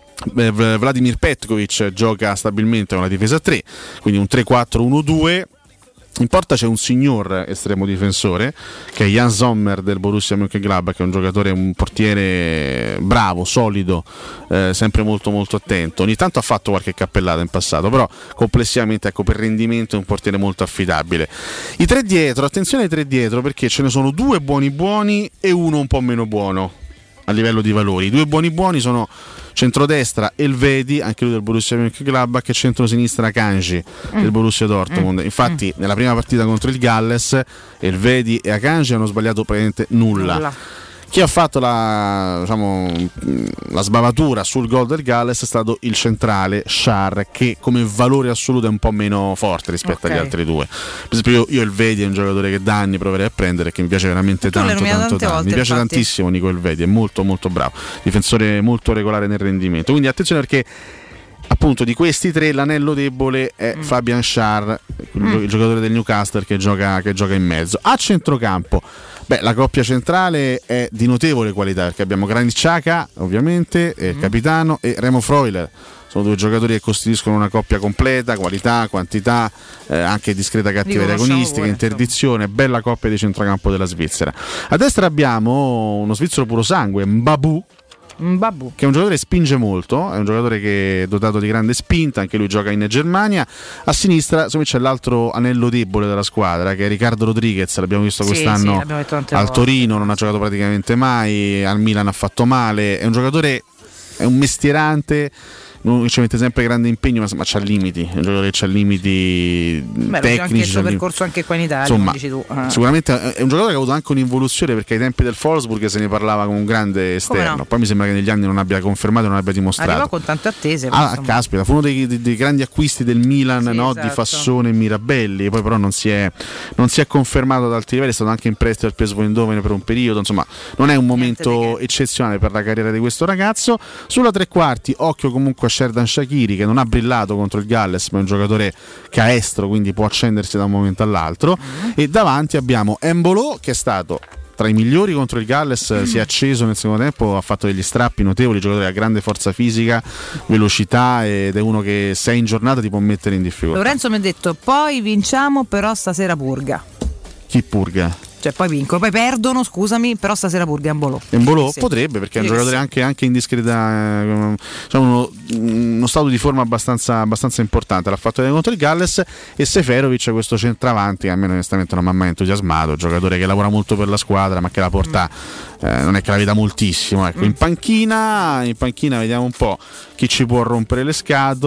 Vladimir Petkovic gioca stabilmente con la difesa a tre, quindi un tre quattro uno due. In porta c'è un signor estremo difensore che è Jan Sommer del Borussia Mönchengladbach, che è un giocatore, un portiere bravo, solido, eh, sempre molto molto attento. Ogni tanto ha fatto qualche cappellata in passato, però complessivamente, ecco, per rendimento è un portiere molto affidabile. I tre dietro, attenzione ai tre dietro, perché ce ne sono due buoni buoni e uno un po' meno buono a livello di valori. I due buoni buoni sono centrodestra Elvedi, anche lui del Borussia Mönchengladbach, e centrosinistra Kanji mm. del Borussia Dortmund. Mm. Infatti mm. nella prima partita contro il Galles Elvedi e Akanji hanno sbagliato praticamente nulla. nulla. Chi ha fatto la, diciamo, la sbavatura sul gol del Galles è stato il centrale Schär, che come valore assoluto è un po' meno forte rispetto okay. agli altri due. Per esempio io, io Elvedi è un giocatore che da anni proverei a prendere, che mi piace veramente tanto, tanto, tanto. Volte, mi piace infatti. tantissimo Nico Elvedi, è molto molto bravo, difensore molto regolare nel rendimento, quindi attenzione perché appunto di questi tre l'anello debole è mm. Fabian Schär, il, mm. il giocatore del Newcastle che gioca, che gioca in mezzo. A centrocampo Beh, la coppia centrale è di notevole qualità perché abbiamo Granit Xhaka, ovviamente, il mm. capitano, e Remo Freuler. Sono due giocatori che costituiscono una coppia completa, qualità, quantità, eh, anche discreta cattiveria agonistica, interdizione, bella coppia di centrocampo della Svizzera. A destra abbiamo uno svizzero puro sangue, Mbabu, Mbabu, che è un giocatore che spinge molto, è un giocatore che è dotato di grande spinta, anche lui gioca in Germania. A sinistra insomma c'è l'altro anello debole della squadra, che è Riccardo Rodriguez, l'abbiamo visto sì, quest'anno sì, al volte. Torino, non ha giocato praticamente mai, al Milan ha fatto male, è un giocatore, è un mestierante, non ci mette sempre grande impegno, ma, ma c'ha limiti, è un giocatore che c'ha limiti Beh, tecnici. Anche il suo percorso anche qua in Italia, insomma, dici tu. Ah. Sicuramente è un giocatore che ha avuto anche un'involuzione, perché ai tempi del Wolfsburg se ne parlava come un grande esterno, no? Poi mi sembra che negli anni non abbia confermato e non abbia dimostrato. Arrivò con tante attese. Ah, caspita, fu uno dei, dei, dei grandi acquisti del Milan, sì, no? Esatto. Di Fassone e Mirabelli, poi però non si è, non si è confermato ad alti livelli, è stato anche in prestito al P S V Eindhoven per un periodo, insomma non è un momento eccezionale per la carriera di questo ragazzo. Sulla tre quarti, occhio comunque a Xherdan Shaqiri, che non ha brillato contro il Galles, ma è un giocatore caestro, quindi può accendersi da un momento all'altro. Mm. E davanti abbiamo Embolo, che è stato tra i migliori contro il Galles, mm. si è acceso nel secondo tempo, ha fatto degli strappi notevoli, giocatore a grande forza fisica, velocità, ed è uno che se è in giornata ti può mettere in difficoltà. Lorenzo mi ha detto poi vinciamo, però stasera purga. Chi purga? Cioè poi vincono, poi perdono, scusami, però stasera purga Embolo. Embolo sì, potrebbe, perché è un sì, giocatore sì. anche, anche in discreta, eh, diciamo uno, uno stato di forma abbastanza, abbastanza importante. L'ha fatto vedere contro il Galles. E Seferovic, questo centravanti, che a me onestamente non mi ha mai entusiasmato, un giocatore che lavora molto per la squadra, ma che la porta, mm. eh, non è che la veda moltissimo. Ecco, mm. in panchina, in panchina vediamo un po' chi ci può rompere le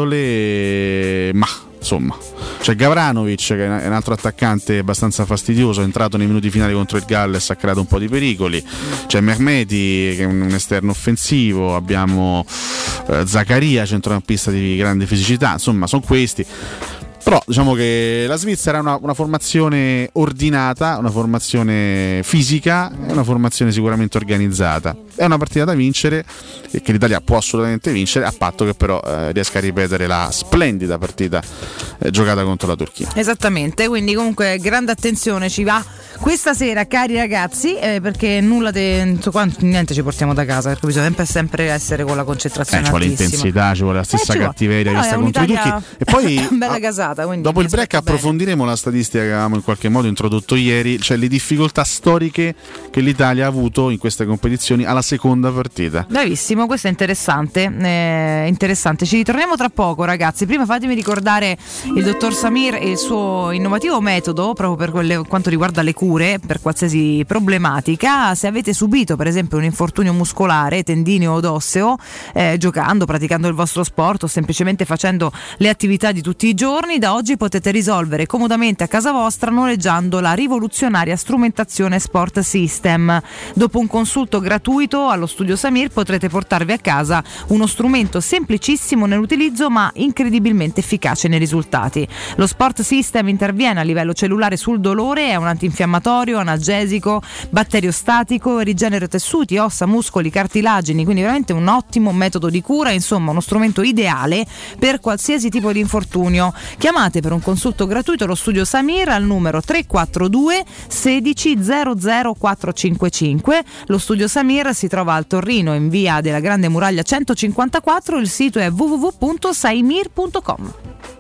scatole, ma insomma c'è Gavranovic, che è un altro attaccante abbastanza fastidioso, è entrato nei minuti finali contro il Galles, ha creato un po' di pericoli. C'è Mehmeti, che è un esterno offensivo, abbiamo eh, Zaccaria, centrocampista di grande fisicità, insomma sono questi. Però diciamo che la Svizzera è una, una formazione ordinata, una formazione fisica, è una formazione sicuramente organizzata. È una partita da vincere e che l'Italia può assolutamente vincere, a patto che però eh, riesca a ripetere la splendida partita eh, giocata contro la Turchia. Esattamente, quindi comunque grande attenzione ci va questa sera, cari ragazzi, eh, perché nulla de, so, quanto, niente ci portiamo da casa, perché bisogna sempre, sempre essere con la concentrazione. Eh, ci vuole l'intensità, ci vuole la stessa eh, cattiveria vista contro i turchi. E poi bella casata. Dopo il break approfondiremo bene la statistica che avevamo in qualche modo introdotto ieri, cioè le difficoltà storiche che l'Italia ha avuto in queste competizioni alla seconda partita. Bravissimo, questo è interessante, eh, interessante. Ci ritorniamo tra poco, ragazzi. Prima fatemi ricordare il dottor Samir e il suo innovativo metodo proprio per quelle, quanto riguarda le cure per qualsiasi problematica. Se avete subito per esempio un infortunio muscolare, tendineo o osseo, eh, giocando, praticando il vostro sport o semplicemente facendo le attività di tutti i giorni, da oggi potete risolvere comodamente a casa vostra noleggiando la rivoluzionaria strumentazione Sport System. Dopo un consulto gratuito allo studio Samir potrete portarvi a casa uno strumento semplicissimo nell'utilizzo ma incredibilmente efficace nei risultati. Lo Sport System interviene a livello cellulare sul dolore, è un antinfiammatorio, analgesico, batteriostatico, rigenera tessuti, ossa, muscoli, cartilagini, quindi veramente un ottimo metodo di cura, insomma uno strumento ideale per qualsiasi tipo di infortunio. Chiamate per un consulto gratuito lo studio Samir al numero tre quattro due sedici zero zero quattro cinque cinque. Lo studio Samir si trova al Torrino in via della Grande Muraglia centocinquantaquattro, il sito è w w w punto saimir punto com.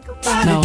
No.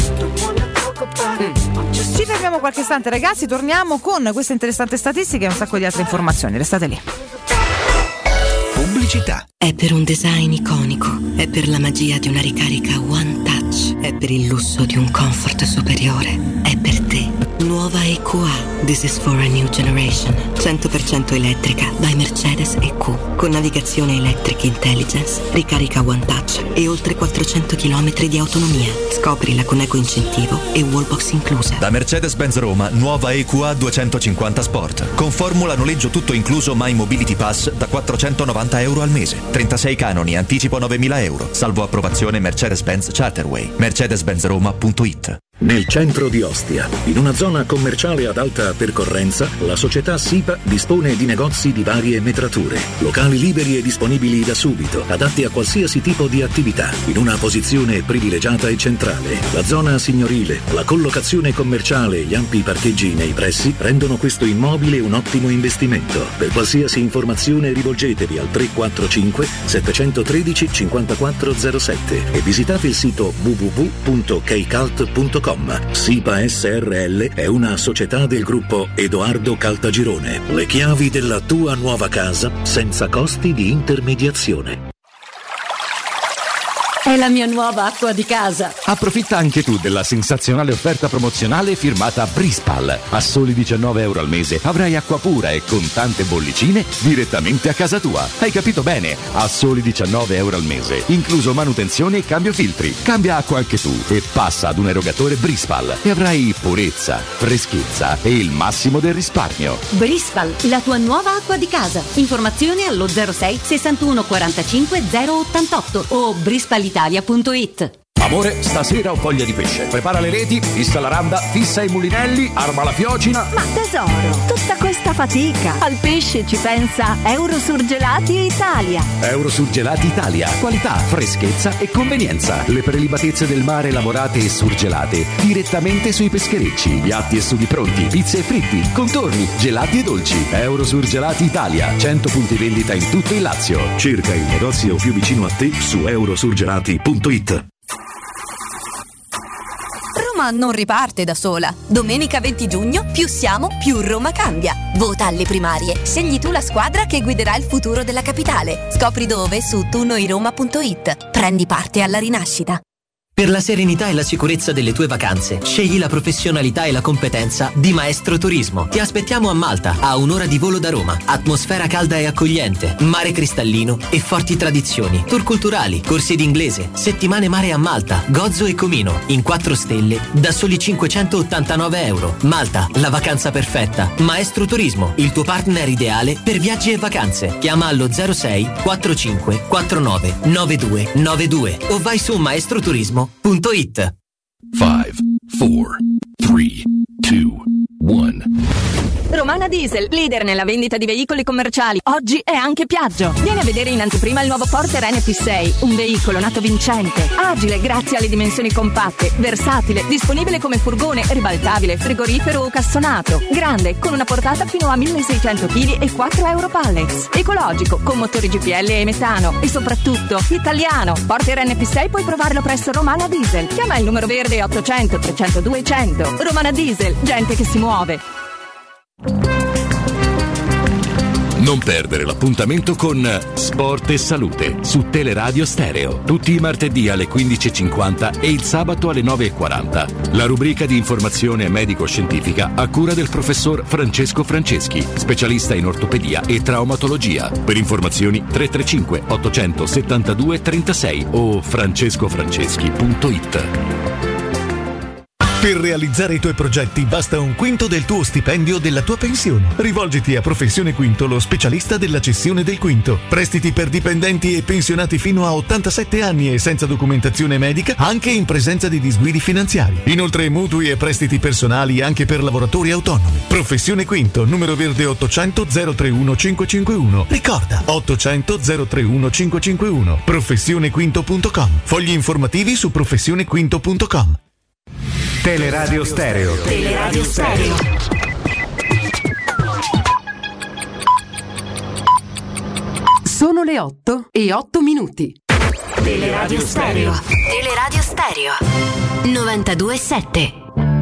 Ci fermiamo qualche istante, ragazzi, torniamo con queste interessanti statistiche e un sacco di altre informazioni, restate lì. Pubblicità. È per un design iconico, è per la magia di una ricarica One Touch, è per il lusso di un comfort superiore, è per te. Nuova E Q A, This is for a new generation, cento per cento elettrica by Mercedes E Q, con navigazione Electric Intelligence, ricarica One Touch e oltre quattrocento chilometri di autonomia. Scoprila con eco incentivo e wallbox inclusa. Da Mercedes-Benz Roma, nuova E Q A duecentocinquanta Sport, con formula noleggio tutto incluso My Mobility Pass da quattrocentonovanta euro al mese, trentasei canoni, anticipo novemila euro, salvo approvazione Mercedes-Benz Charterway. mercedes benz roma punto it. Nel centro di Ostia, in una zona commerciale ad alta percorrenza, la società SIPA dispone di negozi di varie metrature, locali liberi e disponibili da subito, adatti a qualsiasi tipo di attività, in una posizione privilegiata e centrale. La zona signorile, la collocazione commerciale e gli ampi parcheggi nei pressi rendono questo immobile un ottimo investimento. Per qualsiasi informazione rivolgetevi al tre quattro cinque sette uno tre cinque quattro zero sette e visitate il sito w w w punto keicalt punto com. SIPA S R L è una società del gruppo Edoardo Caltagirone. Le chiavi della tua nuova casa senza costi di intermediazione. È la mia nuova acqua di casa. Approfitta anche tu della sensazionale offerta promozionale firmata Brispal. A soli diciannove euro al mese avrai acqua pura e con tante bollicine direttamente a casa tua. Hai capito bene? A soli diciannove euro al mese, incluso manutenzione e cambio filtri. Cambia acqua anche tu e passa ad un erogatore Brispal e avrai purezza, freschezza e il massimo del risparmio. Brispal, la tua nuova acqua di casa. Informazioni allo zero sei sessantuno quarantacinque zero ottantotto o brispal italia punto it. Amore, stasera ho voglia di pesce. Prepara le reti, fissa la randa, fissa i mulinelli, arma la fiocina. Ma tesoro, tutta questa fatica. Al pesce ci pensa Eurosurgelati Italia. Eurosurgelati Italia. Qualità, freschezza e convenienza. Le prelibatezze del mare lavorate e surgelate direttamente sui pescherecci. Piatti e sughi pronti, pizze e fritti, contorni, gelati e dolci. Eurosurgelati Italia. cento punti vendita in tutto il Lazio. Cerca il negozio più vicino a te su eurosurgelati punto it. Roma non riparte da sola. Domenica venti giugno, più siamo, più Roma cambia. Vota alle primarie. Scegli tu la squadra che guiderà il futuro della capitale. Scopri dove su tunoiroma punto it. Prendi parte alla rinascita. Per la serenità e la sicurezza delle tue vacanze, scegli la professionalità e la competenza di Maestro Turismo. Ti aspettiamo a Malta, a un'ora di volo da Roma. Atmosfera calda e accogliente, mare cristallino e forti tradizioni. Tour culturali, corsi d'inglese, settimane mare a Malta, Gozo e Comino, in quattro stelle, da soli cinquecentottantanove euro. Malta, la vacanza perfetta. Maestro Turismo, il tuo partner ideale per viaggi e vacanze. Chiama allo zero sei quarantacinque quarantanove novantadue novantadue o vai su maestroturismo punto it. five, four, three, two, one. Romana Diesel, leader nella vendita di veicoli commerciali. Oggi è anche Piaggio. Vieni a vedere in anteprima il nuovo Porter N P sei, un veicolo nato vincente, agile grazie alle dimensioni compatte, versatile, disponibile come furgone, ribaltabile, frigorifero o cassonato, grande, con una portata fino a milleseicento chili e quattro euro pallets, ecologico, con motori G P L e metano e soprattutto italiano. Porter N P sei puoi provarlo presso Romana Diesel. Chiama il numero verde ottocento trecento duecento. Romana Diesel, gente che si muove. Non perdere l'appuntamento con Sport e Salute su Teleradio Stereo. Tutti i martedì alle quindici e cinquanta e il sabato alle nove e quaranta. La rubrica di informazione medico-scientifica a cura del professor Francesco Franceschi, specialista in ortopedia e traumatologia. Per informazioni tre tre cinque ottocentosettantadue trentasei o francescofranceschi punto it. Per realizzare i tuoi progetti basta un quinto del tuo stipendio o della tua pensione. Rivolgiti a Professione Quinto, lo specialista della cessione del quinto. Prestiti per dipendenti e pensionati fino a ottantasette anni e senza documentazione medica, anche in presenza di disguidi finanziari. Inoltre mutui e prestiti personali anche per lavoratori autonomi. Professione Quinto, numero verde ottocento zero trentuno cinquecentocinquantuno. Ricorda, ottocento zero trentuno cinquecentocinquantuno. professione quinto punto com. Fogli informativi su professione quinto punto com. Teleradio Stereo. Teleradio Stereo. Sono le otto e otto minuti. Teleradio Stereo. Teleradio Stereo. novantadue sette.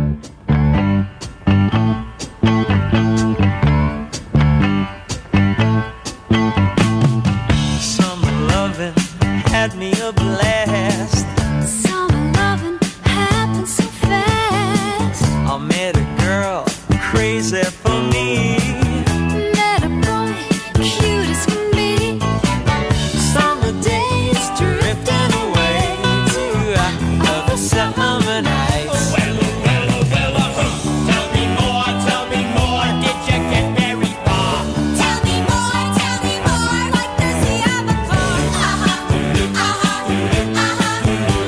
Summer loving had me a blast. I met a girl crazy for me. Met a boy cute as can be. Summer days drifting away to other summer nights. Well, well, well, tell me more, tell me more. Did you get very far? Tell me more, tell me more. What does he have a car? Uh-huh, uh-huh, uh-huh.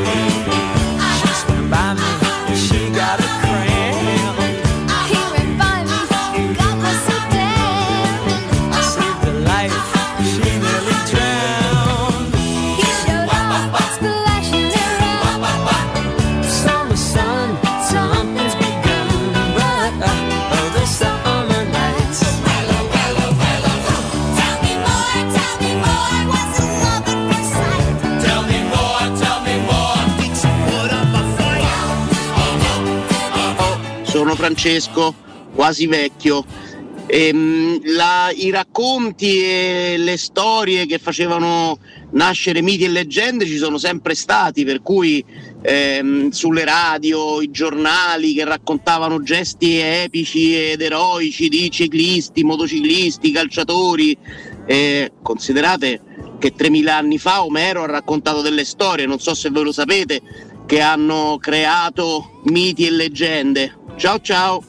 Buongiorno Francesco, quasi vecchio. Ehm, la, I racconti e le storie che facevano nascere miti e leggende ci sono sempre stati, per cui ehm, sulle radio, i giornali che raccontavano gesti epici ed eroici di ciclisti, motociclisti, calciatori. Eh, considerate che tremila anni fa Omero ha raccontato delle storie, non so se voi lo sapete, che hanno creato miti e leggende. Ciao ciao!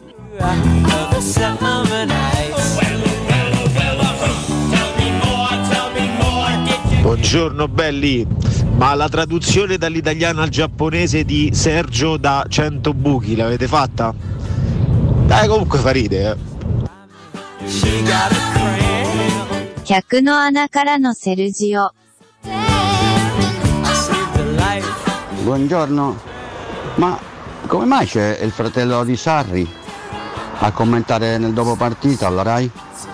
Buongiorno belli, ma la traduzione dall'italiano al giapponese di Sergio da cento buchi l'avete fatta? Dai, comunque fa ride, eh. 客の穴からのセルジオ。 Buongiorno, ma come mai c'è il fratello di Sarri a commentare nel dopo partita alla Rai?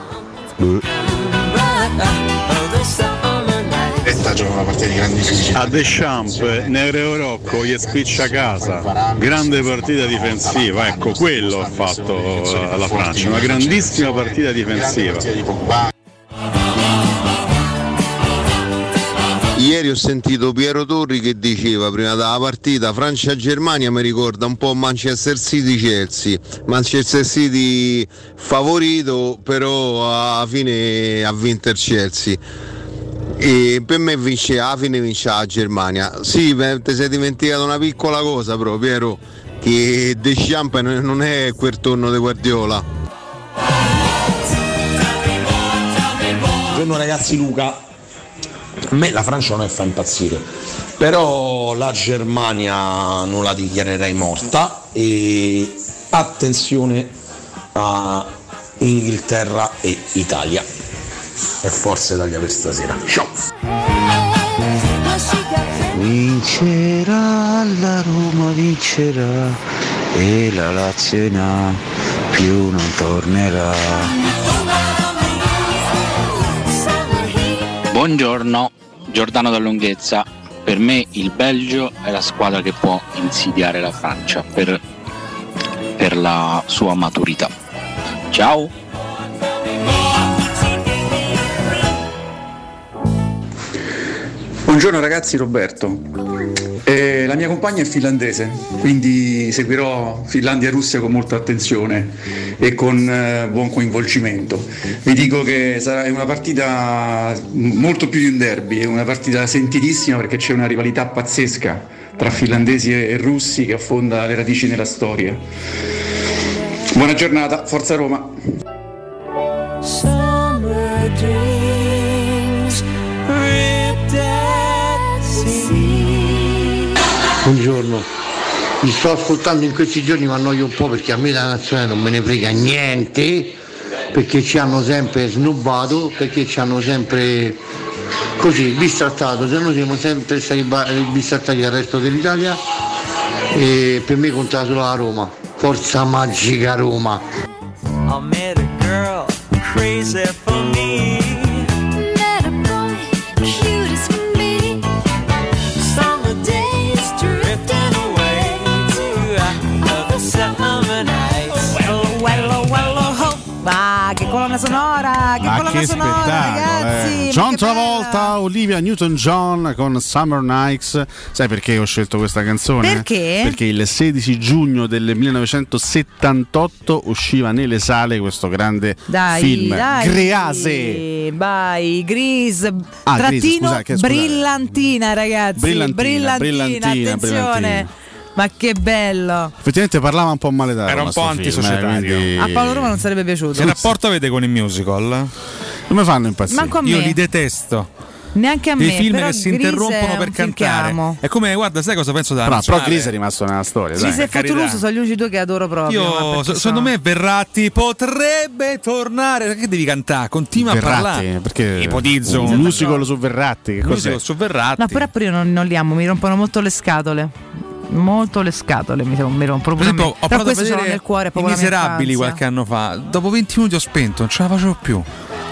Questa gioca una partita di grandi fisicità. A Deschamps, Nero Rocco gli spiccia casa, grande partita difensiva, ecco quello ha fatto la Francia, una grandissima partita difensiva. Ieri ho sentito Piero Torri che diceva prima della partita Francia-Germania mi ricorda un po' Manchester City-Chelsea, Manchester City favorito però alla fine ha vinto il Chelsea e per me vince, alla fine vince la Germania. Sì, ti sei dimenticato una piccola cosa però Piero, che Deschamps non è quel torno di Guardiola. Buongiorno ragazzi, Luca. A me la Francia non è fa impazzire, però la Germania non la dichiarerei morta e attenzione a Inghilterra e Italia. E forza Italia per stasera. Ciao! Vincerà la Roma, vincerà e la Lazio in A più non tornerà. Buongiorno, Giordano da Lunghezza. Per me il Belgio è la squadra che può insidiare la Francia per, per la sua maturità. Ciao! Buongiorno ragazzi, Roberto. Eh, la mia compagna è finlandese, quindi seguirò Finlandia e Russia con molta attenzione e con eh, buon coinvolgimento. Vi dico che sarà una partita molto più di un derby, è una partita sentitissima perché c'è una rivalità pazzesca tra finlandesi e russi che affonda le radici nella storia. Buona giornata, forza Roma! Summer dreams ripped at sea. Buongiorno, mi sto ascoltando in questi giorni, mi annoio un po' perché a me la nazionale non me ne frega niente, perché ci hanno sempre snobbato, perché ci hanno sempre così bistrattato, se no siamo sempre stati bistrattati dal resto dell'Italia e per me conta solo la Roma, forza magica Roma. I met a girl crazy for me. Met a boy cute as can be. Summer days drifting away to the summer nights. Wello, wello, wello, ho. Ah, che colonna sonora, che Ma colonna che sonora, ragazzi. eh. John Travolta, Olivia Newton-John con Summer Nights. Sai perché ho scelto questa canzone? Perché? Perché il sedici giugno del millenovecentosettantotto usciva nelle sale questo grande Dai, film dai. Grease. Vai, Grease. Ah, Trattino Grease, scusa, che- scusate. brillantina, ragazzi. Brillantina, brillantina, brillantina, attenzione. brillantina. Ma che bello. Effettivamente parlava un po' male da Era un po' antisocietario. A Paolo Roma non sarebbe piaciuto. Che rapporto avete con i musical? Come fanno impazzire? Manco a Io me. li detesto. Neanche a Dei me. film però che si Grease interrompono è per un film che cantare. amo. È come, guarda, sai cosa penso da Però, però nazionale? Grease è rimasto nella storia. Sì, dai. se è carità. Fatuluso sono gli unici due che adoro proprio. ma Io, perché so- sono- secondo me Verratti potrebbe tornare. Perché devi cantare? Continua a Verratti, parlare. perché Ipotizzo un un musical su Verratti. Che un cos'è? musical su Verratti. No, pure pure io non, non li amo, mi rompono molto le scatole. Molto le scatole mi, mi rompono. Per esempio, ho Però provato a questo ce l'ho vedere nel cuore, I proprio la mia Miserabili infanzia. qualche anno fa. Dopo venti minuti ho spento, non ce la facevo più.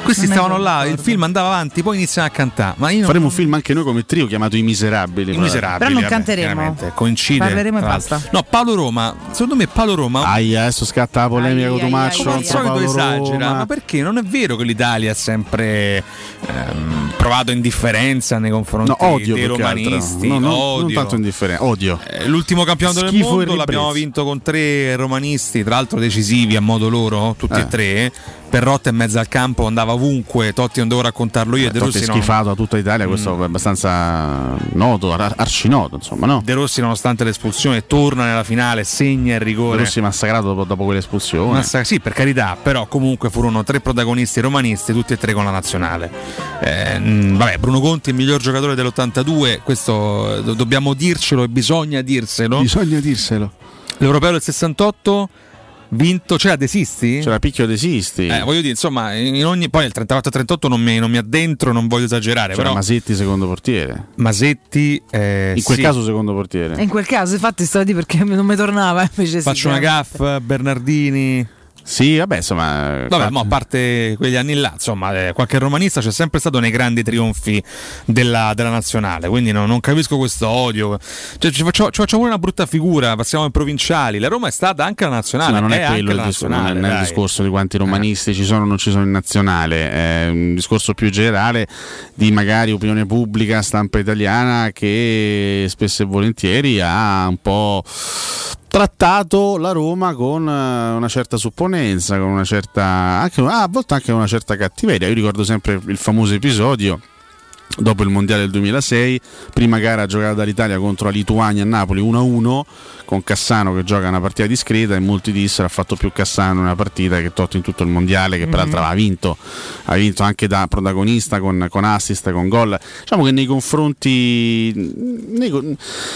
Questi stavano là, il film andava avanti, poi iniziano a cantare. Ma io non... Faremo un film anche noi come trio chiamato I Miserabili. I Miserabili. Però non vabbè, canteremo. Coincide. Parleremo e basta. No, Paolo Roma, secondo me Paolo Roma. Aia, adesso scatta la polemica con Tomaccio. Come al solito Paolo esagera, Roma. ma perché non è vero che l'Italia ha sempre ehm, provato indifferenza nei confronti No, odio dei più che altro. romanisti? No, no, odio. non tanto indifferenza, odio. Eh, L'ultimo campionato del Schifo e mondo l'abbiamo ribrezzo. vinto con tre romanisti, tra l'altro decisivi a modo loro, tutti Eh. e tre. Perrotta in mezzo al campo, andava ovunque. Totti non devo raccontarlo io. Beh, e De Totti Rossi è non- schifato a tutta Italia, questo Mm. è abbastanza noto, ar- arcinoto, insomma, no? De Rossi, nonostante l'espulsione, torna nella finale, segna il rigore. De Rossi massacrato dopo, dopo quell'espulsione. Massa- sì, per carità, però comunque furono tre protagonisti romanisti, tutti e tre con la nazionale. Eh, mh, vabbè, Bruno Conti, il miglior giocatore dell'ottantadue, questo eh, do- dobbiamo dircelo e bisogna dirselo. Bisogna dirselo. L'Europeo del sessantotto vinto, c'era De Sisti? C'era Picchio De Sisti. Eh, voglio dire, insomma, in ogni poi il trentaquattro trentotto non mi, non mi addentro, non voglio esagerare, C'era però Masetti secondo portiere. Masetti eh, In quel sì. caso secondo portiere. E in quel caso, infatti, stavo a dire perché non mi tornava. Invece Faccio sì, una veramente. gaff, Bernardini. Sì, vabbè, insomma. Vabbè, mo, a parte quegli anni là, insomma, eh, qualche romanista c'è sempre stato nei grandi trionfi della, della nazionale, quindi no, non capisco questo odio. Cioè, ci, facciamo, ci facciamo pure una brutta figura, passiamo ai provinciali. La Roma è stata anche la nazionale, Sì, ma non è, anche quello il, la dis- non è- nazionale, non è il dai. discorso di quanti romanisti ci sono o non ci sono in nazionale, è un discorso più generale di magari opinione pubblica, stampa italiana che spesso e volentieri ha un po' trattato la Roma con eh, una certa supponenza, con una certa anche, ah, a volte anche una certa cattiveria. Io ricordo sempre il famoso episodio dopo il mondiale del duemilasei, prima gara giocata dall'Italia contro la Lituania a Napoli uno a uno, con Cassano che gioca una partita discreta e molti dissero ha fatto più Cassano in una partita che Totti in tutto il mondiale, che peraltro aveva vinto, ha vinto anche da protagonista con, con assist, con gol. Diciamo che nei confronti nei con-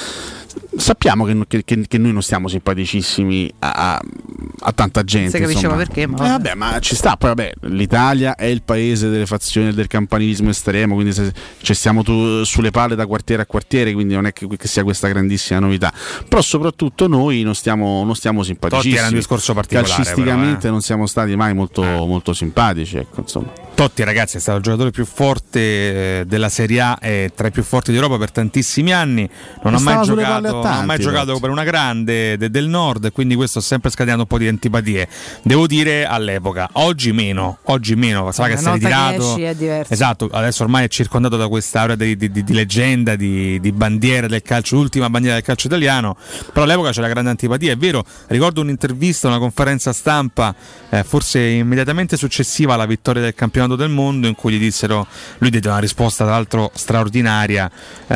sappiamo che, che- che- che noi non stiamo simpaticissimi a, a- a tanta gente. Si capisce insomma. ma perché, ma Eh, vabbè, ma ci sta. Poi vabbè, l'Italia è il paese delle fazioni e del campanilismo estremo, quindi se, ci stiamo tu, sulle palle da quartiere a quartiere, quindi non è che, che sia questa grandissima novità. Però soprattutto noi non stiamo, non stiamo simpaticissimi. Totti era un discorso particolare, Calcisticamente però, eh. non siamo stati mai molto, molto simpatici, ecco, insomma. Totti, ragazzi, è stato il giocatore più forte eh, della Serie A e tra i più forti d'Europa per tantissimi anni. Non Ma ha mai stava sulle palle giocato, a non ha mai tanti, giocato Totti. per una grande de- del nord, e quindi questo sta sempre scatenando un po' di antipatie. Devo dire all'epoca, oggi meno, oggi meno, sa che Eh, si è una volta che ritirato. esci è diverso. Esatto, adesso ormai è circondato da questa area di, di- di- di leggenda, di, di bandiera del calcio, l'ultima bandiera del calcio italiano. Però all'epoca c'era grande antipatia, è vero. Ricordo un'intervista, una conferenza stampa, eh, forse immediatamente successiva alla vittoria del campionato del mondo, in cui gli dissero, lui diede una risposta tra l'altro straordinaria,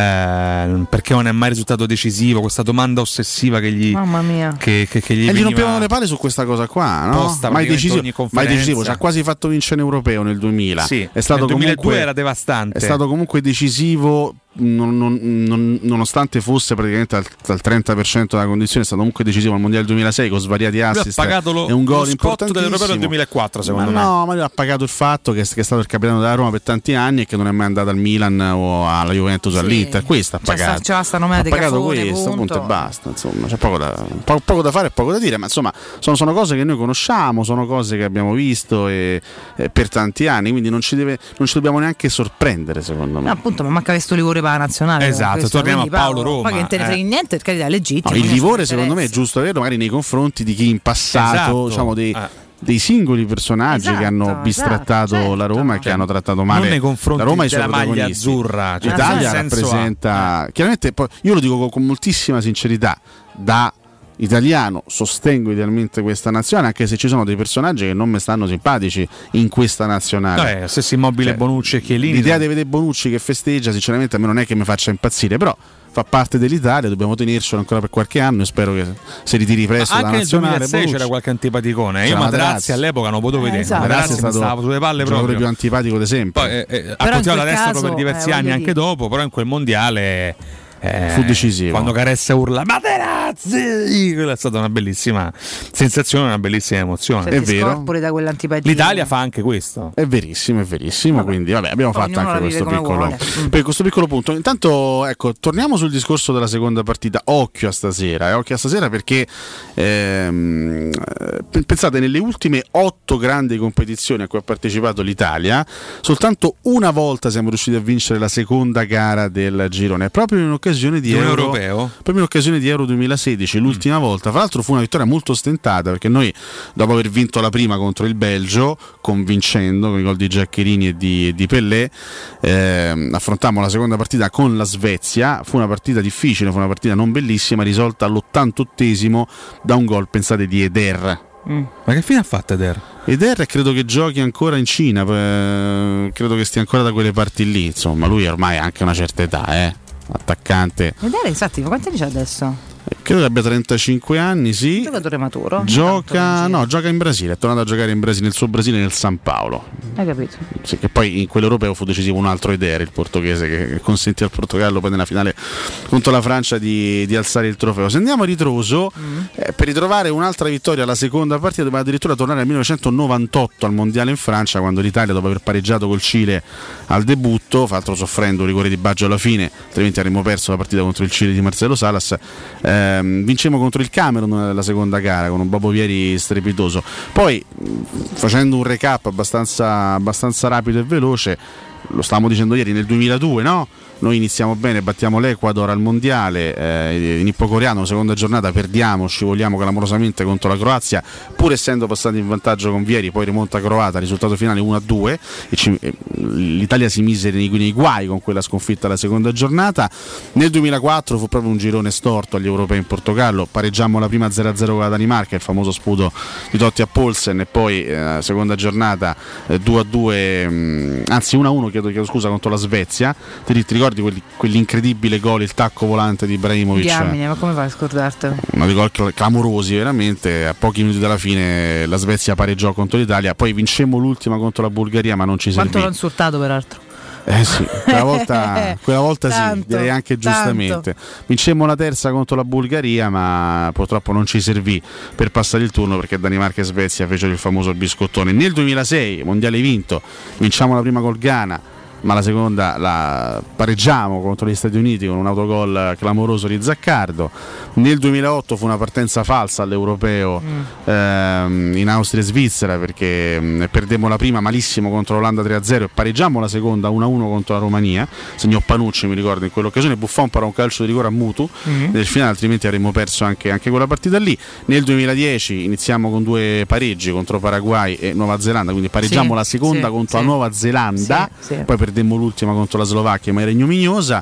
eh, perché non è mai risultato decisivo, questa domanda ossessiva che gli, Mamma mia. che, che, che gli E gli veniva rompevano le palle su questa cosa qua, no? posta Mai praticamente decisivo, ogni mai conferenza. decisivo, ci ha quasi fatto vincere in europeo nel duemila. Sì, è stato nel duemiladue comunque, era devastante. È stato comunque decisivo. Non, non- non- nonostante fosse praticamente al, al trenta per cento della condizione, è stato comunque decisivo al mondiale duemilasei con svariati Lui ha assist pagato lo, e un gol lo scotto importantissimo dell'Europeo del duemilaquattro, secondo ma me. no, ma lui ha pagato il fatto che, che è stato il capitano della Roma per tanti anni e che non è mai andato al Milan o alla Juventus o Sì. all'Inter. Questo ha C'è pagato, sta- c'è sta ha nometica pagato Cafone, questo, punto. punto e basta, insomma c'è poco da, po- poco da fare e poco da dire, ma insomma sono, sono cose che noi conosciamo, sono cose che abbiamo visto e, e per tanti anni, quindi non ci, deve, non ci dobbiamo neanche sorprendere, secondo me. No, appunto, ma manca questo livore per la nazionale. Esatto, questo, torniamo quindi, a Paolo Roma, Poi che non te ne eh. frega niente, per carità, è legittimo. No, il non livore ci secondo me è giusto averlo magari nei confronti di chi in passato, Esatto. diciamo, dei, Eh. dei singoli personaggi Esatto, che hanno bistrattato esatto, la Roma e che hanno trattato male non nei confronti la Roma e i suoi della maglia protagonisti. azzurra, cioè, L'Italia nel senso rappresenta chiaramente, poi, io lo dico con, con moltissima sincerità, da italiano sostengo idealmente questa nazionale, anche se ci sono dei personaggi che non mi stanno simpatici in questa nazionale. Eh, stesso Immobile, Cioè, Bonucci e Chiellini. l'idea di vedere Bonucci che festeggia sinceramente a me non è che mi faccia impazzire, però fa parte dell'Italia, dobbiamo tenercelo ancora per qualche anno e spero che si ritiri presto Anche dalla nel nazionale. duemilasei Bonucci. c'era qualche antipaticone. Io C'era Materazzi Materazzi. all'epoca non potevo Eh, vedere. esatto. Materazzi Materazzi è mi stato stava sulle palle il giocatore proprio. più antipatico di sempre. Poi, eh, eh, ha Però in continuato ad quel esserlo caso, per diversi eh, anni voglio anche dire. dopo, però in quel mondiale Eh, fu decisivo. Quando Caressa urla Materazzi, quella è stata una bellissima sensazione, una bellissima emozione. Cioè, È ti vero. scorpori da quell'antipatia. L'Italia fa anche questo. È verissimo, è verissimo. Vabbè. Quindi vabbè, abbiamo Poi fatto ognuno anche la questo vive come piccolo, vuole. Mm. per questo piccolo punto. Intanto, ecco, torniamo sul discorso della seconda partita. Occhio a stasera, eh, occhio a stasera perché ehm, eh, pensate, nelle ultime otto grandi competizioni a cui ha partecipato l'Italia, soltanto una volta siamo riusciti a vincere la seconda gara del girone, proprio in occasione di Di un Euro, europeo? proprio in occasione di Euro duemilasedici, l'ultima mm. volta. Fra l'altro fu una vittoria molto ostentata perché noi, dopo aver vinto la prima contro il Belgio, convincendo con i gol di Giaccherini e di, di Pellè, eh, affrontammo la seconda partita con la Svezia. Fu una partita difficile, fu una partita non bellissima, risolta all'ottantottesimo da un gol, pensate, di Eder. Mm. Ma che fine ha fatto Eder? Eder credo che giochi ancora in Cina, eh, credo che stia ancora da quelle parti lì, insomma, lui ormai ha anche una certa età, eh, attaccante. Ed era infatti, quanti anni c'ha adesso? Credo che abbia trentacinque anni, sì. Un giocatore maturo. Gioca, no, gioca in Brasile, è tornato a giocare in Brasile, nel suo Brasile, nel San Paolo. Hai capito? Sì, che poi in quell'europeo fu decisivo un altro Eder, il portoghese, che consentì al Portogallo poi nella finale contro la Francia di, di alzare il trofeo. Se andiamo a ritroso, mm. eh, per ritrovare un'altra vittoria alla seconda partita doveva addirittura tornare al millenovecentonovantotto al mondiale in Francia, quando l'Italia, dopo aver pareggiato col Cile al debutto, fra l'altro soffrendo un rigore di Baggio alla fine, altrimenti avremmo perso la partita contro il Cile di Marcelo Salas, ehm, vincemmo contro il Camerun nella seconda gara con un Bobo Vieri strepitoso. Poi, facendo un recap abbastanza, abbastanza rapido e veloce, lo stavamo dicendo ieri, nel duemiladue, no? Noi iniziamo bene, battiamo l'Ecuador al mondiale, eh, in ippocoreano, seconda giornata, perdiamo, scivoliamo clamorosamente contro la Croazia, pur essendo passati in vantaggio con Vieri, poi rimonta croata, risultato finale uno a due, e ci, eh, l'Italia si mise nei, nei guai con quella sconfitta alla seconda giornata. Nel duemilaquattro fu proprio un girone storto agli europei in Portogallo, pareggiammo la prima zero a zero con la Danimarca, il famoso sputo di Totti a Poulsen, e poi eh, seconda giornata eh, due a due, mh, anzi uno a uno, chiedo, chiedo scusa, contro la Svezia. Ti, ti ricordi quelli, quell'incredibile gol, il tacco volante di Ibrahimovic? Diamine, ma come fai a scordartelo? Uno dei gol clamorosi veramente. A pochi minuti dalla fine la Svezia pareggiò contro l'Italia, poi vincemmo l'ultima contro la Bulgaria, ma non ci servì. Quanto l'ho insultato peraltro. Eh sì, quella volta, quella volta tanto, sì, direi anche giustamente. Tanto. Vincemmo la terza contro la Bulgaria, ma purtroppo non ci servì per passare il turno, perché Danimarca e Svezia fecero il famoso biscottone. Nel duemilasei, mondiale vinto, vinciamo la prima col Ghana, ma la seconda la pareggiamo contro gli Stati Uniti con un autogol clamoroso di Zaccardo. Nel duemilaotto fu una partenza falsa all'europeo mm. ehm, in Austria e Svizzera, perché mh, perdemmo la prima malissimo contro l'Olanda tre a zero e pareggiammo la seconda uno a uno contro la Romania. Segnò Panucci, mi ricordo, in quell'occasione. Buffon parò un calcio di rigore a Mutu mm. nel finale, altrimenti avremmo perso anche, anche quella partita lì. Nel duemiladieci iniziamo con due pareggi contro Paraguay e Nuova Zelanda, quindi pareggiammo sì, la seconda sì, contro sì. la Nuova Zelanda, sì, sì. poi perdemmo l'ultima contro la Slovacchia, ma era ignominiosa.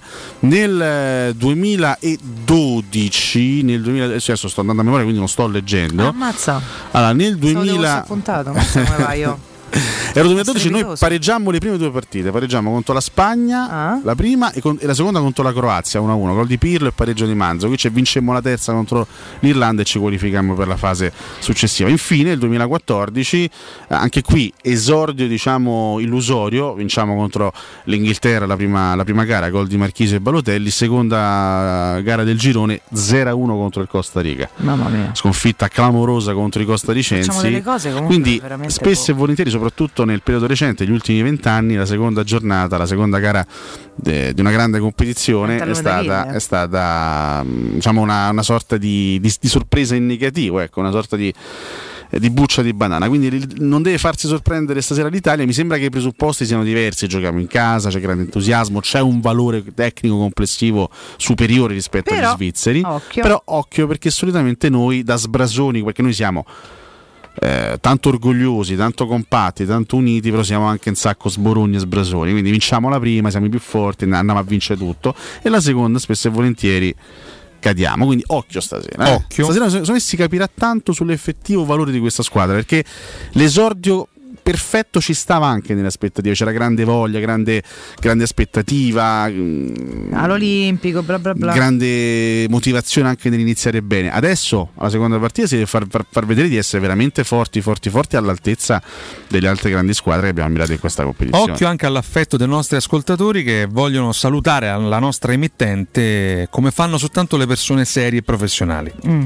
Nel duemiladodici, nel duemila, adesso sto andando a memoria, quindi non sto leggendo. Ammazza. Allora, nel duemila appuntato, ma come vai io? Era duemiladodici, noi pareggiammo le prime due partite, pareggiammo contro la Spagna ah. la prima e, con, e la seconda contro la Croazia uno a uno, gol di Pirlo e pareggio di Manzo. Qui vincemmo la terza contro l'Irlanda e ci qualificammo per la fase successiva. Infine nel duemilaquattordici, anche qui esordio diciamo illusorio, vinciamo contro l'Inghilterra la prima, la prima gara, gol di Marchise e Balotelli. Seconda gara del girone, zero a uno contro il Costa Rica. Mamma mia. Sconfitta clamorosa contro i costarricensi. Facciamo delle cose comunque, quindi spesso e volentieri, soprattutto nel periodo recente, gli ultimi vent'anni, la seconda giornata, la seconda gara de, di una grande competizione è stata, è stata diciamo una, una sorta di, di, di sorpresa in negativo, ecco, una sorta di di buccia di banana. Quindi non deve farsi sorprendere stasera l'Italia. Mi sembra che i presupposti siano diversi, giochiamo in casa, c'è grande entusiasmo, c'è un valore tecnico complessivo superiore rispetto però, agli svizzeri, occhio. però occhio, perché solitamente noi da sbrasoni, perché noi siamo Eh, tanto orgogliosi, tanto compatti, tanto uniti, però siamo anche un sacco sborogni e sbrasoni, quindi vinciamo la prima, siamo i più forti, andiamo a vincere tutto, e la seconda spesso e volentieri cadiamo, quindi occhio stasera, eh? occhio. Stasera secondo me si capirà tanto sull'effettivo valore di questa squadra, perché l'esordio perfetto ci stava anche nelle aspettative, c'era grande voglia, grande, grande aspettativa, mh, all'Olimpico, bla bla bla. grande motivazione anche nell'iniziare bene. Adesso alla seconda partita si deve far, far, far vedere di essere veramente forti, forti, forti all'altezza delle altre grandi squadre che abbiamo ammirato in questa competizione. Occhio anche all'affetto dei nostri ascoltatori che vogliono salutare la nostra emittente come fanno soltanto le persone serie e professionali. Mm.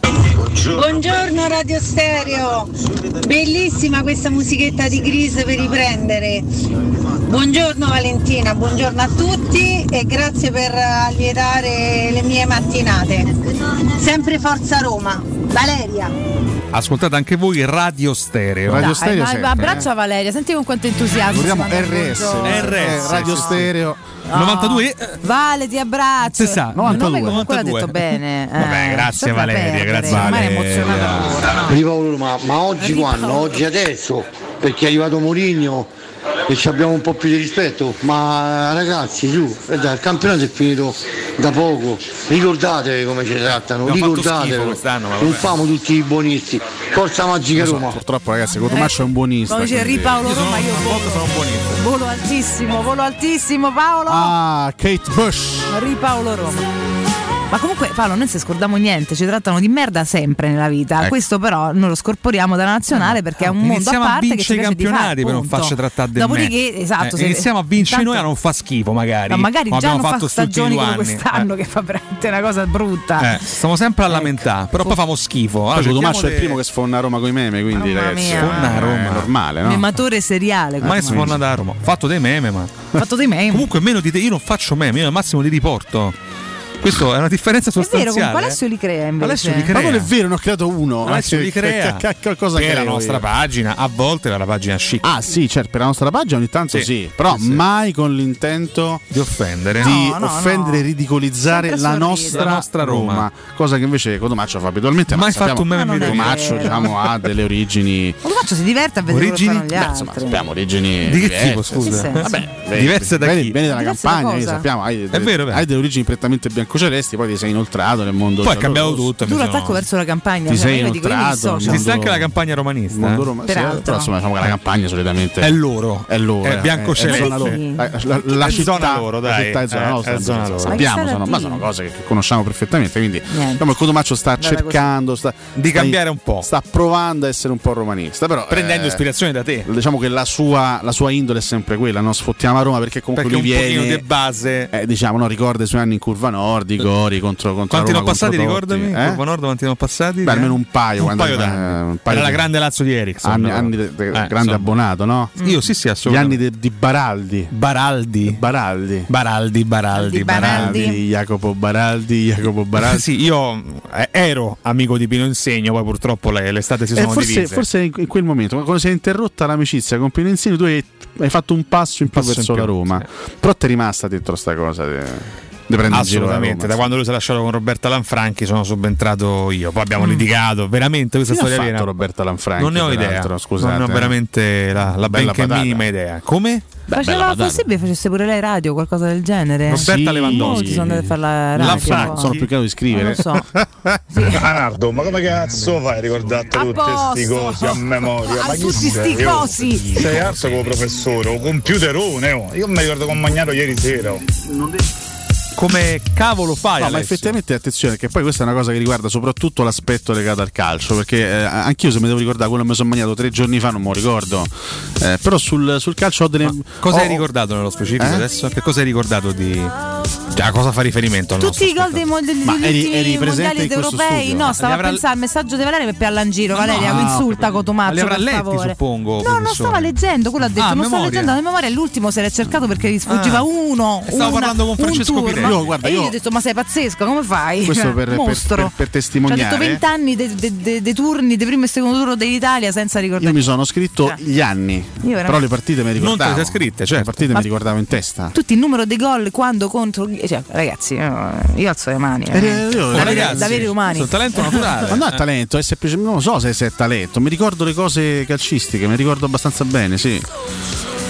Buongiorno Radio Stereo, bellissima questa musichetta di Gris per riprendere. Buongiorno Valentina, buongiorno a tutti e grazie per allietare le mie mattinate. Sempre Forza Roma, Valeria. Ascoltate anche voi Radio Stereo. Radio Dai, Stereo vai, sempre, abbraccio eh. a Valeria, senti con quanto entusiasmo. Vogliamo si manda R S, un buongiorno. R S, Radio Stereo. No. novantadue Vale, ti abbraccio. Si sa, Il nome novantadue. comunque l'ha detto bene. Vabbè, Eh, grazie sta da Valeria, perdere, grazie ormai è Valeria. emozionato. Ripaolo, ma, ma oggi quando? Oggi adesso? Perché è arrivato Mourinho e ci abbiamo un po' più di rispetto, ma ragazzi su, guarda, il campionato è finito da poco, ricordatevi come ci trattano, Abbiamo fatto ricordatevi, schifo quest'anno, ma non vabbè. famo tutti i buonisti, forza magica So, Roma. purtroppo ragazzi Cotomaccio è un buonista. Come dice quindi- Ripaolo Io sono, Roma, io a volte sono un buonista. volo altissimo, volo altissimo Paolo. Ah, Kate Bush. Ripaolo Roma. Ma comunque Paolo, noi non si scordiamo niente, ci trattano di merda sempre nella vita. Ecco. Questo però noi lo scorporiamo dalla nazionale perché è un mondo a Iniziamo a parte che ci vincere i piace di campionati fare, per non punto. farci trattare del Dopodiché, me. esatto, Eh, se- iniziamo a vincere intanto- noi a non fa schifo magari. Ma magari come già abbiamo non fatto fa sti ultimi stagioni come due anni. quest'anno che fa veramente una cosa brutta. Eh, stiamo sempre a lamentare, però poi famo schifo. Poi Allora, Cotomaccio è cerchiamo il primo che sfonna Roma coi meme, quindi Mamma ragazzi, mia. Sfonna è Roma. normale, no? Mematore seriale. Ma che questo. sforna da Roma? Ho fatto dei meme, ma. Fatto dei meme. Comunque meno di te, io non faccio meme, io al massimo li riporto. Questo è una differenza È vero, sostanziale. comunque Alessio li crea invece. Alessio li Ma crea. non è vero, ne ho creato uno. Alessio Eh, li che- crea. che- che- che cosa per la creo nostra io? pagina, a volte per la pagina chic. Ah sì, certo, per la nostra pagina ogni tanto Sì. sì, però Sì, sì. mai con l'intento Di offendere. di No, no, offendere e no. ridicolizzare Sempre la sorridere. nostra, La nostra Roma. cosa che invece Cotomaccio fa abitualmente. Mai ma fatto sappiamo- un meme Ma in non è vita mia. Cotomaccio vero. diciamo ha delle origini Cotomaccio si diverte a vedere Origini? quello che fanno gli beh, insomma, altri. sappiamo origini Di che diverse. tipo, scusa? Che senso? Vabbè, Diverse da vieni- chi? vieni dalla Diverse da campagna, cosa? che sappiamo, hai, È vero, è vero. hai delle origini prettamente biancocelesti, poi ti sei inoltrato nel mondo. Poi è cambiato giallorosso. tutto. mi Duro sono- attacco verso la campagna. Ti cioè, sei io dico, io mi inoltrato, dissocio. il Esiste mondo- anche la campagna romanista. il mondo eh? Roma- sì, Peraltro. però insomma diciamo che la campagna solitamente È loro. è loro, È eh, biancoceleste. è zona loro. Sì. La, la- la È città, zona loro, la dai. città è zona Eh, nostra, è zona insomma, loro. sappiamo, Ma che sono, ma sarà sono lì? cose che conosciamo perfettamente, quindi Niente. diciamo, il Cotomaccio sta Andata cercando sta, Di sta- cambiare un po'. sta provando a essere un po' romanista, però Prendendo eh, ispirazione da te. diciamo che la sua, la sua indole è sempre quella, non sfottiamo a Roma perché comunque Perché un lui pochino viene di base. eh, diciamo, no, ricorda i suoi anni in curva nord, i gori contro, contro Quanti ne Roma, ho passati, contro Totti, ricordami? eh? Curva Nord, quanti ne ho passati? Beh, almeno un paio, Un quando- paio d'anni. eh, un paio Era la di- grande Lazio di Ericsson. anni, no? anni de- de- Eh, grande insomma. abbonato, no? Io sì, sì, Gli assolutamente. anni de- di Baraldi. Baraldi. Baraldi. Baraldi, Baraldi, Di Baraldi. Baraldi, Jacopo Baraldi, Jacopo Baraldi. Sì, io eh, ero amico di Pino Insegno, poi purtroppo le, l'estate si Eh, sono forse, divise. forse in in quel momento, quando si è interrotta l'amicizia con Pino Insegno, tu hai, hai fatto un passo in più Passo in verso più, la Roma. Però ti è rimasta dentro sta cosa di di prendere in giro la Assolutamente, Roma. da quando lui si è lasciato con Roberta Lanfranchi sono subentrato io, poi abbiamo Mm. litigato, veramente questa Fine ha storia fatto vera. Roberta Lanfranchi, Non ne ho idea, peraltro, scusate, non ne ho eh. veramente la, la Bella benché patata. minima idea. Come? Faceva possibile facesse pure lei radio, qualcosa del genere? Roberta Sì. Lewandowski. Molti sono andati a fare la radio. Lanfranchi, sono più che altro di scrivere. Non lo so. Leonardo, ma come cazzo fai a ricordare A tutti sti posto. cosi a memoria? A Ma chi tutti sei? sti Io- cosi. Sei alto come professore, un computerone, oh. Io mi ricordo con Magnato ieri sera. oh. Come cavolo fai? No, ma Alessio? effettivamente attenzione, che poi questa è una cosa che riguarda soprattutto l'aspetto legato al calcio, perché eh, anch'io se mi devo ricordare quello che mi sono mangiato tre giorni fa non me lo ricordo, eh, però sul, sul calcio ho delle... Cosa ho- hai ricordato nello specifico Eh? adesso? Che cosa hai ricordato di... Cioè, a cosa fa riferimento al Tutti nostro i gol dei, mo- degli Ma eri- ultimi eri presente mondiali in ed questo europei. studio? No, stavo Li avrà- a pensare al messaggio di Valeria per Pialla in giro. Ma no, Valeria, ah, insulta Cotomaccio. li avrà per letti, favore. suppongo, No, non professore. stava leggendo, quello ha detto. Ah, a non stava memoria. leggendo la memoria. L'ultimo se l'è cercato perché gli sfuggiva Ah. uno. Stavo una- parlando con Francesco un turno. Pirelli. Io, guarda, e io io- gli ho detto: ma sei pazzesco, come fai? Questo per- per- Mostro. per- per testimoniare. Ci ha detto venti anni dei de, de, de turni, dei primo e secondo turno dell'Italia senza ricordare. Io mi sono scritto gli anni, veramente- però le partite mi Non te ricordavo. le sei scritte, certo. Le partite Ma- mi ricordavo in testa. Tutti il numero dei gol quando contro. Cioè, ragazzi, io, io alzo le mani. Eh, Eh. io- Da, ragazzi, da veri umani. Sono talento naturale. Ma no, è talento, è semplicemente non lo so se, se è talento, mi ricordo le cose calcistiche, mi ricordo abbastanza bene, sì.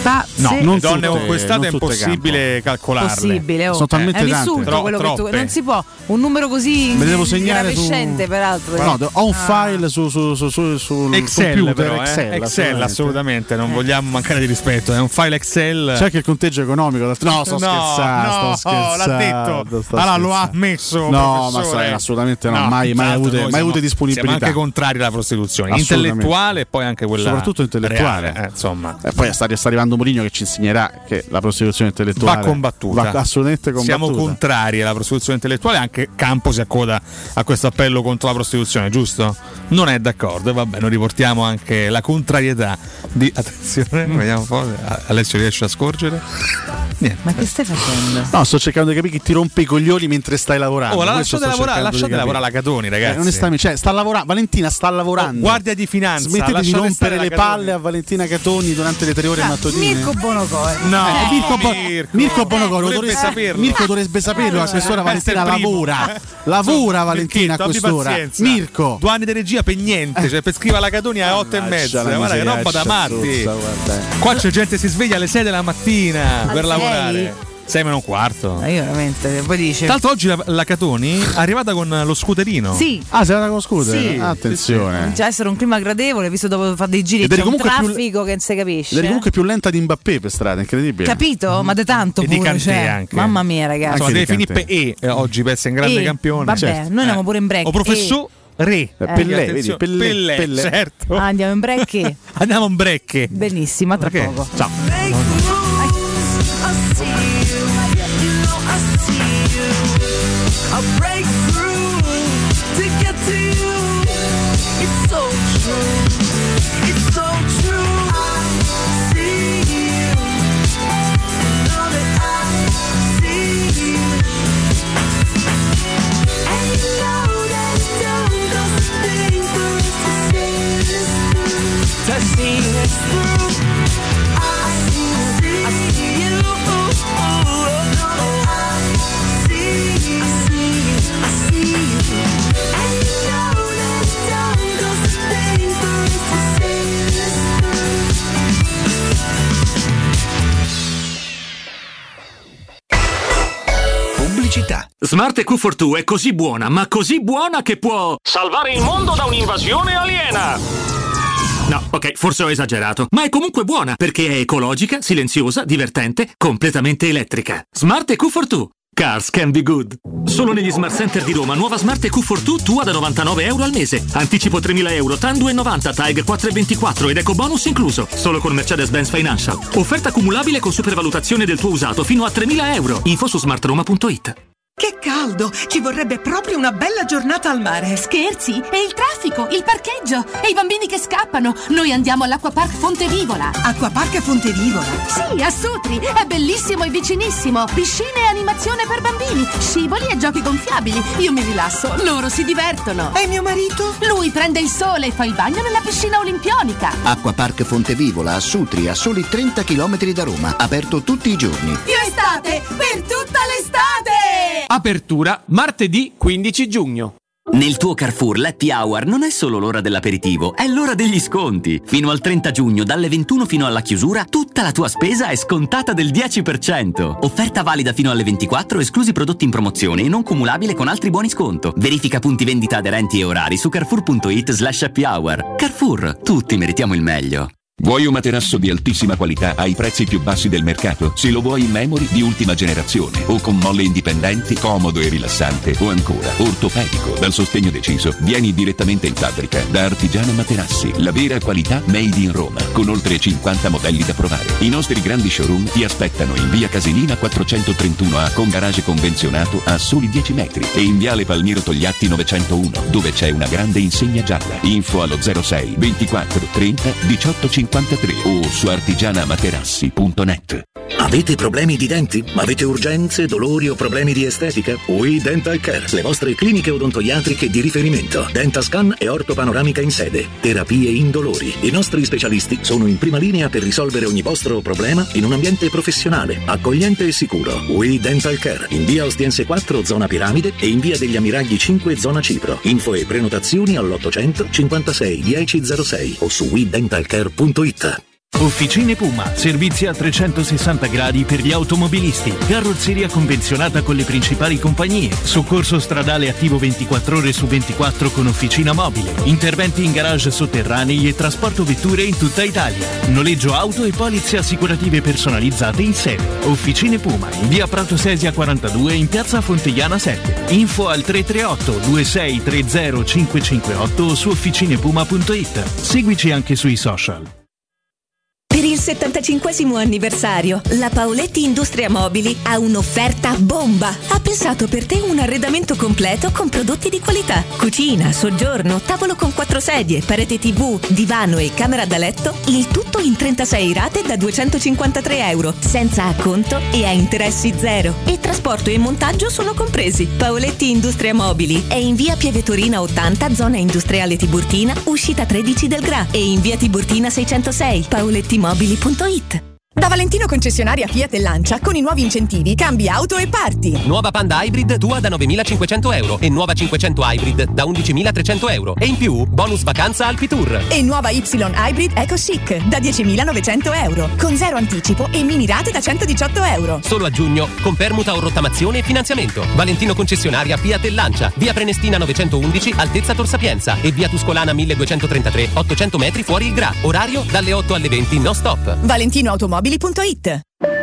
Sta No, se- le donne tutte- con quest'età non è tutte impossibile calcolarle. Possibile, oh. Sono talmente è un tante. insulto Tro- quello che troppe. tu non si può un numero così Me le devo segnare su- ravescente peraltro. No, ho un Ah. file su, su, su, su, sul Excel, computer però, eh? Excel, Excel, assolutamente. assolutamente, non vogliamo mancare di rispetto, è un file Excel. C'è anche il conteggio economico. No, sto No, scherzando, no, sto scherzando. l'ha detto. sto Allora, lo scherzando. ha ammesso, No, professore. ma assolutamente no, No, mai, mai esatto, avute, noi mai siamo- avute disponibilità. Siamo anche contrari alla prostituzione, Assolutamente. intellettuale e poi anche quella Soprattutto intellettuale. reale, eh, insomma. E poi sta, sta arrivando Mourinho che ci insegnerà che la prostituzione intellettuale Va combattuta. va assolutamente combattuta. Siamo contrari alla prostituzione intellettuale, anche Campo si accoda a questo appello contro la prostituzione, giusto? Non è d'accordo, e vabbè, noi riportiamo anche la contrarietà di attenzione, vediamo un po'. Alessio riesce a scorgere? Niente. Ma che stai facendo? No, sto cercando di capire chi ti rompe i coglioni mentre stai lavorando. Oh, la Questo lasciate sto lavorare, cercando di lasciate capire. lavorare la Catoni, ragazzi. Eh, onestamente, cioè, sta lavorando. Valentina sta lavorando. Oh, guardia di finanza. Smettete di lasciate stare rompere la le Catoni. palle a Valentina Catoni durante le tre ore Ah, mattutine. Mirko Bonocore. No, Eh, Mirko, Bo- Mirko. Mirko Bonocore Dovrebbe dovrebbe saperlo. Mirko dovrebbe saperlo. A quest'ora Questo è Valentina il primo. lavora. Lavora Valentina a Mirchetto, abbi quest'ora. pazienza. Mirko. Due anni di regia per niente, cioè per scrivere la Catoni alle otto e mezza. la Guarda che miseria, roba da matti. zozza, guarda. Qua c'è gente che si sveglia alle sei della mattina Alle per sei? lavorare. sei meno un quarto. Ma io veramente, poi dice. Tra l'altro oggi la, la Catoni è arrivata con lo scooterino. Sì. Ah, sei andata con lo scooter? Sì. Attenzione. Comincia a essere un clima gradevole, visto dopo fare dei giri Ed c'è eri un comunque più- traffico che non si capisce. Ed eri comunque più lenta di Mbappé per strada, incredibile. Capito? Ma di tanto E di pure, Kanté cioè, anche. mamma mia, ragazzi. Insomma, Anche deve di finire per E eh, oggi per essere un grande E, campione. vabbè, Certo. noi andiamo pure in break. O professor Re. Eh, Pellè, Attenzione, vedi, Pellè, Pellè, Pellè. certo. Ah, andiamo in break? Andiamo in break. Benissimo, a tra Perché? poco. Ciao. I break through to get to you. It's so true. It's so true. I see you. Know that I see you. And you know that it don't cost a thing for us to see this through. To see this through. I see you. I see you. Pubblicità. Smart E Q quarantadue è così buona, ma così buona che può salvare il mondo da un'invasione aliena. No, ok, forse ho esagerato, ma è comunque buona perché è ecologica, silenziosa, divertente, completamente elettrica. Smart E Q quarantadue. Cars can be good. Solo negli Smart Center di Roma, nuova Smart E Q quarantadue tua da novantanove euro al mese. Anticipo tremila euro, T A N due virgola novanta, T A E G quattro virgola ventiquattro ed eco bonus incluso. Solo con Mercedes-Benz Financial. Offerta cumulabile con supervalutazione del tuo usato fino a tremila euro. Info su smartroma punto it. Che caldo! Ci vorrebbe proprio una bella giornata al mare. Scherzi? E il traffico, il parcheggio e i bambini che scappano. Noi andiamo all'Acquapark Fontevivola. Acquapark Fontevivola? Sì, a Sutri. È bellissimo e vicinissimo. Piscine e animazione per bambini, scivoli e giochi gonfiabili. Io mi rilasso, loro si divertono. E mio marito? Lui prende il sole e fa il bagno nella piscina olimpionica. Acquapark Fontevivola a Sutri, a soli trenta chilometri da Roma. Aperto tutti i giorni. Più estate per tutta l'estate! Apertura martedì quindici giugno. Nel tuo Carrefour l'Happy Hour non è solo l'ora dell'aperitivo, è l'ora degli sconti. Fino al trenta giugno, dalle ventuno fino alla chiusura, tutta la tua spesa è scontata del dieci per cento. Offerta valida fino alle ventiquattro, esclusi prodotti in promozione e non cumulabile con altri buoni sconto. Verifica punti vendita aderenti e orari su carrefour punto it slash happy hour. Carrefour, tutti meritiamo il meglio. Vuoi un materasso di altissima qualità ai prezzi più bassi del mercato? Se lo vuoi in memory di ultima generazione o con molle indipendenti, comodo e rilassante, o ancora ortopedico dal sostegno deciso, vieni direttamente in fabbrica da Artigiana Materassi, la vera qualità made in Roma, con oltre cinquanta modelli da provare. I nostri grandi showroom ti aspettano in via Casilina quattrocentotrentuno A con garage convenzionato a soli dieci metri e in viale Palmiro Togliatti novecentouno dove c'è una grande insegna gialla. Info allo zero sei ventiquattro trenta diciotto cinquantatré o su artigianamaterassi punto net. Avete problemi di denti? Avete urgenze, dolori o problemi di estetica? We Dental Care, le vostre cliniche odontoiatriche di riferimento. Dentascan e ortopanoramica in sede. Terapie indolori. I nostri specialisti sono in prima linea per risolvere ogni vostro problema in un ambiente professionale, accogliente e sicuro. We Dental Care, in via Ostiense quattro, zona Piramide e in via degli Ammiragli cinque, zona Cipro. Info e prenotazioni all'ottocento cinquantasei dieci zero sei o su we dental care punto it. Officine Puma, servizi a trecentosessanta gradi per gli automobilisti, carrozzeria convenzionata con le principali compagnie, soccorso stradale attivo ventiquattro ore su ventiquattro con officina mobile, interventi in garage sotterranei e trasporto vetture in tutta Italia, noleggio auto e polizze assicurative personalizzate in sede. Officine Puma, in via Prato Sesia quarantadue in piazza Fontegliana sette. Info al tre tre otto due sei tre zero cinque cinque otto o su officinepuma punto it. Seguici anche sui social. Per il settantacinquesimo anniversario, la Paoletti Industria Mobili ha un'offerta bomba. Ha pensato per te un arredamento completo con prodotti di qualità. Cucina, soggiorno, tavolo con quattro sedie, parete tivù, divano e camera da letto. Il tutto in trentasei rate da duecentocinquantatré euro, senza acconto e a interessi zero. E trasporto e montaggio sono compresi. Paoletti Industria Mobili è in via Piavetorina ottanta, zona industriale Tiburtina, uscita tredici del Gra, e in via Tiburtina seicentosei. Paoletti Mobili punto it. Da Valentino concessionaria Fiat e Lancia, con i nuovi incentivi cambi auto e parti. Nuova Panda Hybrid tua da novemilacinquecento euro e nuova cinquecento Hybrid da undicimilatrecento euro. E in più bonus vacanza Alpi Tour. E nuova Y Hybrid Eco Chic da diecimilanovecento euro, con zero anticipo e mini rate da centodiciotto euro. Solo a giugno, con permuta o rottamazione e finanziamento. Valentino concessionaria Fiat e Lancia, via Prenestina novecentoundici, altezza Tor Sapienza, e via Tuscolana milleduecentotrentatré, ottocento metri fuori il Gra. Orario dalle otto alle venti, no stop. Valentino Automobili punto it.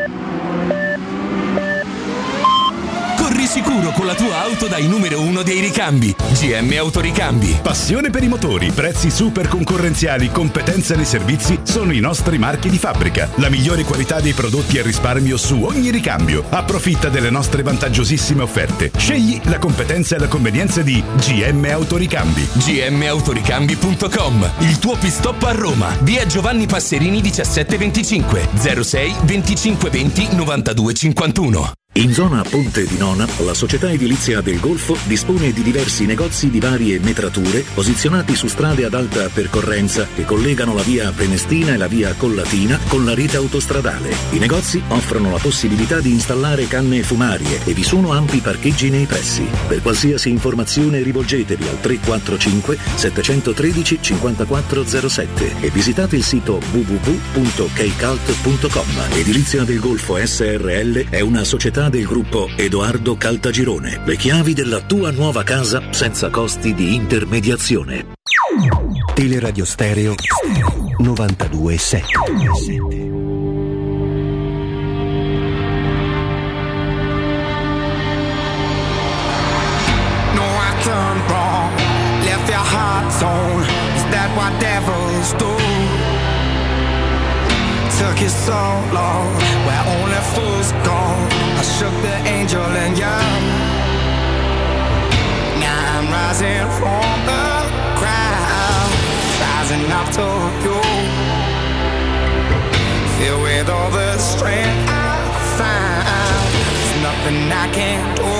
Corri sicuro con la tua auto dai numero uno dei ricambi. G M Autoricambi. Passione per i motori, prezzi super concorrenziali, competenza nei servizi sono i nostri marchi di fabbrica. La migliore qualità dei prodotti e risparmio su ogni ricambio. Approfitta delle nostre vantaggiosissime offerte. Scegli la competenza e la convenienza di G M Autoricambi. G M Autoricambi punto com. Il tuo pit stop a Roma. Via Giovanni Passerini diciassette venticinque, zero sei venticinque venti novantadue cinquantuno. In zona Ponte di Nona, la società edilizia del Golfo dispone di diversi negozi di varie metrature posizionati su strade ad alta percorrenza che collegano la via Prenestina e la via Collatina con la rete autostradale. I negozi offrono la possibilità di installare canne fumarie e vi sono ampi parcheggi nei pressi. Per qualsiasi informazione rivolgetevi al tre quattro cinque sette uno tre cinque zero sette e visitate il sito w w w punto keicalt punto com. Edilizia del Golfo S R L è una società del gruppo Edoardo Caltagirone. Le chiavi della tua nuova casa senza costi di intermediazione. Teleradio Stereo novantadue sette. Done wrong, left your heart torn. Is that what devils do? Took you so long, where only fools go. I shook the angel and young. Now I'm rising from the crowd, rising up to you. Filled with all the strength I found, there's nothing I can't do.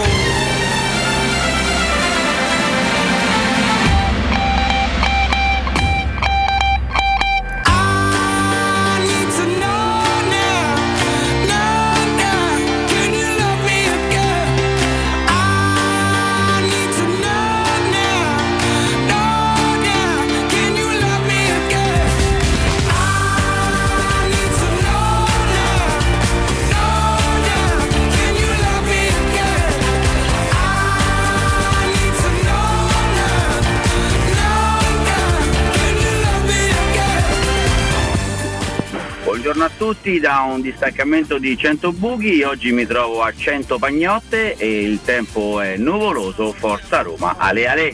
Buongiorno a tutti da un distaccamento di cento buchi. Oggi mi trovo a cento Pagnotte e il tempo è nuvoloso. Forza Roma, ale ale.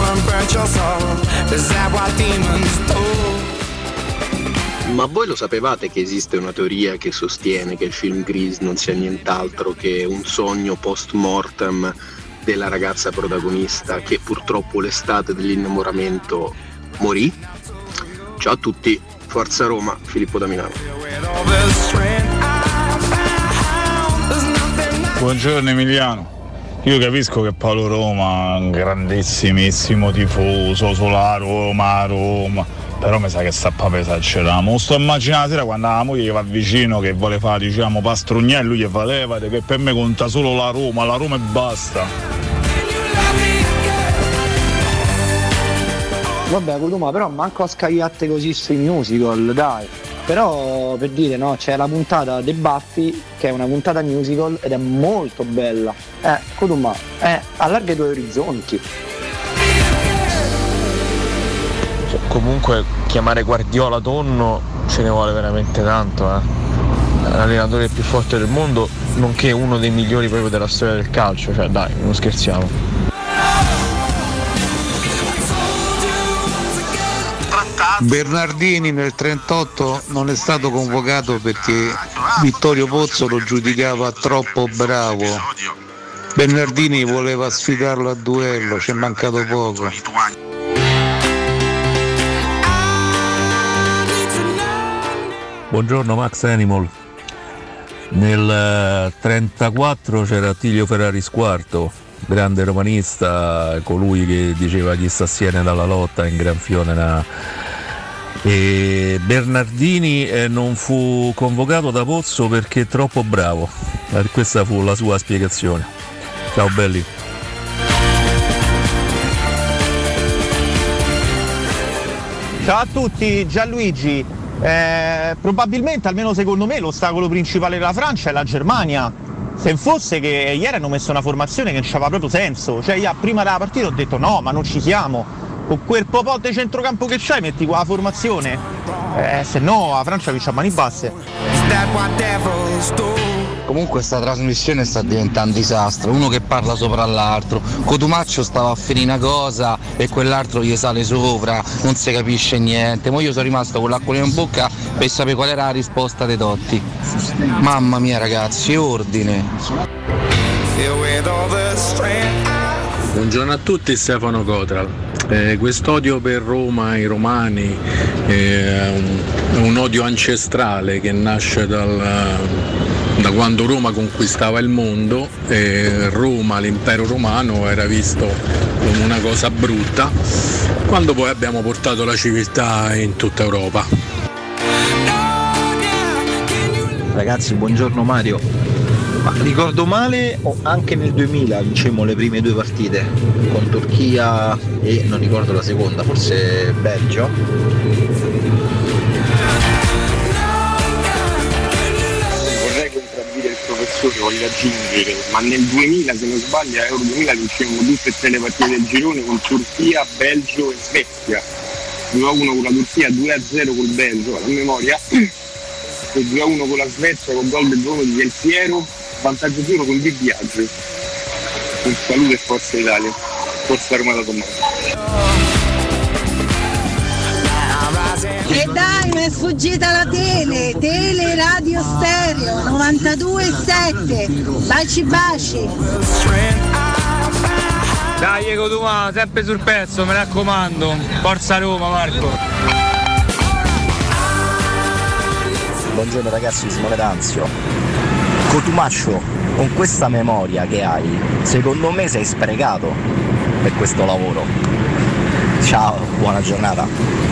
Ma voi lo sapevate che esiste una teoria che sostiene che il film Grease non sia nient'altro che un sogno post mortem della ragazza protagonista che purtroppo l'estate dell'innamoramento morì? Ciao a tutti, Forza Roma, Filippo da Milano. Buongiorno Emiliano, io capisco che Paolo Roma è un grandissimissimo tifoso sulla Roma, Roma, però mi sa che sta proprio esagerando. Sto immaginando la sera quando la moglie gli va vicino che vuole fare, diciamo, pastrugnare, lui gli fa levate che per me conta solo la Roma, la Roma e basta. Vabbè, Coduma, però manco a scagliate così sui musical, dai. Però per dire, no, c'è la puntata dei Buffy che è una puntata musical ed è molto bella. Eh, Codumà, eh, allarga i tuoi orizzonti. Cioè, comunque chiamare Guardiola tonno ce ne vuole veramente tanto, eh. L'allenatore più forte del mondo, nonché uno dei migliori proprio della storia del calcio, cioè dai, non scherziamo. Bernardini nel trentotto non è stato convocato perché Vittorio Pozzo lo giudicava troppo bravo. Bernardini voleva sfidarlo a duello, ci è mancato poco. Buongiorno Max Animal. Nel trentaquattro c'era Attilio Ferraris quarto, grande romanista, colui che diceva chi sta assieme dalla lotta in Granfione. Na... E Bernardini eh, non fu convocato da Pozzo perché è troppo bravo. Eh, questa fu la sua spiegazione. Ciao belli. Ciao a tutti, Gianluigi. Eh, probabilmente, almeno secondo me, l'ostacolo principale della Francia è la Germania. Se fosse che ieri hanno messo una formazione che non c'aveva proprio senso, cioè io prima della partita ho detto no, ma non ci siamo. Con quel po' di centrocampo che c'hai metti qua la formazione, eh, se no la Francia vince a mani basse. Comunque sta trasmissione sta diventando un disastro, uno che parla sopra l'altro, Cotumaccio stava a finire una cosa e quell'altro gli sale sopra, non si capisce niente, ma io sono rimasto con l'acquolina in bocca per sapere qual era la risposta dei Totti. Mamma mia ragazzi, ordine. Buongiorno a tutti, Stefano Cotral. Eh, quest'odio per Roma e i romani è un, è un odio ancestrale che nasce dal, da quando Roma conquistava il mondo e Roma, l'impero romano, era visto come una cosa brutta, quando poi abbiamo portato la civiltà in tutta Europa. Ragazzi, buongiorno Mario. Ma ricordo male o anche nel duemila vincemmo le prime due partite con Turchia e non ricordo la seconda, forse Belgio? Vorrei contraddire il professore, voglio aggiungere, ma nel duemila, se non sbaglio, a Euro duemila vincemmo tutte e tre le partite del girone con Turchia, Belgio e Svezia. due a uno con la Turchia, due a zero col Belgio, a memoria, e due a uno con la Svezia con gol del gol di Del Piero. Vantaggio zero con Di Biagio. Un saluto e Forza Italia. Forza Armata Tommaso. E dai, mi è sfuggita la tele, tele radio stereo novantadue e sette. Baci baci. Dai Codumà, sempre sul pezzo, mi raccomando. Forza Roma Marco. Buongiorno ragazzi, Simone D'Anzio. Cotumaccio, con questa memoria che hai, secondo me sei sprecato per questo lavoro. Ciao, buona giornata.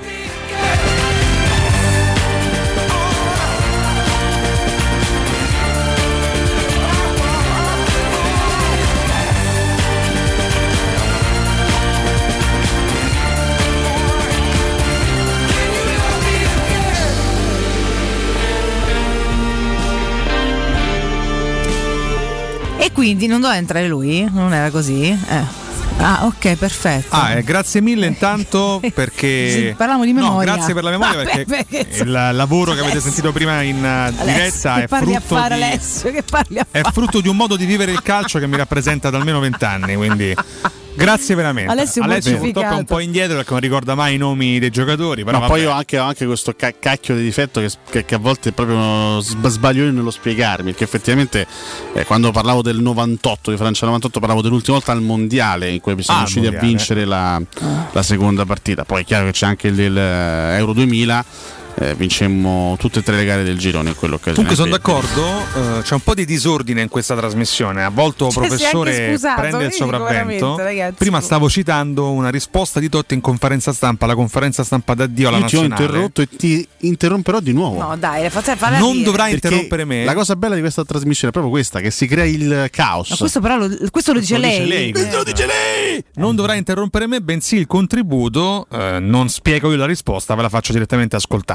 E quindi non doveva entrare lui? Non era così? Eh. Ah, ok, perfetto. Ah, eh, grazie mille intanto perché sì, parliamo di memoria. No, grazie per la memoria Vabbè, perché, perché il lavoro che avete Alessio. sentito prima in uh, Alessio, diretta che è parli a frutto fare di Alessio, che parli a è fare? frutto di un modo di vivere il calcio che mi rappresenta da almeno vent'anni, quindi grazie veramente. Alessio, Alessio purtroppo è un po' indietro perché non ricorda mai i nomi dei giocatori, però ma vabbè. poi ho anche, ho anche questo ca- cacchio di difetto che, che, che a volte è proprio uno sb- sbaglio nello spiegarmi, perché effettivamente eh, quando parlavo del novantotto, di Francia novantotto, parlavo dell'ultima volta al mondiale in cui siamo Ah, riusciti mondiale. a vincere la, la seconda partita. Poi è chiaro che c'è anche il, il Euro duemila. Eh, vincemmo tutte e tre le gare del girone in quell'occasione. Comunque sono d'accordo, eh, c'è un po' di disordine in questa trasmissione. A volte Cioè, professore si è anche scusato, prende il io dico sopravvento. veramente, ragazzi. Prima stavo citando una risposta di Totti in conferenza stampa, la conferenza stampa d'addio alla Io ti ho nazionale. interrotto e ti interromperò di nuovo. No, dai, fate fare Non dire. dovrai Perché interrompere me. La cosa bella di questa trasmissione è proprio questa, che si crea il caos. Ma questo però lo, questo lo dice Lo dice lei. lei, Questo lo dice lei! Non dovrai interrompere me, bensì il contributo. Eh, non spiego io la risposta, ve la faccio direttamente ascoltare.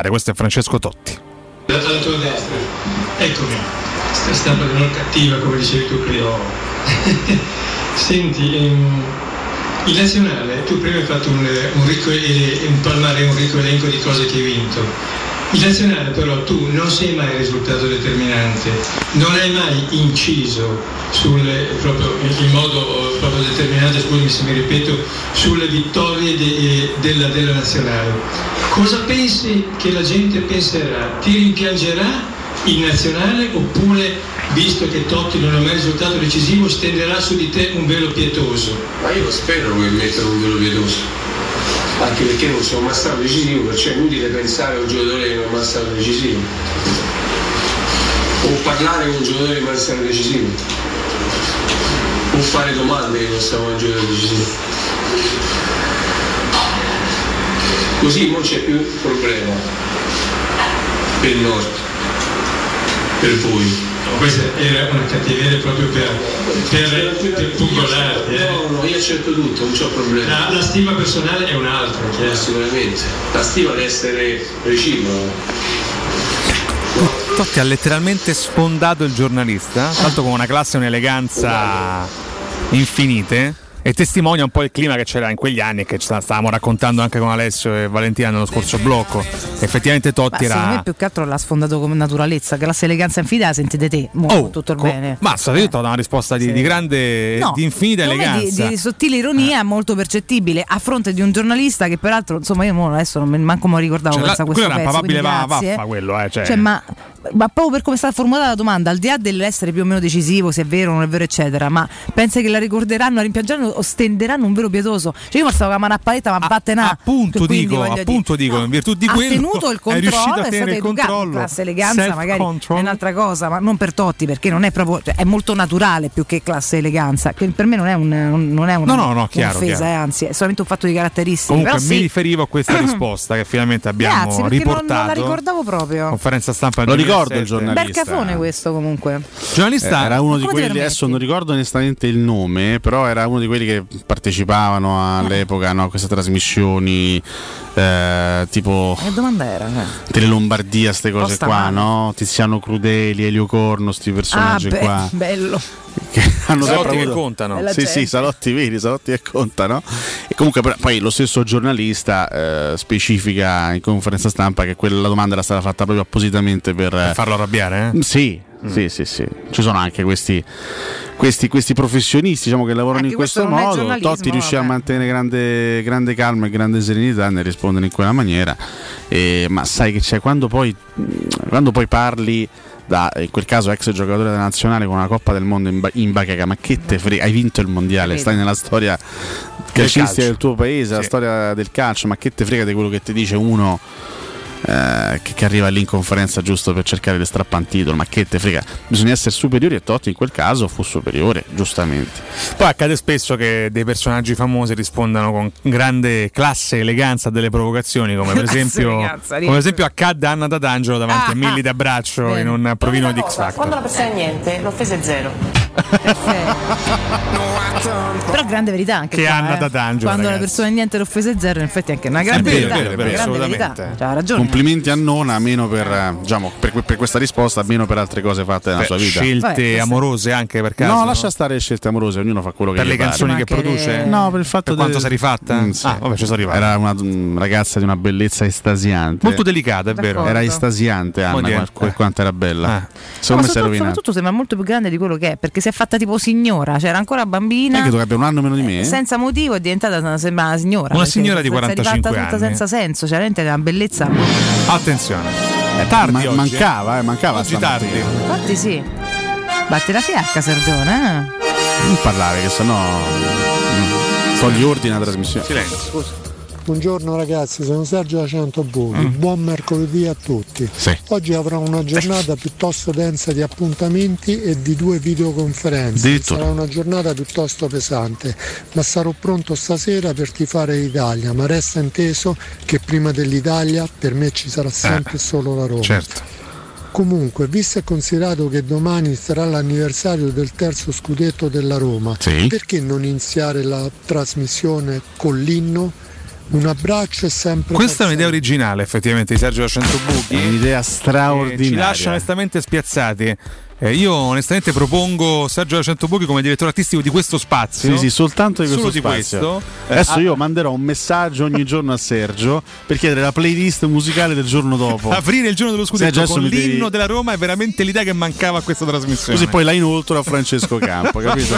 questo è Francesco Totti. Dalla tua destra, eccomi, sta stampa non cattiva come dicevi tu prima. Senti, ehm, il nazionale, tu prima hai fatto un, un ricco e un palmare, un ricco elenco di cose che hai vinto. Il nazionale però tu non sei mai il risultato determinante, non hai mai inciso sul, proprio, in modo proprio determinante, scusami se mi ripeto, sulle vittorie de, della, della nazionale. Cosa pensi che la gente penserà? Ti rimpiangerà il nazionale oppure, visto che Totti non ha mai risultato decisivo, stenderà su di te un velo pietoso? Ma io spero che mettano un velo pietoso. Anche perché non sono mai stato decisivo, perciò è inutile pensare a un giocatore che non è mai stato decisivo o parlare con un giocatore che non è stato decisivo o fare domande che non siamo un giocatore decisivo. Così non c'è più problema per il Nord, per voi. Questa era una cattiveria proprio per, per, per pungolarti. Eh. No, no, io accetto tutto, non c'ho problema. La, la stima personale è un'altra, chiaro. Sicuramente. La stima deve essere reciproca. Totti ha letteralmente sfondato il giornalista, tanto con una classe e un'eleganza infinite. E testimonia un po' il clima che c'era in quegli anni, che stavamo raccontando anche con Alessio e Valentina nello scorso blocco. Effettivamente Totti ma era. Secondo me più che altro l'ha sfondato come naturalezza, classe eleganza infinita, sentite te, mo, oh, tutto il co- bene. Ma state detto una risposta di, Sì. di grande, No, di infinita secondo me eleganza. Di, di sottile ironia, molto percettibile a fronte di un giornalista che peraltro, insomma, io mo adesso non mi manco mi ricordavo Cioè, pensa la, questo quello era pezzo, papabile quindi va, grazie, vaffa eh. quello, eh, cioè. Cioè, ma, ma proprio per come è stata formulata la domanda, al di là dell'essere più o meno decisivo, se è vero o non è vero, eccetera, ma pensa che la ricorderanno, la rimpiangeranno o stenderanno un velo pietoso? Cioè, io mi stavo con la mano a paletta, ma batte na. Appunto Quindi, dico, voglio appunto dire, dico, no, in virtù di ha quello tenuto il è riuscito controllo, a è tenere stato il educato, controllo. classe eleganza magari Self-control. è un'altra cosa, ma non per Totti, perché non è proprio, cioè, è molto naturale più che classe eleganza, che per me non è un non è una, No, no, no, chiaro, un'offesa, chiaro. eh, anzi è solamente un fatto di caratteristiche. Comunque Però mi sì. riferivo a questa risposta che finalmente abbiamo Grazie, perché non, non la riportato. ricordavo proprio. Conferenza stampa Lo del ricordo il duemilasette. giornalista. Bercafone questo comunque. Giornalista Eh, era uno di Come ti quelli, adesso non ricordo onestamente il nome, però era uno di quelli che partecipavano all'epoca no, a queste trasmissioni eh, tipo Che domanda era? Eh. Tele Lombardia, ste cose Costa qua, male. no? Tiziano Crudeli, Elio Corno, sti personaggi Ah, beh, qua. bello. Che hanno Salotti sempre che avuto- contano. Bella Sì, gente. sì, salotti veri, salotti che contano. E comunque però, poi lo stesso giornalista eh, specifica in conferenza stampa che quella domanda era stata fatta proprio appositamente per, Per farlo arrabbiare, eh? Sì, Mm. sì, sì, sì. Ci sono anche questi, questi, questi professionisti diciamo, che lavorano Anche in questo questo non è modo. giornalismo, Totti riuscì a vabbè. mantenere grande, grande calma e grande serenità nel rispondere in quella maniera. E, ma sai che c'è quando poi, quando poi parli da, in quel caso ex giocatore della nazionale con una Coppa del Mondo in, ba- in bacheca, ma che te frega, hai vinto il mondiale, Capito. stai nella storia calcistica calcio. del tuo paese, la Sì. storia del calcio, ma che te frega di quello che ti dice uno eh, che, che arriva lì in conferenza giusto per cercare di strappare un titolo, ma che te frega, bisogna essere superiori e Totti in quel caso fu superiore, giustamente. Poi accade spesso che dei personaggi famosi rispondano con grande classe e eleganza a delle provocazioni, come per Classe e esempio, eleganza, come per esempio accadde a Anna D'Angelo davanti Ah, a Milli ah. d'Abbraccio Bene. in un provino di X Quando Factor. la persona è niente, l'offesa è zero. Però grande verità anche Che qua, Anna eh. D'Angelo, Quando ragazzi. la persona è niente l'offesa è zero, in effetti è anche una grande È vero, verità, è vero, è vero, una grande assolutamente. verità. Cioè, ha ragione. Complimenti a Nona, meno per, eh, diciamo, per, per questa risposta, meno per altre cose fatte nella Beh, sua vita. scelte Vabbè, queste- amorose anche per caso. No, lascia stare le scelte amorose, ognuno fa quello che per gli le pare. canzoni Ma che che- produce? No, per il fatto Per quanto de- sei rifatta? Mm, sì. Ah, vabbè, ci sono arrivato. Era una mm, ragazza di una bellezza estasiante. Molto delicata, è vero. D'accordo. Era estasiante Anna, Oddio. quanto, Eh. quanto era bella. Ah. No, ma Secondo me si è soprattutto, rovinato. soprattutto sembra molto più grande di quello che è, perché si è fatta tipo signora, cioè era ancora bambina. È che tu abbia un anno meno di me? Senza motivo è diventata una, sembra una signora. Una perché signora di si è quarantacinque rifatta tutta anni. senza senso, cioè veramente una bellezza. Attenzione. È tardi Ma- oggi. mancava, eh, mancava Oggi stamattina. tardi. Infatti sì. Batte la fiacca Sergione, eh? Non parlare, che sennò mm, togli ordine alla trasmissione. Silenzio, scusa. Buongiorno ragazzi, sono Sergio da Centobughi, Mm. buon mercoledì a tutti. Sì. Oggi avrò una giornata piuttosto densa di appuntamenti e di due videoconferenze. Addirittura. Sarà una giornata piuttosto pesante, ma sarò pronto stasera per tifare l'Italia, ma resta inteso che prima dell'Italia per me ci sarà sempre e solo la Roma. Certo. Comunque, visto e considerato che domani sarà l'anniversario del terzo scudetto della Roma, Sì. perché non iniziare la trasmissione con l'inno? Un abbraccio e sempre. Questa è un'idea originale, effettivamente, di Sergio da cento buchi. È un'idea straordinaria. Ci lascia onestamente spiazzati. Eh, io onestamente propongo Sergio da cento buchi come direttore artistico di questo spazio. Sì, sì, soltanto di questo Solo spazio. Di questo. Adesso Eh, io manderò un messaggio ogni giorno a Sergio per chiedere la playlist musicale del giorno dopo. Aprire il giorno dello scudetto Sì, adesso con mi l'inno devi- della Roma è veramente l'idea che mancava a questa trasmissione. Così poi la inoltro a Francesco Campo, capito?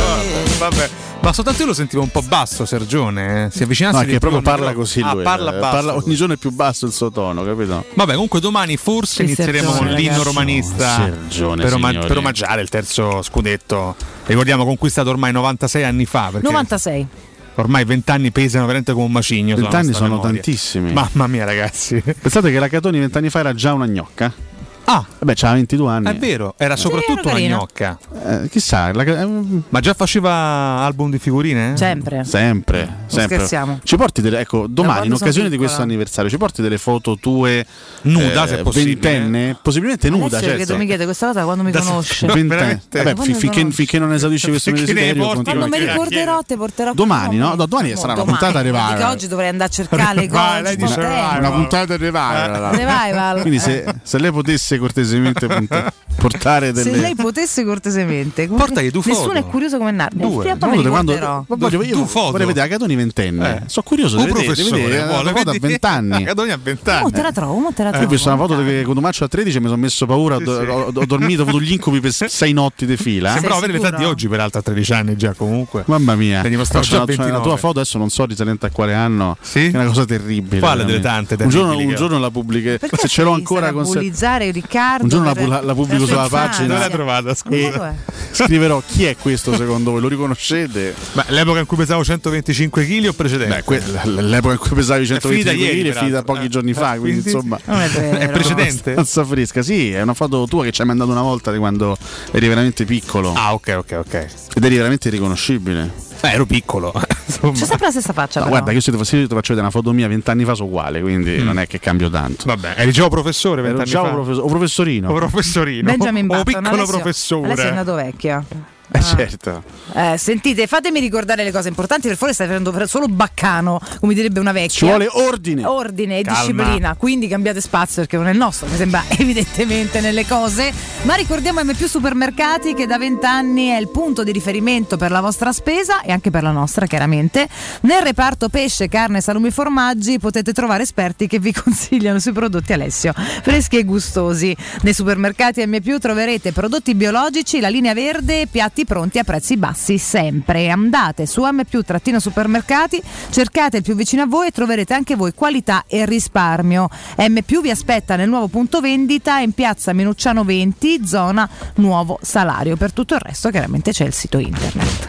Vabbè. Ma soltanto io lo sentivo un po' basso, Sergione. Eh? Si avvicinasse No, è di che più proprio al parla microfono. così lui. Ah, parla eh, basso. ogni giorno è più basso il suo tono, capito? Vabbè, comunque domani forse Sì, inizieremo Sergione, con l'inno ragazzi. romanista Sergione, per, oma- signori. per omaggiare il terzo scudetto. Ricordiamo conquistato ormai novantasei anni fa. Perché novantasei. ormai vent'anni pesano veramente come un macigno. sulla Vent'anni nostra sono memoria. tantissimi. Mamma mia, ragazzi. Pensate che la Catoni vent'anni fa era già una gnocca. Ah, vabbè, c'aveva ventidue anni. È vero, era soprattutto una gnocca. Eh, chissà, la- eh, Ma già faceva album di figurine? Sempre. Sempre, sempre. scherziamo. Ci porti delle, ecco, domani in quando sono occasione di piccola. questo anniversario, ci porti delle foto tue nuda, eh, se è possibile. ventenne, possibilmente nuda, Adesso certo. credo mi chiede questa cosa quando mi Da- conosce. ventenne. veramente? Vabbè, Quando fi- mi finché, conosce. finché non esaudisci questo mio Finché ne desiderio, porti, continua Quando a mi chiedere. ricorderò te porterò Domani, no? No, domani sarà una puntata Dica revival. oggi dovrei andare a cercare le Vai, cose. lei dice sportelli. una puntata revival. Revival. Quindi se, se lei potesse cortesemente punta- portare Se delle lei potesse cortesemente Portagli due nessuno foto. è curioso come Nardo. Due. Prima No, me li quando- guarderò. voglio- io Due foto. vorrei vedere la Catoni ventenne. Eh. Sono curioso Un di vedere, di professore, vedere vuole, la foto a vedi? vent'anni. Catoni a vent'anni. Mo te la trovo, mo te la Io ho trovo. visto una foto che Cotumaccio a tredici mi sono messo paura, ho, Sì, do- sì. ho- ho dormito, ho avuto gli incubi per sei notti di fila. Sembrava avere l'età di oggi, peraltro a tredici anni già comunque. Mamma mia, Ne dimostravo C'è già una- c'è una ventinove. tua foto adesso non so risalente a quale anno, Sì? è una cosa terribile. Quale delle veramente. tante Un giorno, terribili un che- giorno la pubblico, Perché se ce l'ho devi ancora stare a con sé. bullizzare Riccardo Un giorno la, per- pu- la- la per pubblico sulla infanzia? pagina. Dove l'hai trovata, scusa? Ma dov'è? Scriverò chi è questo secondo voi, lo riconoscete? Beh, l'epoca in cui pesavo centoventicinque chili o precedente? Beh, que- l- l'epoca in cui pesavi centoventicinque finita ieri, chili è finita peraltro. pochi giorni fa, Eh, quindi, quindi- insomma Non è vero. È precedente? abbastanza fresca. Sì, è una foto tua che ci hai mandato una volta di quando eri veramente piccolo Ah, ok, ok, ok. ed eri veramente riconoscibile. Beh, ero piccolo. Insomma. C'è sempre la stessa faccia. No, però. guarda, che io se ti faccio ti faccio vedere una foto mia vent'anni fa, sono uguale, quindi non è che cambio tanto. Vabbè, eri già un professore Ero vent'anni già fa. un professor- o professorino. O professorino. Benjamin o Button. piccolo Alessio- professore. Alessio è nato vecchio. Eh, certo. Eh, sentite, fatemi ricordare le cose importanti, per favore stai facendo solo baccano, come direbbe una vecchia. Ci vuole ordine. Ordine e Calma. disciplina, quindi cambiate spazio perché non è il nostro, mi sembra evidentemente nelle cose. Ma ricordiamo M più Supermercati che da vent'anni è il punto di riferimento per la vostra spesa e anche per la nostra, chiaramente. Nel reparto pesce, carne, salumi e formaggi potete trovare esperti che vi consigliano sui prodotti Alessio, freschi e gustosi. Nei supermercati M più troverete prodotti biologici, la linea verde e piatti pronti a prezzi bassi sempre. Andate su M più Supermercati, cercate il più vicino a voi e troverete anche voi qualità e risparmio. M più vi aspetta nel nuovo punto vendita in piazza Minucciano venti, zona Nuovo Salario. Per tutto il resto chiaramente c'è il sito internet.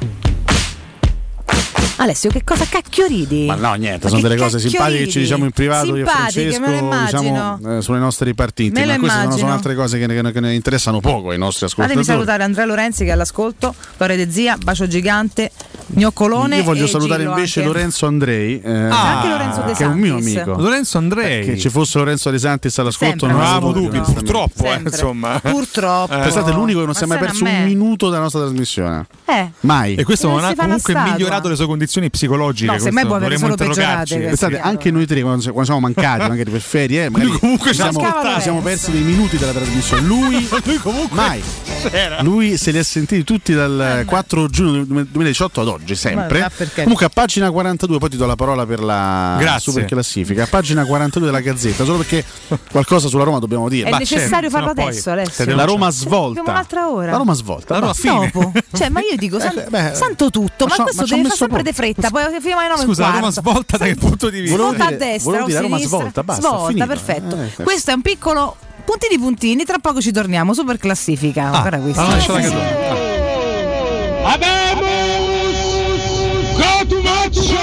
Alessio, che cosa cacchio ridi? Ma no, niente, Ma sono che delle cose cacchio simpatiche che ridi? ci diciamo in privato io e Simpatiche, me lo Francesco, immagino. diciamo, eh, sulle nostre ripartite. Me lo Ma queste sono, immagino. sono altre cose che ne, che ne interessano poco ai nostri ascoltatori. Fatemi salutare Andrea Lorenzi che è all'ascolto, Torre de Zia, bacio gigante, gnoccolone. Io voglio e salutare Gillo invece anche. Lorenzo Andrei, eh, Anche Lorenzo De che è un mio Santis. amico. Lorenzo Andrei. Che ci fosse Lorenzo De Santis all'ascolto Sempre, non non avevo avevo dubbi, dubbi, purtroppo, eh, Sempre. insomma. Purtroppo. Eh, È l'unico che non Ma si è mai sai, perso a me- un minuto della nostra trasmissione. Eh. Mai. E questo Non non si ha fa una comunque statua. migliorato le sue condizioni psicologiche. No, semmai questo può avere dovremmo solo interrogarci. peggiorate, Pensate, anche noi tre quando, quando siamo mancati, magari per ferie, eh, magari comunque ci siamo, mancava ci siamo Lorenzo. persi dei minuti della trasmissione. Lui, Lui comunque mai. c'era. Lui se li ha sentiti tutti dal quattro giugno duemiladiciotto ad oggi, sempre. Ma perché? Comunque a pagina quarantadue, poi ti do la parola per la Grazie. super classifica. A pagina quarantadue della Gazzetta, solo perché qualcosa sulla Roma dobbiamo dire. È Ma necessario certo, farlo no, poi adesso, Alessio. te la Roma Abbiamo svolta. un'altra ora. La Roma svolta. La Roma basta. fine. Dopo. Cioè, ma io dico, san- Eh, beh, santo tutto, ma ma, so- questo ma ci ho deve messo fare sempre poco. di fretta, poi fino alle nove e Scusa, un la Roma quarto. svolta da che punto di vista? Volevo Svolta dire- a destra volevo o dire Roma sinistra? svolta, basta, è Svolta, finito. perfetto. Eh, Questo è un piccolo puntini puntini, tra poco ci torniamo, super classifica. Ah, Guarda questo. allora lasciala Sì, che sì. torna. Abemus Cotumaccio!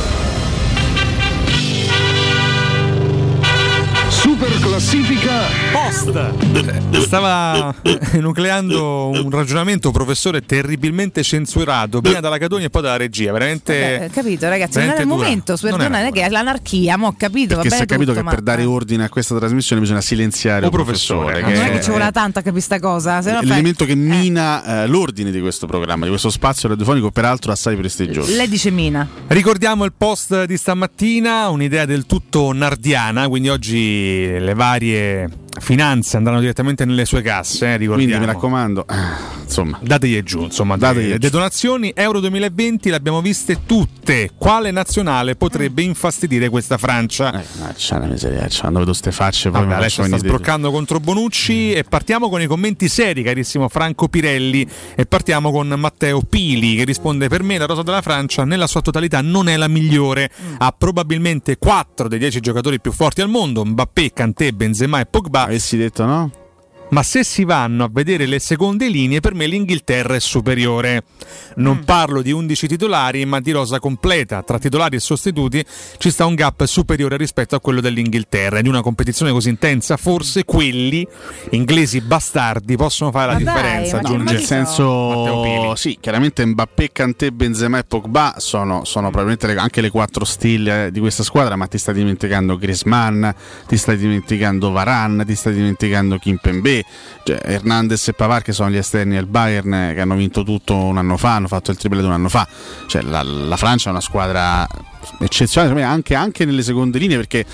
Super classifica Post stava nucleando un ragionamento, professore, terribilmente censurato prima dalla Catoni e poi dalla regia. Veramente. Vabbè, capito, ragazzi, non era il dura. momento. Non Non era è che è l'anarchia, mo' ho capito. Perché va si bene è capito tutto, che ma- per dare ordine a questa trasmissione bisogna silenziare O il professore, professore, non è che è ci vuole tanto a capire sta cosa. Se no è fai- l'elemento che mina eh, l'ordine di questo programma, di questo spazio radiofonico, peraltro assai prestigioso. Lei dice Mina. Ricordiamo il post di stamattina, un'idea del tutto nardiana, quindi oggi le varie finanze andranno direttamente nelle sue casse, eh, ricordiamo. Quindi mi raccomando, eh, insomma, dategli giù, insomma, Dategli le giù. donazioni Euro duemilaventi le abbiamo viste tutte. Quale nazionale potrebbe infastidire questa Francia? Eh, c'è una miseria, hanno vedo ste facce. Poi Vabbè, mi adesso faccio sta venire- sbroccando contro Bonucci e partiamo con i commenti seri, carissimo Franco Pirelli, e partiamo con Matteo Pili che risponde: per me la rosa della Francia nella sua totalità non è la migliore, ha probabilmente quattro dei dieci giocatori più forti al mondo, Mbappé, Kanté, Benzema e Pogba. Avessi detto no? Ma se si vanno a vedere le seconde linee, per me l'Inghilterra è superiore. Non Mm. parlo di undici titolari, ma di rosa completa. Tra titolari e sostituti ci sta un gap superiore rispetto a quello dell'Inghilterra. In una competizione così intensa, forse quelli, inglesi bastardi, possono fare la Ma dai, differenza. ma aggiunge Nel Matteo Pili. senso, sì, chiaramente Mbappé, Kanté, Benzema e Pogba sono, sono probabilmente le- anche le quattro stelle di questa squadra, ma ti stai dimenticando Griezmann, ti stai dimenticando Varane, ti stai dimenticando Kimpembe, cioè Hernandez e Pavard che sono gli esterni del Bayern, eh, che hanno vinto tutto un anno fa, hanno fatto il triplete un anno fa. Cioè la, la Francia è una squadra eccezionale, secondo me, anche, anche nelle seconde linee, perché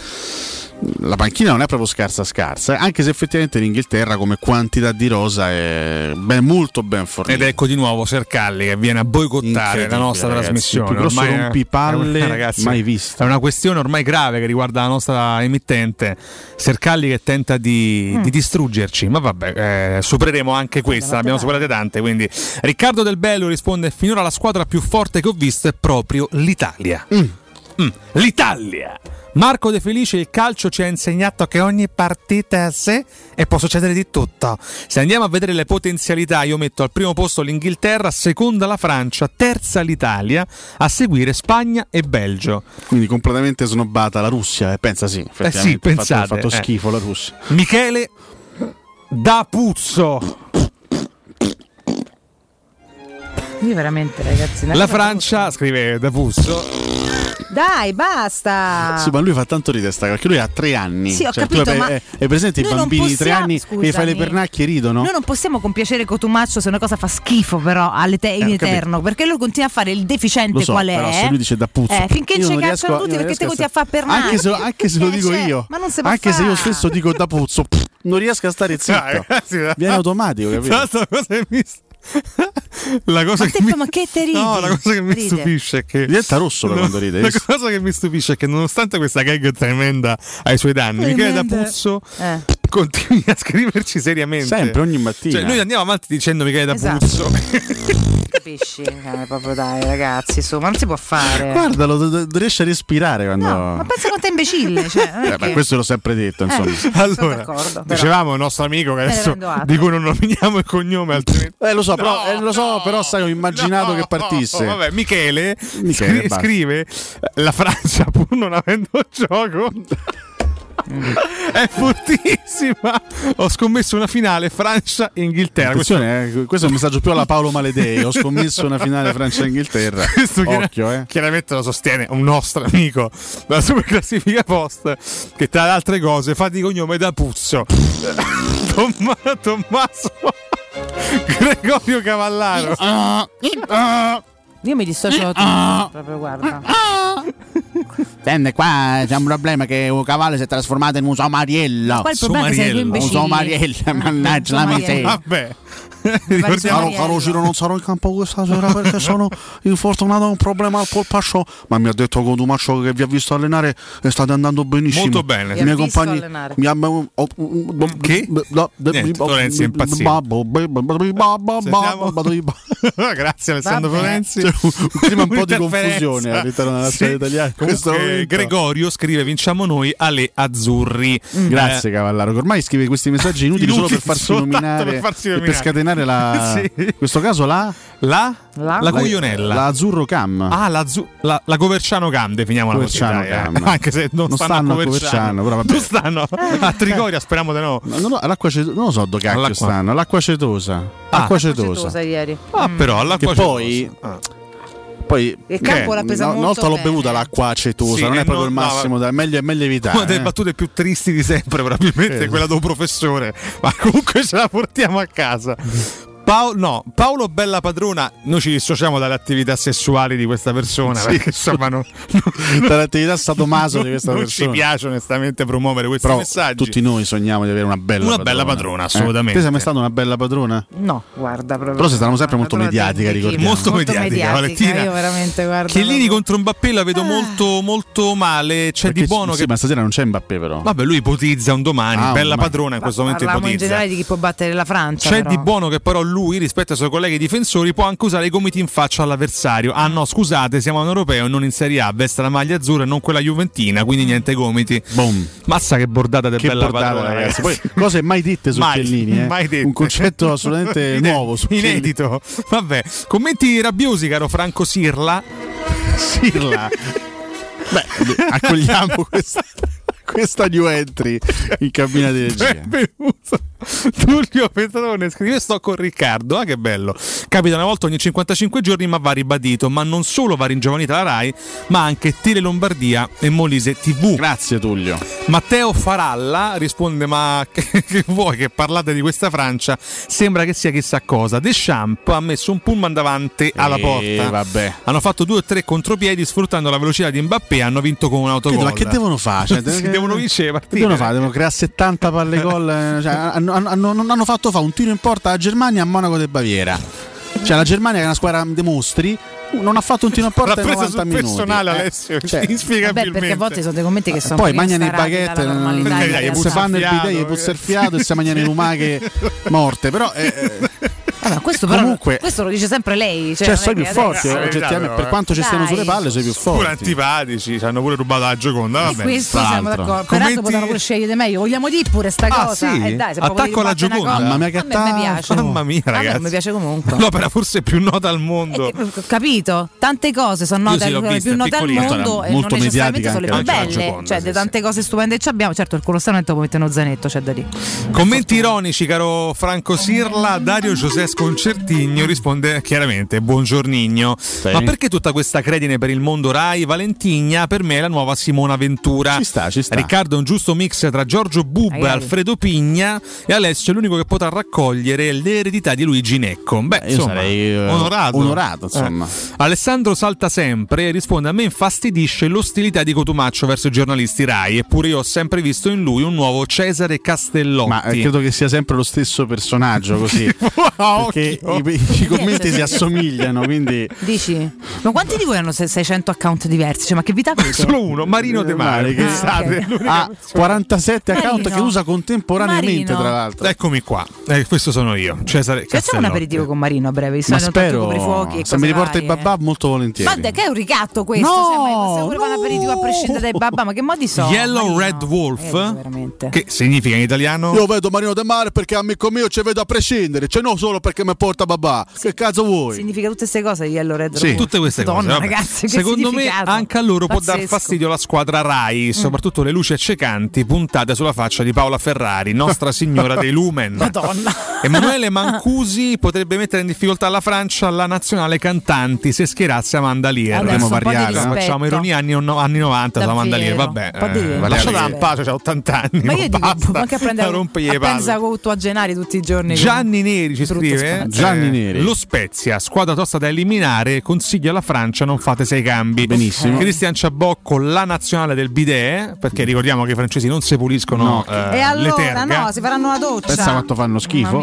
la panchina non è proprio scarsa scarsa, eh, anche se effettivamente l'Inghilterra come quantità di rosa è ben, molto ben fornita. Ed ecco di nuovo Sercalli che viene a boicottare la nostra ragazzi, trasmissione. il più grosso Ormai è- rompipalle è una- ragazzi, mai visto. È una questione ormai grave che riguarda la nostra emittente. Sercalli che tenta di, Mm. di distruggerci, ma vabbè, eh, supereremo anche questa, ne abbiamo superate tante. Quindi Riccardo Del Bello risponde: finora la squadra più forte che ho visto è proprio l'Italia. Mm. Mm. L'Italia! Marco De Felice: il calcio ci ha insegnato che ogni partita è a sé e può succedere di tutto. Se andiamo a vedere le potenzialità, io metto al primo posto l'Inghilterra, seconda la Francia, terza l'Italia, a seguire Spagna e Belgio. Quindi completamente snobbata la Russia, eh, pensa sì, effettivamente, sì, ha fatto- pensate, ha fatto eh. schifo la Russia. Michele da Puzzo. Io veramente, ragazzi. una La cosa Francia, scrive da Puzzo. Dai, basta. Sì, ma lui fa tanto ridere sta cosa, perché lui ha tre anni. Sì, ho Cioè, capito, tu hai, ma hai- hai presente i noi non bambini di tre possiamo- anni che fai le scusami. pernacchie e ridono? Noi non possiamo compiacere Cotumaccio se una cosa fa schifo, però all'ete- in Eh, ho capito. eterno, perché lui continua a fare il deficiente Lo so, qual è. però se lui dice da Puzzo, eh, finché io ci non cacciano riesco a- tutti io non perché te riesco a continui a fare pernacchi. Anche se, anche se lo Eh, dico cioè, io, ma non si può anche se io fare. stesso dico da Puzzo, pff, non riesco a stare zitto. Ah, ragazzi, Viene automatico, capito? L'altra cosa che mi La cosa Ma che te mi... fa- ma che te ridi? No, la cosa che mi Ride. stupisce è che diventa rosso da No, quando ride. La cosa che mi stupisce è che nonostante questa gag tremenda ai suoi danni, Michele da Tremenda. Puzzo Eh. continui a scriverci seriamente. Sempre, ogni mattina. Cioè, noi andiamo avanti dicendo Michele da Esatto. Puzzo. Capisci? Eh, proprio dai, ragazzi, insomma, non si può fare. Guardalo, d- d- riesce a respirare quando. No, ma pensa quanto è imbecille. Cioè, non è Eh, che- ma questo l'ho sempre detto, insomma. Eh, sono Allora, d'accordo, però. dicevamo il nostro amico che Me ne adesso rendo atto. di cui non nominiamo il cognome, altrimenti. Eh, lo so, però, eh, lo so, però sai, ho immaginato che partisse. No, vabbè, Michele, Michele, scri- basta. scrive: la Francia, pur non avendo gioco, è fortissima. Ho scommesso una finale Francia-Inghilterra. Attenzione, eh, questo è un messaggio più alla Paolo Maledei. Ho scommesso una finale Francia-Inghilterra. Questo chiar- Occhio, eh. chiaramente lo sostiene un nostro amico della Super Classifica Post, che tra le altre cose fa di cognome da Puzzo. Tomma- Tommaso Gregorio Cavallaro. Io mi dissocio da tutto, proprio guarda. Senti, qua c'è un problema che un cavallo si è trasformato in un somariello. Qua il problema è che sei tu Un imbecille. somariello, mannaggia la Somariello. miseria. Vabbè. Caro, caro Ciro, non sarò in campo questa sera perché sono infortunato, ho un problema al polpaccio. Ma mi ha detto Cotumaccio che vi ha visto allenare e state andando benissimo. Molto bene. Vi I ha miei visto compagni allenare. mi hanno. Che? Niente, Florenzi è impazzito. Grazie Alessandro Vabbè. Florenzi. C'è un, prima un po' di Un'interferenza. confusione all'interno della Sì. storia italiana. Comunque questo eh, momento. Gregorio scrive: vinciamo noi alle azzurri. Mm. Grazie, eh, Cavallaro. Che ormai scrive questi messaggi inutili, inutili solo per farsi nominare, per farsi e per scatenare la. Sì. In questo caso la. La? La, la Coglionella. La Azzurro Cam. Ah, la, la, la Coverciano Cam, definiamola così. Dai, Cam. Eh. Anche se non, non stanno, stanno a Coverciano. Però vabbè. Non stanno a Trigoria, speriamo di no. no, no all'acqua cetosa, non lo so dove cacchio all'acqua. stanno. All'acqua cetosa. Ah, acqua cetosa. cetosa ieri. Ah, mm. però all'acqua che cetosa. Poi. Ah. Poi il campo l'ha presa no, molto una volta l'ho bene. bevuta l'acqua acetosa, sì, non è proprio no, il massimo, no, da, meglio, è meglio evitare. Una delle eh. battute più tristi di sempre, probabilmente, eh. quella del professore. Ma comunque ce la portiamo a casa. Paolo, no, Paolo Bella Padrona, noi ci dissociamo dalle attività sessuali di questa persona, sì. Perché insomma non, non, dall'attività sadomaso di questa non persona. Non ci piace onestamente promuovere questi Però messaggi. Tutti noi sogniamo di avere una bella una padrona. bella padrona, assolutamente. Eh? Te sei mai stata una bella padrona? No, guarda, proprio. Però stanno sempre molto mediatica, ricordiamo. Molto, molto mediatica, mediatica, Valentina. Io veramente guardo. Chiellini proprio. contro Mbappé la vedo ah. molto molto male, c'è Perché di buono sì, che ma stasera non c'è Mbappé però. Vabbè, lui ipotizza un domani, ah, bella ma... padrona in questo momento Parliamo ipotizza. in generale di chi può battere la Francia. C'è però. di buono che però lui rispetto ai suoi colleghi difensori può anche usare i gomiti in faccia all'avversario. Ah no, scusate, siamo un europeo e non in Serie A, veste la maglia azzurra e non quella juventina, quindi niente gomiti. Boom. Mazza che bordata del che bella bordata, padrona, ragazzi. Poi cose mai dette su mai, Chiellini, eh? mai dette. Un concetto assolutamente nuovo su inedito. Vabbè, commenti rabbiosi, caro Franco Sirla. Sirla. Beh, accogliamo questa questa new entry in cabina di regia. Benvenuto. Tullio Petrone scrive: sto con Riccardo. Ah, che bello. Capita una volta ogni cinquantacinque giorni, ma va ribadito. Ma non solo va ringiovanita la Rai, ma anche Tele Lombardia e Molise tivù. Grazie Tullio. Matteo Faralla risponde: ma che, che vuoi che parlate di questa Francia? Sembra che sia chissà cosa. Deschamps ha messo un pullman davanti alla eh, porta. Vabbè. Hanno fatto due o tre contropiedi sfruttando la velocità di Mbappé e hanno vinto con un autogol. Ma che devono fare? Cioè, sì, devono vincere partite. Che devono fare? Devono creare settanta palle gol. Cioè, hanno, hanno, non hanno fatto fare un tiro in porta alla Germania a Monaco de Baviera. Cioè la Germania che è una squadra dei mostri non ha fatto un tiro in porta in novanta minuti. Personale, Alessio, eh, cioè, inspiegabilmente. Beh, perché a volte sono dei commenti che sono poi mangiano i baguette, si fanno il bidet, gli puzza il fiato e si mangiano le lumache morte. Però eh, Allora, questo, però, comunque, questo lo dice sempre lei. Cioè, cioè sono più forti, adesso... oggettivamente, per quanto ci stiano sulle palle, sono più forti. Pure antipatici, ci hanno pure rubato la Gioconda. Vabbè. E questo siamo d'accordo. Peraltro Commenti... potevano pure scegliere meglio. Vogliamo dire pure sta ah, cosa? Sì? Eh, dai, se attacco alla Gioconda. Mamma mia, che a me, me piace. Mamma mia, ragazzi. A me mi piace comunque. L'opera forse più nota al mondo. Eh, capito? Tante cose sono note, sì, più note al mondo e non necessariamente sono le più belle. Gioconda, cioè, sì, di tante sì. cose stupende che abbiamo. Certo, il colossamento può mettere uno zainetto, c'è da dire. Commenti ironici, caro Franco Sirla. Dario José Sconcertigno risponde chiaramente: buongiornigno. Sì. Ma perché tutta questa credine per il mondo Rai? Valentigna per me è la nuova Simona Ventura. Ci sta, ci sta. Riccardo è un giusto mix tra Giorgio Bubba e Alfredo Pigna, e Alessio è l'unico che potrà raccogliere l'eredità di Luigi Necco. Beh, Io insomma, sarei uh, onorato. onorato insomma. Eh. Alessandro salta sempre e risponde: a me infastidisce l'ostilità di Cotumaccio verso i giornalisti Rai, eppure io ho sempre visto in lui un nuovo Cesare Castellotti. Ma eh, credo che sia sempre lo stesso personaggio così. Perché i, i commenti si assomigliano, quindi dici? Ma quanti di voi hanno seicento account diversi? Cioè, ma che vita avete? Solo uno, Marino De Mare, che ah, okay. ha quarantasette Marino. account che usa contemporaneamente. Marino. Tra l'altro, eccomi qua, eh, questo sono io, Cesare Castellotti. Facciamo un aperitivo con Marino a breve. Ma spero, per i fuochi e se mi riporta varie. i babà molto volentieri. Ma che è un ricatto questo? No, cioè, ma se no. fare un aperitivo a prescindere dai babà, ma che modi sono? Yellow Marino. Red Wolf, eh, veramente. che significa in italiano? Io vedo Marino De Mare perché amico mio ci vedo a prescindere, cioè non solo perché mi porta babà. Che cazzo vuoi? Significa tutte queste cose Yellow Red Sì, Wolf. tutte queste Madonna, cose. Vabbè. Ragazzi, che secondo me anche a loro può dar Pazzesco. fastidio la squadra Rai, soprattutto le luci accecanti puntate sulla faccia di Paola Ferrari, Nostra Signora dei Lumen. Madonna. Emanuele Mancusi potrebbe mettere in difficoltà la Francia, la nazionale cantanti, se schierasse Amanda Lear. Adesso un po' di variare, rispetto. facciamo ironia anni, anni novanta su Amanda Lear, vabbè. Un po' di- Eh, un po' lasciala di- in pace, c'ha ottanta anni. Ma io non dico, basta. ma anche a prendere Rompegli le a palle. pensa con tu a Genari tutti i giorni. Gianni Neri ci Brutto scrive spazio. Gianni eh, Neri. Lo Spezia, squadra tosta da eliminare, consiglia alla Francia non fate sei cambi. Benissimo. Cristian Ciabocco, la nazionale del bidet, perché ricordiamo che i francesi non si puliscono No. eh, E allora le terga. no, si faranno la doccia. Pensa quanto fanno schifo.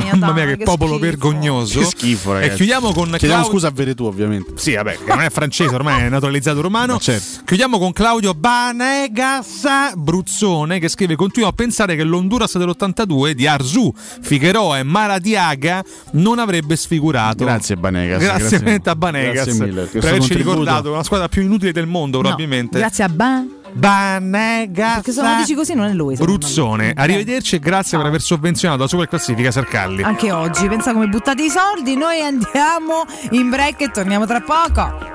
Mamma mia, che, che popolo schifo. vergognoso. Che schifo, ragazzi. E chiudiamo con Chiediamo Claudio... scusa a Veretù, ovviamente. Sì, vabbè, che non è francese, ormai è naturalizzato romano. Certo. Chiudiamo con Claudio Banegas Bruzzone, che scrive: continuo a pensare che l'Honduras dell'ottantadue di Arzu, Figueroa e Maradiaga non avrebbe sfigurato. Grazie Banegas. Grazie, grazie, veramente a Banegas grazie mille, per averci ricordato una squadra più inutile del mondo, No, probabilmente. grazie a Ban. Banegas Perché se non lo dici così non è lui. secondo me. Bruzzone. Arrivederci e grazie per aver sovvenzionato la super classifica Sercalli. Anche oggi, pensa come buttate i soldi. Noi andiamo in break e torniamo tra poco.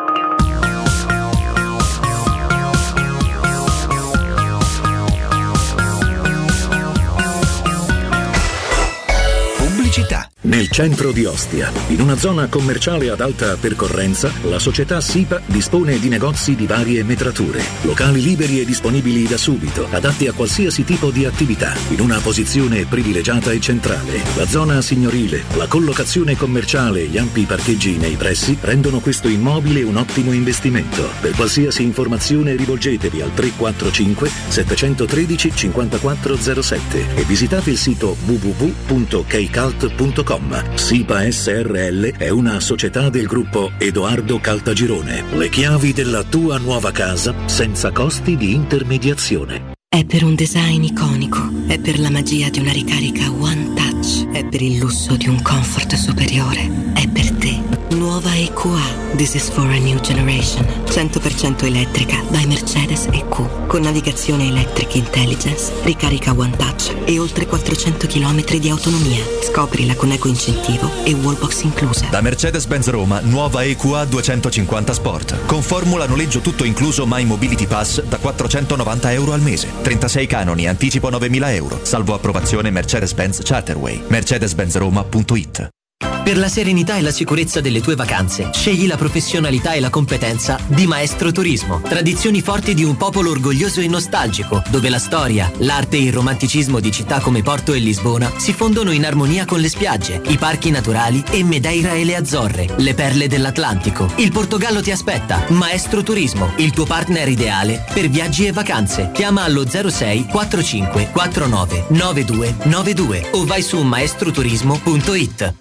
Pubblicità. Nel centro di Ostia, in una zona commerciale ad alta percorrenza, la società SIPA dispone di negozi di varie metrature, locali liberi e disponibili da subito, adatti a qualsiasi tipo di attività, in una posizione privilegiata e centrale. La zona signorile, la collocazione commerciale e gli ampi parcheggi nei pressi rendono questo immobile un ottimo investimento. Per qualsiasi informazione rivolgetevi al tre quattro cinque sette uno tre cinque zero sette e visitate il sito w w w punto keycult punto com. SIPA S R L è una società del gruppo Edoardo Caltagirone. Le chiavi della tua nuova casa senza costi di intermediazione. È per un design iconico, è per la magia di una ricarica One Touch, è per il lusso di un comfort superiore, è per te. Nuova E Q A. This is for a new generation. cento per cento elettrica by Mercedes E Q. Con navigazione Electric Intelligence, ricarica One Touch e oltre quattrocento chilometri di autonomia. Scoprila con eco incentivo e wallbox inclusa. Da Mercedes-Benz Roma, nuova E Q A duecentocinquanta Sport. Con formula noleggio tutto incluso My Mobility Pass da quattrocentonovanta euro al mese. trentasei canoni, anticipo novemila euro. Salvo approvazione Mercedes-Benz Charterway. mercedes benz roma punto it. Per la serenità e la sicurezza delle tue vacanze, scegli la professionalità e la competenza di Maestro Turismo. Tradizioni forti di un popolo orgoglioso e nostalgico, dove la storia, l'arte e il romanticismo di città come Porto e Lisbona si fondono in armonia con le spiagge, i parchi naturali e Medeira e le Azzorre, le perle dell'Atlantico. Il Portogallo ti aspetta. Maestro Turismo, il tuo partner ideale per viaggi e vacanze. Chiama allo zero sei quattro cinque quattro nove nove due nove due o vai su maestroturismo punto it.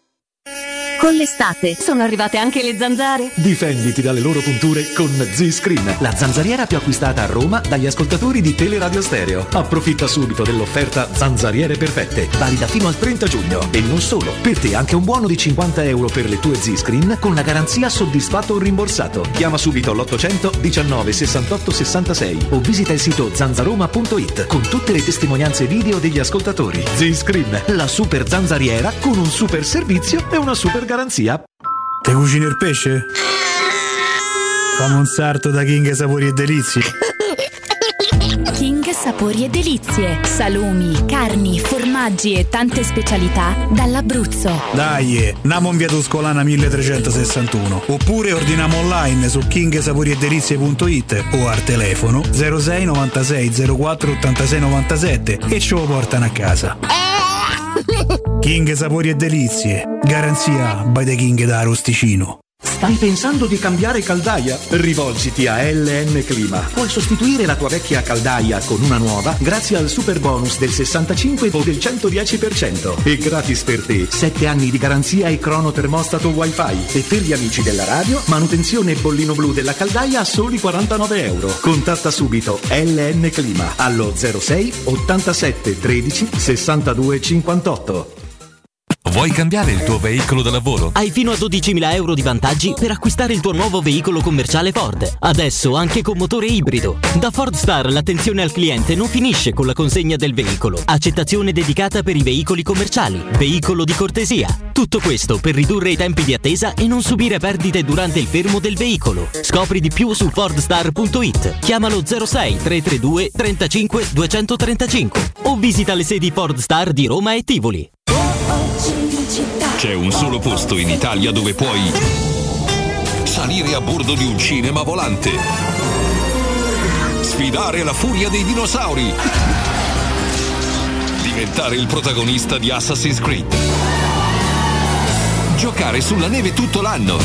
Con l'estate sono arrivate anche le zanzare. Difenditi dalle loro punture con Z-Screen, la zanzariera più acquistata a Roma dagli ascoltatori di Teleradio Stereo. Approfitta subito dell'offerta Zanzariere Perfette, valida fino al trenta giugno. E non solo, per te anche un buono di cinquanta euro per le tue Z-Screen con la garanzia soddisfatto o rimborsato. Chiama subito l'ottocento diciannove sessantotto sessantasei o visita il sito zanzaroma punto it con tutte le testimonianze video degli ascoltatori. Z-Screen, la super zanzariera con un super servizio e una super garanzia. Te cucini il pesce? Fammi un sarto da King Sapori e Delizie. King Sapori e Delizie. Salumi, carni, formaggi e tante specialità dall'Abruzzo. Dai, namo in via Tuscolana milletrecentosessantuno. Oppure ordiniamo online su king sapori e delizie punto it o al telefono zero sei novantasei zero quattro ottantasei novantasette e ce lo portano a casa. King Sapori e Delizie, garanzia by the King da Arosticino. Stai pensando di cambiare caldaia? Rivolgiti a L N Clima. Puoi sostituire la tua vecchia caldaia con una nuova grazie al super bonus del sessantacinque o del centodieci per cento. E gratis per te sette anni di garanzia e cronotermostato wifi. E per gli amici della radio, manutenzione e bollino blu della caldaia a soli quarantanove euro. Contatta subito L N Clima allo zero sei ottantasette tredici sessantadue cinquantotto. Vuoi cambiare il tuo veicolo da lavoro? Hai fino a dodicimila euro di vantaggi per acquistare il tuo nuovo veicolo commerciale Ford. Adesso anche con motore ibrido. Da Ford Star l'attenzione al cliente non finisce con la consegna del veicolo. Accettazione dedicata per i veicoli commerciali. Veicolo di cortesia. Tutto questo per ridurre i tempi di attesa e non subire perdite durante il fermo del veicolo. Scopri di più su fordstar punto it. Chiamalo zero sei tre tre due trentacinque duecentotrentacinque o visita le sedi Ford Star di Roma e Tivoli. C'è un solo posto in Italia dove puoi salire a bordo di un cinema volante, sfidare la furia dei dinosauri, diventare il protagonista di Assassin's Creed, giocare sulla neve tutto l'anno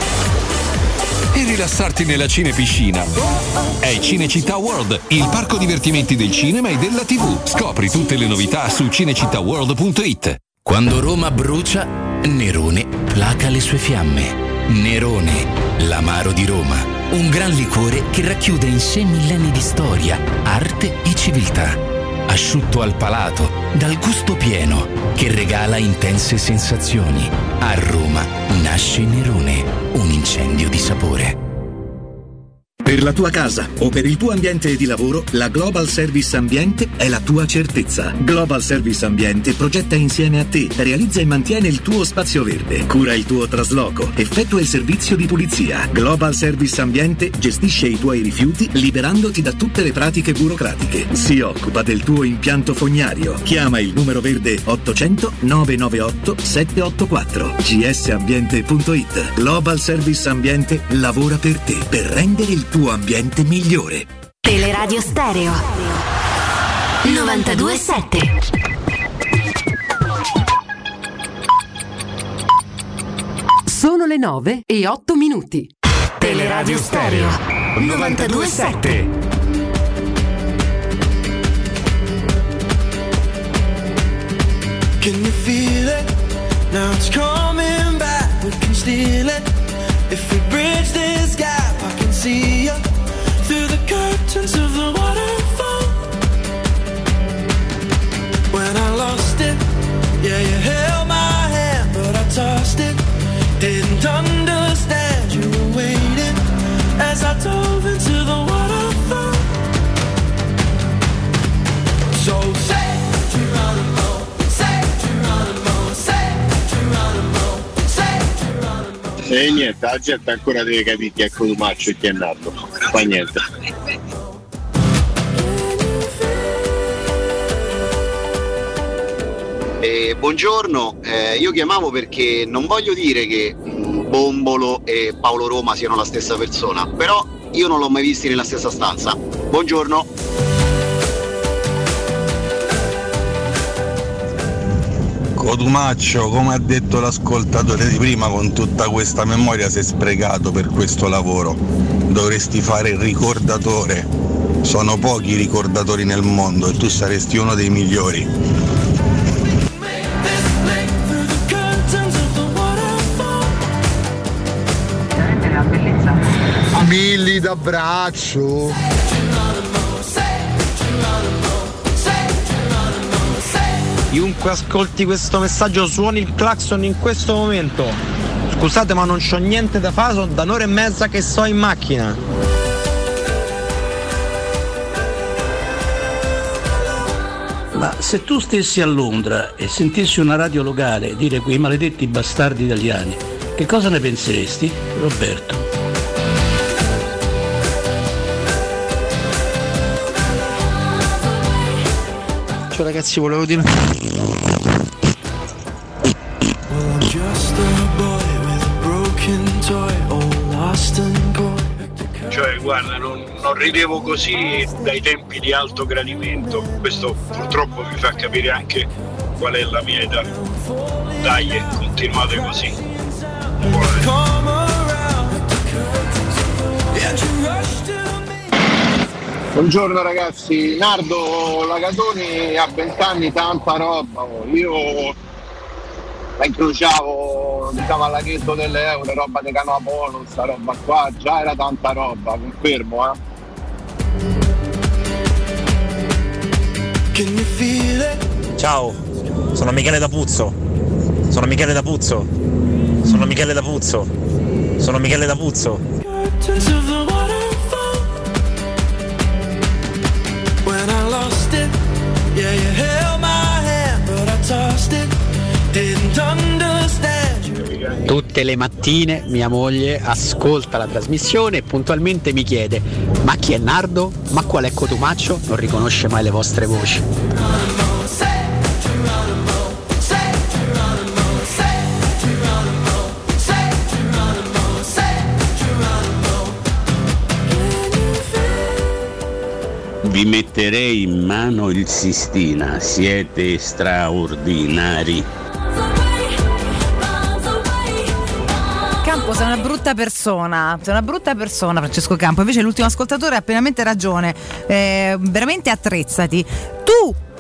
e rilassarti nella cinepiscina. È Cinecittà World, il parco divertimenti del cinema e della tivù. Scopri tutte le novità su cinecittà world punto it. Quando Roma brucia, Nerone placa le sue fiamme. Nerone, l'amaro di Roma. Un gran liquore che racchiude in sé millenni di storia, arte e civiltà. Asciutto al palato, dal gusto pieno, che regala intense sensazioni. A Roma nasce Nerone, un incendio di sapore. Per la tua casa o per il tuo ambiente di lavoro, la Global Service Ambiente è la tua certezza. Global Service Ambiente progetta insieme a te, realizza e mantiene il tuo spazio verde, cura il tuo trasloco, effettua il servizio di pulizia. Global Service Ambiente gestisce i tuoi rifiuti liberandoti da tutte le pratiche burocratiche. Si occupa del tuo impianto fognario. Chiama il numero verde ottocento nove nove otto sette otto quattro g s ambiente punto i t. Global Service Ambiente lavora per te, per rendere il tuo ambiente migliore. Teleradio Stereo novantadue sette. Sono le nove e otto minuti. Teleradio Stereo novantadue sette. Can you feel it? Now it's coming back. We can steal it. If we bridge this gap, I can see you through the curtains of the waterfall. When I lost it, yeah, you held my hand, but I tossed it. Didn't understand you were waiting as I dove into the waterfall. So say Geronimo, say Geronimo, say Geronimo, say Geronimo. E niente, la gente ancora deve capire chi è Cotumaccio e chi è Nardo. Fa niente. Eh, buongiorno, eh, io chiamavo perché non voglio dire che mh, Bombolo e Paolo Roma siano la stessa persona, però io non l'ho mai visti nella stessa stanza. Buongiorno. Cotumaccio, come ha detto l'ascoltatore di prima, con tutta questa memoria sei sprecato per questo lavoro. Dovresti fare il ricordatore. Sono pochi i ricordatori nel mondo e tu saresti uno dei migliori. Milli d'abbraccio. Chiunque ascolti questo messaggio suoni il clacson in questo momento. Scusate, ma non c'ho niente da fare, sono da un'ora e mezza che sto in macchina. Ma se tu stessi a Londra e sentissi una radio locale dire quei maledetti bastardi italiani, che cosa ne penseresti, Roberto? Ciao ragazzi, volevo dire Cioè guarda, non, non ridevo così dai tempi di alto gradimento. Questo purtroppo mi fa capire anche qual è la mia età. Dai, continuate così. Buongiorno ragazzi, Nardo Lagatoni ha vent'anni, tanta roba. Io la incrociavo, diciamo, al laghetto delle Eure, roba di Canapolo, sta roba qua, già era tanta roba, confermo, eh. Ciao, sono Michele D'Apuzzo. Sono Michele D'Apuzzo. Sono Michele D'Apuzzo. Sono Michele D'Apuzzo. Tutte le mattine mia moglie ascolta la trasmissione e puntualmente mi chiede: ma chi è Nardo? Ma qual è Cotumaccio? Non riconosce mai le vostre voci. Vi metterei in mano il Sistina, siete straordinari. Campo, sei una brutta persona, sei una brutta persona Francesco Campo, invece l'ultimo ascoltatore ha pienamente ragione, eh, veramente attrezzati. Tu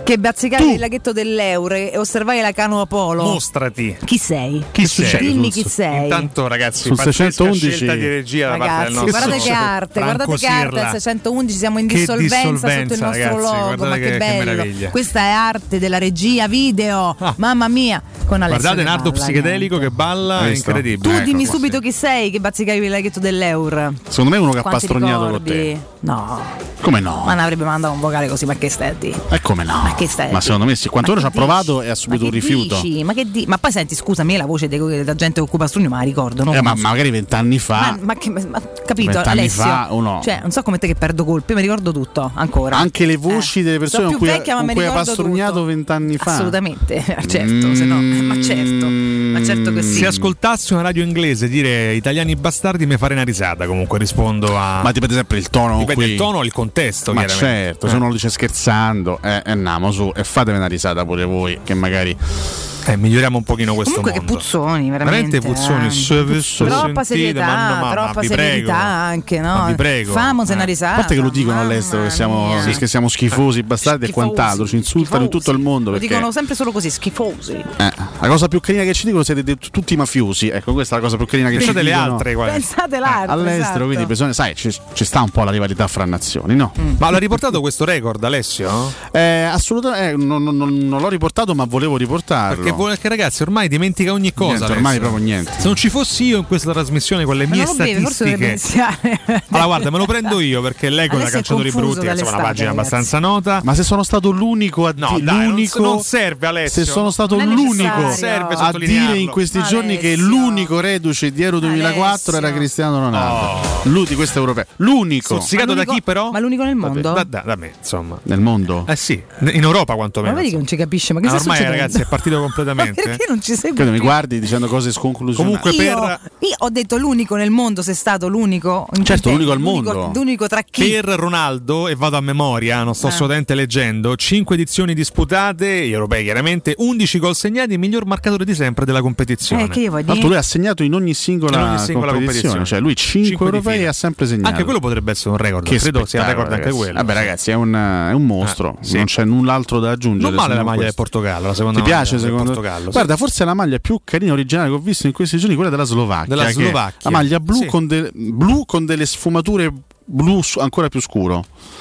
Che bazzicavi il laghetto dell'euro e osservai la canoa polo. Mostrati. Chi sei? Chi sei? Dimmi chi sei. Intanto ragazzi, sul seicentouundici scelta di regia da parte del nostro guardate che arte, guardate che arte al seicentoundici, siamo in dissolvenza, sotto il nostro ragazzi, logo, ma che, che bello. Che questa è arte della regia video. Ah. Mamma mia, con Alessio. Guardate Nardo psichedelico che balla, è incredibile. Tu ecco, dimmi qua, subito sì. chi sei che bazzicavi il laghetto dell'euro. Secondo me è uno che ha Quanti pastrognato ricordi? con te. No. Come no? Ma ne avrebbe mandato un vocale così, ma che stai? E come no? Ma che stai? Ma secondo me sì, quanto ora ci ha provato e ha subito un rifiuto. Dici? Ma che di- Ma poi senti, scusami, la voce della gente che occupa Strugno, ma la ricordo, no? Eh, ma magari vent'anni fa. Ma, ma che ma, capito, vent'anni Alessio? fa o no? Cioè, non so come te che perdo colpi, mi ricordo tutto ancora. Anche le voci eh. delle persone Sono con più cui, vecchia, ma con mi cui ha ricordo pastrugnato tutto. vent'anni fa. Assolutamente, certo, se no, ma certo, ma certo che sì. Se ascoltassi una radio inglese dire italiani bastardi mi farei una risata, comunque rispondo a. Ma dipende sempre il tono. Dipende qui. il tono e il contesto, ma chiaramente. certo, eh. se uno lo dice scherzando, eh, eh, andiamo su e fatevi una risata pure voi, che magari. Eh, miglioriamo un pochino questo Comunque mondo. che puzzoni, veramente. Veramente puzzoni, eh. se avesse Troppa sentito, serietà, ma no, ma, troppa ma vi serietà prego. anche, no? Ma vi prego. Famose Eh. una risata. A parte che lo dicono all'estero che siamo, mia. che siamo schifosi, bastardi e Schifosi, quant'altro, ci insultano in tutto il mondo. Lo Perché dicono sempre solo così, schifosi. eh, la cosa più carina che ci dicono siete de- tutti mafiosi. Ecco, questa è la cosa più carina che Pensate ci le dicono. altre, guarda. Pensate l'altro. All'estero, esatto. quindi bisogna, sai, ci, ci sta un po' la rivalità fra nazioni, no? Mm. Ma l'ha riportato questo record, Alessio? Eh, assolutamente, eh, non, non- non- non l'ho riportato, ma volevo riportarlo. Perché, vuole- perché ragazzi, ormai dimentica ogni cosa. Niente, Alessio. ormai proprio niente. Se non ci fossi io in questa trasmissione con le Ma mie non lo bevi, forse dovrebbe statistiche. iniziare. Allora, guarda, me lo prendo io perché leggo da Alessio è Calciatori confuso Brutti, che insomma è una dall'estate, pagina ragazzi. abbastanza nota. Ma se sono stato l'unico a No, dire dai, non- l'unico, non serve, Alessio. se sono stato Non è l'unico necessario. Serve a sottolinearlo. dire in questi giorni che Alessio. l'unico reduce di Euro duemilaquattro Alessio. era Cristiano Ronaldo. Oh. Lui di questo europeo. L'unico Stuzzicato da chi però? Ma l'unico nel mondo? Da, da- da me, insomma. nel mondo. Eh sì, in Europa Ma quantomeno. vedi che non ci capisce, ma che Ah, sta ormai succedendo? ragazzi è partito completamente. Ma perché non ci segui Credo mi più? guardi dicendo cose sconclusionali. Comunque per Io, io ho detto l'unico nel mondo, sei stato l'unico. In Certo, che l'unico al l'unico- mondo. L'unico tra chi? Per Ronaldo, e vado a memoria, non sto Eh. assolutamente leggendo, cinque edizioni disputate, gli europei chiaramente, undici gol segnati, miglior marcatore di sempre della competizione. Eh, che io voglio Tra l'altro dire. lui ha segnato in ogni singola, In ogni singola competizione. competizione. Cioè lui cinque Cinque di europei fila. ha sempre segnato. Anche quello potrebbe essere un record, Che credo sia un spettacolo, record anche ragazzi. quello. Vabbè ragazzi, è un, è un mostro, Ah, sì. non c'è null'altro da aggiungere. Non male se la non maglia del questo. Portogallo, la seconda Ti piace maglia del secondo Portogallo, sì. Guarda, forse è la maglia più carina originale che ho visto in questi giorni, quella della Slovacchia. Della che è Slovacchia. La maglia blu, Sì. con de- blu con delle sfumature blu su- ancora più scuro.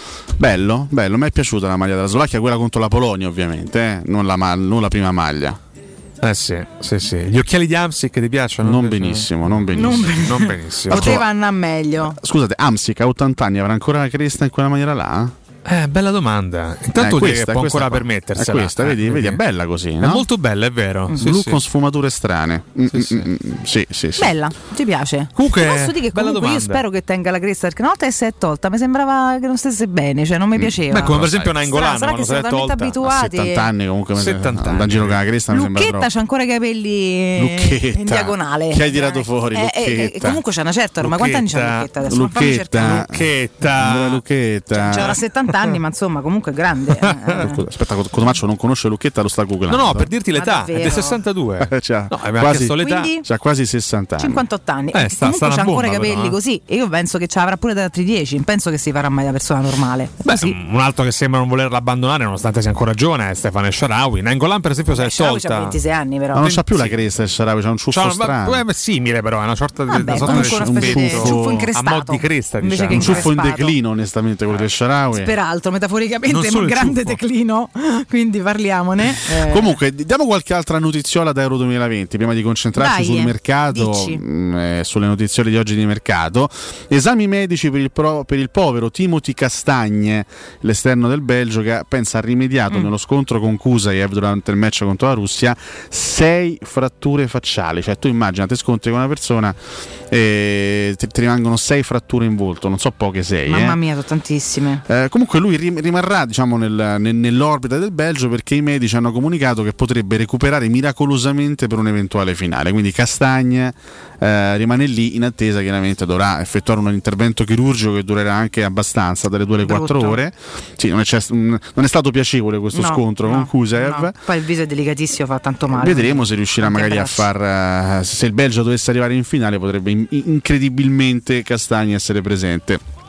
Bello, bello, mi è piaciuta la maglia della Slovacchia, quella contro la Polonia ovviamente, eh? non, la ma- non la prima maglia. Eh sì, sì, sì. Gli occhiali di Amsic ti piacciono? Non benissimo, non benissimo. Non ben- Non benissimo. Poteva andare meglio. Scusate, Amsic a ottanta anni avrà ancora la cresta in quella maniera là? Eh, bella domanda. Intanto Eh, vuol dire questa, che può questa ancora qua. permettersela. È questa, Eh, vedi, vedi, è quindi- bella così, È no? molto bella, è vero. Sì, Blu sì. con sfumature strane. Mm, Sì, sì. mm, mm, sì, sì, sì. Bella, ti piace? Comunque, Ti posso dire che bella comunque io domanda. spero che tenga la cresta, perché una volta che si è tolta mi sembrava che non stesse bene, cioè non mi piaceva. Beh, come per Lo esempio sai. Nainggolan, Sarà che quando se l'è siamo talmente tolta. A abituati. settanta anni comunque mi settanta sembra- anni. da giro con la cresta mi sembra Lucchetta troppo. c'ha ancora i capelli Lucchetta. in diagonale. Chi hai tirato fuori, Eh, eh, eh, Lucchetta? comunque c'ha una certa, ma quanti anni c'ha Lucchetta adesso? Non fammi cercare. Lucchetta. Allora, Lucchetta. C'era settanta anni, ma insomma, comunque è grande. Eh, Scusa, aspetta, Cotomaccio non conosce Lucchetta, lo sta googlando. No, no, per dirti Ma l'età, è davvero? del sessantadue. C'ha No, mi ha quasi, chiesto l'età. Quindi? c'ha quasi sessanta anni. cinquantotto anni. Eh, E sta- comunque sta c'ha una ancora i bomba, capelli però, eh. così. E io penso che ce l'avrà pure da altri dieci. Non penso che si farà mai da persona normale. Beh, Così. un altro che sembra non volerla abbandonare nonostante sia ancora giovane è Stefano Esharawi. Nainggolan per esempio si è Shaarawy c'ha tolta. ventisei anni, però. Ma non c'ha più la cresta il Sharawi, c'ha un ciuffo C'ha- strano. beh, beh, simile però, è una sorta di, Vabbè, una sorta comunque di una specie di sciuffetto ciuffo increstato, a mo' di cresta, invece diciamo. che un ciuffo in increspato. declino, onestamente, quello del Sharawi. Peraltro, Non metaforicamente, solo un il grande ciuffo. declino. Quindi parliamone. Eh, Comunque, diamo qualche altra notiziola da Euro duemilaventi prima di concentrarci Dai, sul mercato, dici. mh, eh, sulle notiziole di oggi di mercato. Esami medici per il, pro- per il povero Timothy Castagne, l'esterno del Belgio, che pensa ha rimediato Mm. nello scontro con Kusaev durante il match contro la Russia sei fratture facciali. Cioè, tu immagina, te scontri con una persona e ti, ti rimangono sei fratture in volto, non so poche sei. Mamma eh. mia, sono tantissime. Eh, comunque lui rim- rimarrà diciamo, nel- nel- nell'orbita del Belgio perché i medici hanno comunicato che potrebbe recuperare miracolosamente per un'eventuale finale. Quindi Castagne eh, rimane lì in attesa, chiaramente dovrà effettuare un intervento chirurgico che durerà anche abbastanza, dalle due alle quattro Brutto. ore. Sì, non, è, c'è- non è stato piacevole questo No, scontro no, con Kusaev. no. Poi il viso è delicatissimo, fa tanto male. Vedremo se riuscirà Anche magari a braccia. far. eh, se il Belgio dovesse arrivare in finale, potrebbe in- incredibilmente Castagne essere presente.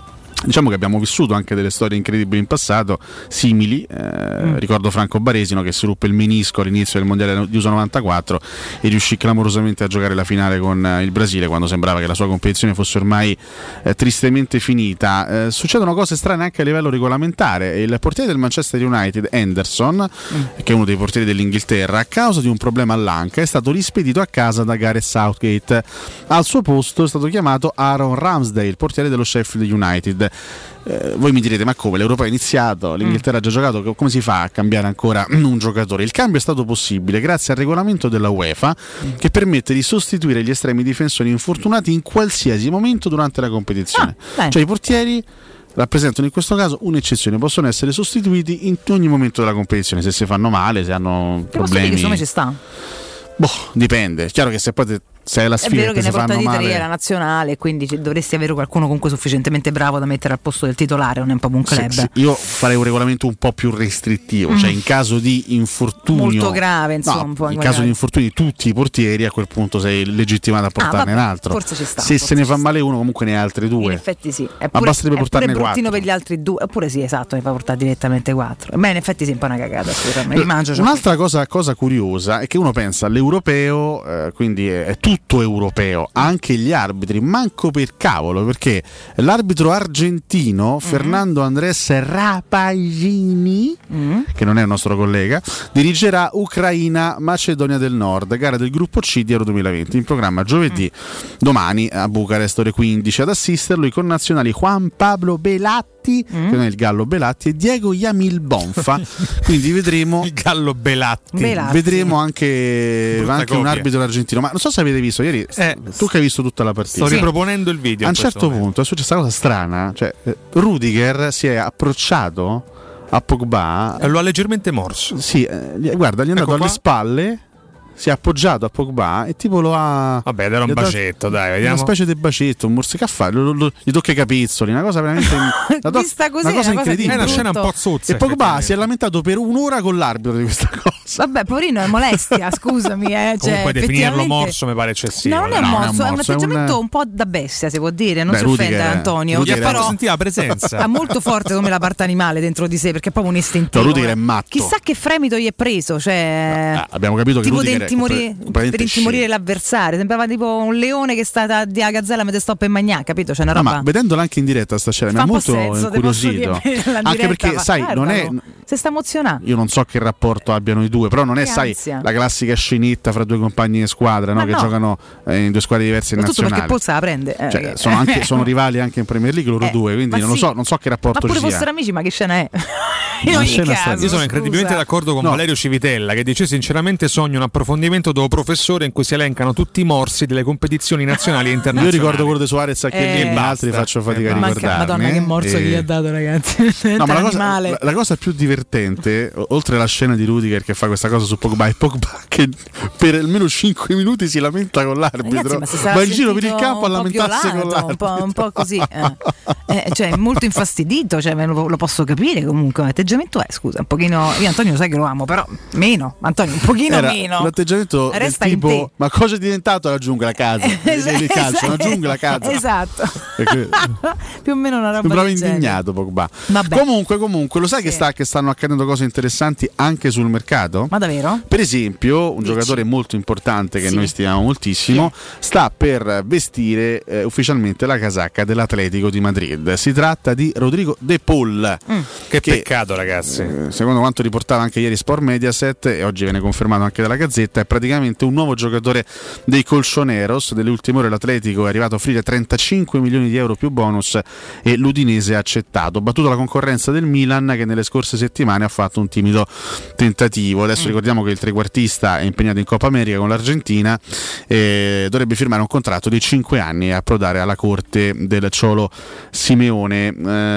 Diciamo che abbiamo vissuto anche delle storie incredibili in passato, simili, eh, mm. ricordo Franco Baresino che si ruppe il menisco all'inizio del mondiale di U S A novantaquattro e riuscì clamorosamente a giocare la finale con eh, il Brasile quando sembrava che la sua competizione fosse ormai eh, tristemente finita. Eh, succedono cose strane anche a livello regolamentare. Il portiere del Manchester United, Henderson, mm. che è uno dei portieri dell'Inghilterra, a causa di un problema all'anca è stato rispedito a casa da Gareth Southgate. Al suo posto è stato chiamato Aaron Ramsdale, portiere dello Sheffield United. Eh, voi mi direte, ma come? L'Europa è iniziato, l'Inghilterra ha già giocato, come si fa a cambiare ancora un giocatore? Il cambio è stato possibile grazie al regolamento della UEFA che permette di sostituire gli estremi difensori infortunati in qualsiasi momento durante la competizione. Ah, cioè i portieri rappresentano in questo caso un'eccezione, possono essere sostituiti in ogni momento della competizione, se si fanno male, se hanno Che problemi. Che ci sta? Boh, dipende. È chiaro che se poi te, se è la sfida è vero che ne si fanno portati male, tre alla nazionale, quindi dovresti avere qualcuno comunque sufficientemente bravo da mettere al posto del titolare, non è proprio un club. Sì, sì. Io farei un regolamento un po' più restrittivo, mm. cioè in caso di infortunio molto grave, insomma, no, un po' in caso di infortunio di tutti i portieri, a quel punto sei legittimato a portarne ah, un altro. Forse ci sta. Se se ne fa male uno, comunque ne ha altri due. In effetti sì. È Ma pure, basterebbe è portarne pure bruttino quattro. per gli altri due. Oppure sì, esatto, ne fa portare direttamente quattro. Beh, in effetti sì, un po' una cagata. Mangio, Un'altra cosa, cosa curiosa è che uno pensa all'europeo, eh, quindi è, è tutto europeo, anche gli arbitri, manco per cavolo, perché l'arbitro argentino mm-hmm. Fernando Andrés Rapagini, mm-hmm. che non è un nostro collega, dirigerà Ucraina-Macedonia del Nord, gara del gruppo C di Euro duemilaventi, in programma giovedì, mm. domani a Bucarest ore quindici. Ad assisterlo i connazionali Juan Pablo Belatti, mm. che non è il Gallo Belatti, e Diego Yamil Bonfa. Quindi vedremo il Gallo Belatti. Belatti. Vedremo anche, anche un arbitro argentino. Ma non so se avete visto ieri, eh, tu che hai visto tutta la partita. Sto riproponendo il video. A un certo momento. punto è successa una cosa strana, cioè Rudiger si è approcciato a Pogba e lo ha leggermente morso. Sì, eh, guarda, gli è andato ecco alle qua. spalle, si è appoggiato a Pogba e tipo lo ha. Vabbè, era un bacetto, dai, vediamo. Una specie di bacetto, un morsicaffare, lo, lo, gli tocca i capezzoli, una cosa veramente. Una, to- Vista così, una cosa una incredibile. È una scena un po' zozza. E Pogba si è lamentato per un'ora con l'arbitro di questa cosa. Vabbè, poverino, è molestia, scusami. Eh, cioè, Comunque definirlo morso mi pare eccessivo. No, non è, no, morso, non è morso, è un atteggiamento è un... un po' da bestia, si può dire. Non Beh, si Rudiger, offende Antonio. Rudiger, Gli ha fatto sentire la presenza. Ha molto forte come la parte animale dentro di sé, perché è proprio un istintivo. No, Rudiger è matto. Chissà che fremito gli è preso. Cioè, ah, abbiamo capito che tipo Rudiger per intimorire, per intimorire l'avversario. Sembrava tipo un leone che sta da, di a gazzella mentre stoppa in magnà, capito? C'è una roba. No, ma vedendola anche in diretta sta scena mi ha molto incuriosito. Anche perché, sai, non è. Se sta emozionando. Io non so che rapporto abbiano i due, però non è, che sai, ansia. La classica scenetta fra due compagni di squadra, no? Che no. giocano eh, in due squadre diverse in nazionale. Tutto perché Pozza la prende. Eh, cioè, sono, anche, sono rivali anche in Premier League loro eh, due, quindi non, sì. so, non so che rapporto ma pure ci sia. fossero amici, ma che scena è? In ogni caso, io sono incredibilmente scusa. d'accordo con no. Valerio Civitella che dice sinceramente sogno un approfondimento do professore in cui si elencano tutti i morsi delle competizioni nazionali e internazionali. Io ricordo quello di Suarez a Chiellini, eh, altri faccio fatica eh, a ricordarne. Madonna che morso e... che gli ha dato, ragazzi. No, ma la cosa, la, la cosa più divertente, oltre alla scena di Rudiger che fa questa cosa su Pogba, è Pogba che per almeno cinque minuti si lamenta con l'arbitro. Ragazzi, ma va in giro per il campo a lamentarsi con l'arbitro. Un po', un po' così. Eh. Eh, cioè, molto infastidito, cioè, lo, lo posso capire comunque. L'atteggiamento è, scusa, un pochino. Io Antonio sai che lo amo, però meno. Antonio, un pochino Era meno. L'atteggiamento del tipo, ma cosa è diventato la giungla a casa? Esatto, il calcio, una giungla a casa. Esatto. Più o meno una roba. Sembrava indignato Pogba. Vabbè. Comunque, comunque, lo sai sì. che, sta, che stanno accadendo cose interessanti anche sul mercato? Ma davvero? Per esempio, un Dici. giocatore molto importante che sì. noi stimiamo moltissimo sì. sta per vestire eh, ufficialmente la casacca dell'Atletico di Madrid. Si tratta di Rodrigo De Paul. Mm. Che, che peccato, ragazzi. Eh, secondo quanto riportava anche ieri Sport Mediaset e oggi viene confermato anche dalla Gazzetta, è praticamente un nuovo giocatore dei Colchoneros. Delle ultime ore l'Atletico è arrivato a offrire trentacinque milioni di euro più bonus e l'Udinese ha accettato, battuto la concorrenza del Milan che nelle scorse settimane ha fatto un timido tentativo. Adesso mm. ricordiamo che il trequartista è impegnato in Coppa America con l'Argentina e dovrebbe firmare un contratto di cinque anni e approdare alla corte del Cholo Simeone.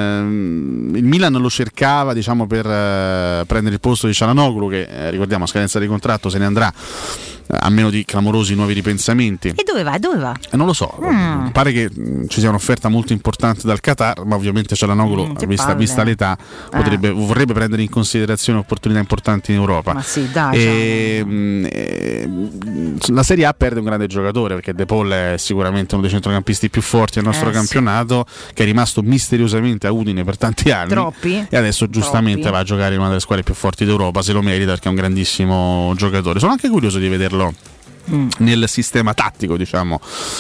Ehm, il Milan lo cercava, diciamo, per eh, prendere il posto di Çalhanoğlu che eh, ricordiamo a scadenza di contratto se ne andrà a meno di clamorosi nuovi ripensamenti. E dove va? Dove va? Eh, non lo so, Mm. pare che mh, ci sia un'offerta molto importante dal Qatar, ma ovviamente Cialanoglu, Mm, che vista, palle. vista l'età, potrebbe, vorrebbe prendere in considerazione opportunità importanti in Europa. Ma sì, dai. E, mh, eh, la Serie A perde un grande giocatore, perché De Paul è sicuramente uno dei centrocampisti più forti del nostro Eh, sì. campionato, che è rimasto misteriosamente a Udine per tanti anni. Troppi? E adesso giustamente Troppi. va a giocare in una delle squadre più forti d'Europa, se lo merita, perché è un grandissimo giocatore. Sono anche curioso di vederlo nel sistema tattico, diciamo,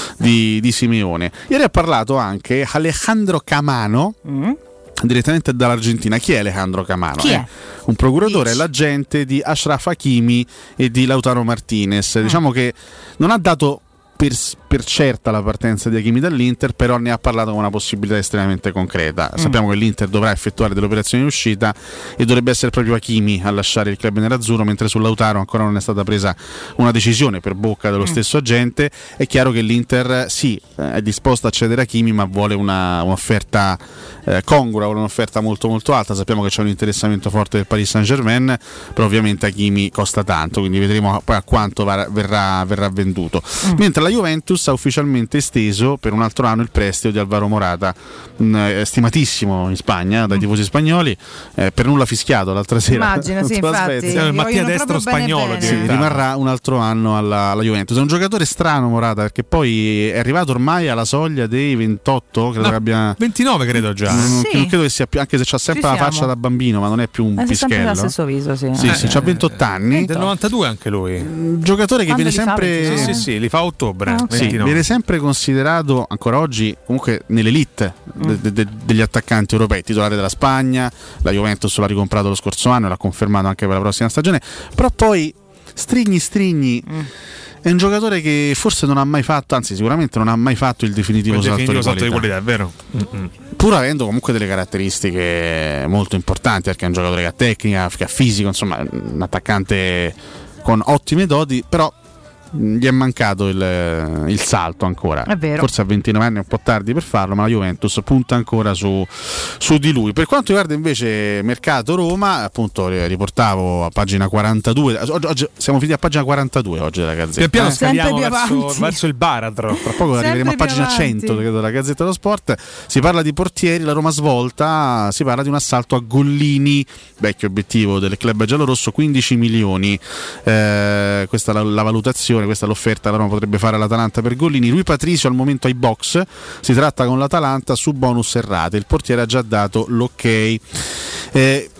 di, di Simeone. Ieri ha parlato anche Alejandro Camano, direttamente dall'Argentina. Chi è Alejandro Camano? Chi è? Un procuratore, è l'agente di Achraf Hakimi e di Lautaro Martinez. Diciamo che non ha dato per, per certa la partenza di Hakimi dall'Inter, però ne ha parlato con una possibilità estremamente concreta. Mm. Sappiamo che l'Inter dovrà effettuare delle operazioni di uscita e dovrebbe essere proprio Hakimi a lasciare il club nerazzurro, mentre su Lautaro ancora non è stata presa una decisione per bocca dello Mm. stesso agente. È chiaro che l'Inter sì, è disposta a cedere a Hakimi, ma vuole una, un'offerta eh, congrua, vuole un'offerta molto molto alta. Sappiamo che c'è un interessamento forte del Paris Saint-Germain, però ovviamente Hakimi costa tanto, quindi vedremo poi a quanto va- verrà, verrà venduto. Mm. Mentre la Juventus ha ufficialmente esteso per un altro anno il prestito di Alvaro Morata, mh, è stimatissimo in Spagna dai tifosi spagnoli, eh, per nulla fischiato l'altra sera. Immagino, sì, contro la infatti. Svezia. Gli Il Mattia vogliono Destro proprio bene spagnolo bene. Sì, rimarrà un altro anno alla, alla Juventus. È un giocatore strano Morata, perché poi è arrivato ormai alla soglia dei ventotto, credo No, che abbia ventinove credo già. non, Sì. non credo che sia più, anche se c'ha sempre Ci la siamo. faccia da bambino, ma non è più un Eh, si è sempre pischello. lo stesso viso, sì. Sì, Eh. sì, c'ha ventotto anni. Del novantadue anche lui. Un giocatore che Quando viene li fa? sempre ventinove? Sì, sì, li fa a ottobre. Ah, Sì, ventinove. viene sempre considerato ancora oggi comunque nell'elite de- de- de- degli attaccanti europei, titolare della Spagna. La Juventus l'ha ricomprato lo scorso anno e l'ha confermato anche per la prossima stagione. Però poi strigni strigni è un giocatore che forse non ha mai fatto, anzi sicuramente non ha mai fatto il definitivo, Quel salto, definitivo salto di di qualità, qualità, è vero? Mm-mm. pur avendo comunque delle caratteristiche molto importanti, perché è un giocatore che ha tecnica, che ha fisico, insomma un attaccante con ottime doti, però mh, gli è mancato il, il salto ancora. È vero. Forse a ventinove anni è un po' tardi per farlo, ma la Juventus punta ancora su, su di lui. Per quanto riguarda invece mercato Roma, appunto eh, riportavo a pagina quarantadue, oggi, oggi siamo finiti a pagina quarantadue oggi della Gazzetta. Pian piano eh? scaliamo Sempre più verso, avanti. verso il baratro. Tra poco Sempre arriveremo a più pagina avanti. cento, credo, della Gazzetta dello Sport. Si parla di portieri, la Roma svolta, si parla di un assalto a Gollini, vecchio obiettivo del club giallorosso, quindici milioni. Eh, questa è la, la valutazione, questa è l'offerta che la Roma potrebbe fare all'Atalanta per Gollini. Rui Patricio al momento ai box, si tratta con l'Atalanta su bonus errate, il portiere ha già dato l'ok. Eh,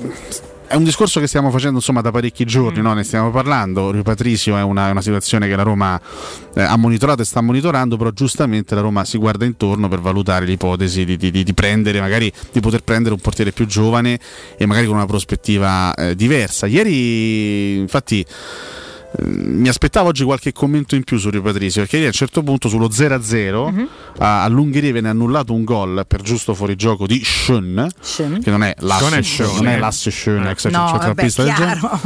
È un discorso che stiamo facendo insomma da parecchi giorni, no? Ne stiamo parlando. Rui Patricio è una, è una situazione che la Roma eh, ha monitorato e sta monitorando, però giustamente la Roma si guarda intorno per valutare l'ipotesi di, di, di, di prendere, magari di poter prendere un portiere più giovane e magari con una prospettiva eh, diversa. Ieri infatti mi aspettavo oggi qualche commento in più su Rui Patricio, perché ieri a un certo punto sullo zero a zero Mhm. a- all'Ungheria viene annullato un gol per giusto fuorigioco di Schön, Schön. che non è l'asse Schön è Schön, Schön, non è eh. l'asse Schön, ex No, vabbè, centrocampista del genere. chiaro.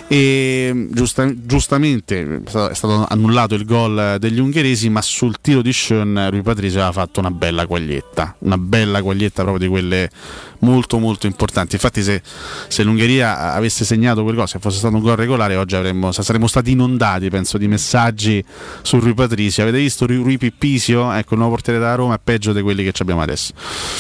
E giusta- giustamente è stato, è stato annullato il gol degli ungheresi, ma sul tiro di Schön Rui Patricio aveva fatto una bella quaglietta, una bella quaglietta proprio di quelle molto molto importanti. Infatti se, se l'Ungheria avesse segnato quel gol, se fosse stato un gol regolare, oggi avremmo, saremmo stati inondati, penso, di messaggi su Rui Patricio. Avete visto Rui, Rui Pippisio? Ecco, il nuovo portiere della Roma è peggio di quelli che abbiamo adesso.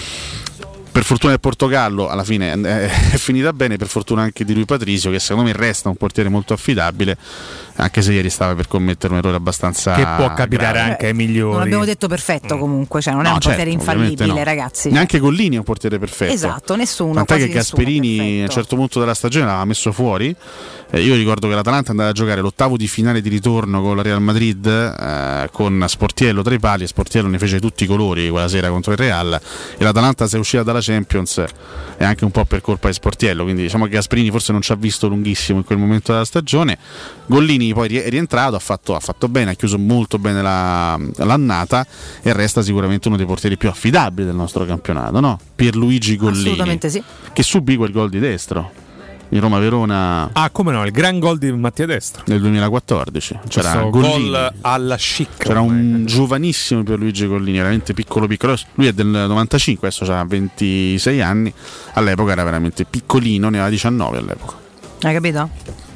Per fortuna del Portogallo alla fine è finita bene, per fortuna anche di Rui Patricio, che secondo me resta un portiere molto affidabile, anche se ieri stava per commettere un errore abbastanza Che può capitare grave. anche ai Non migliori. abbiamo detto perfetto comunque, cioè non è No, un certo, portiere ovviamente infallibile, no. ragazzi. Neanche Gollini è un portiere perfetto. Esatto, nessuno. Tant'è quasi che nessuno è Gasperini a un perfetto. certo punto della stagione l'aveva messo fuori. Eh, io ricordo che l'Atalanta andava a giocare l'ottavo di finale di ritorno con la Real Madrid, eh, con Sportiello tra i pali, e Sportiello ne fece tutti i colori quella sera contro il Real, e l'Atalanta si è uscita dalla Champions e anche un po' per colpa di Sportiello, quindi diciamo che Gasperini forse non ci ha visto lunghissimo in quel momento della stagione. Gollini poi è rientrato, ha fatto, ha fatto bene, ha chiuso molto bene la, l'annata e resta sicuramente uno dei portieri più affidabili del nostro campionato, no? Pierluigi Gollini, Assolutamente sì. che subì quel gol di destro in Roma-Verona. Ah, come no, il gran gol di Mattia Destro. Nel duemilaquattordici c'era Questo Gollini, gol alla chic. c'era un giovanissimo Pierluigi Gollini, veramente piccolo piccolo. Lui è del novantacinque, adesso ha ventisei anni, all'epoca era veramente piccolino, ne aveva diciannove all'epoca. Hai capito?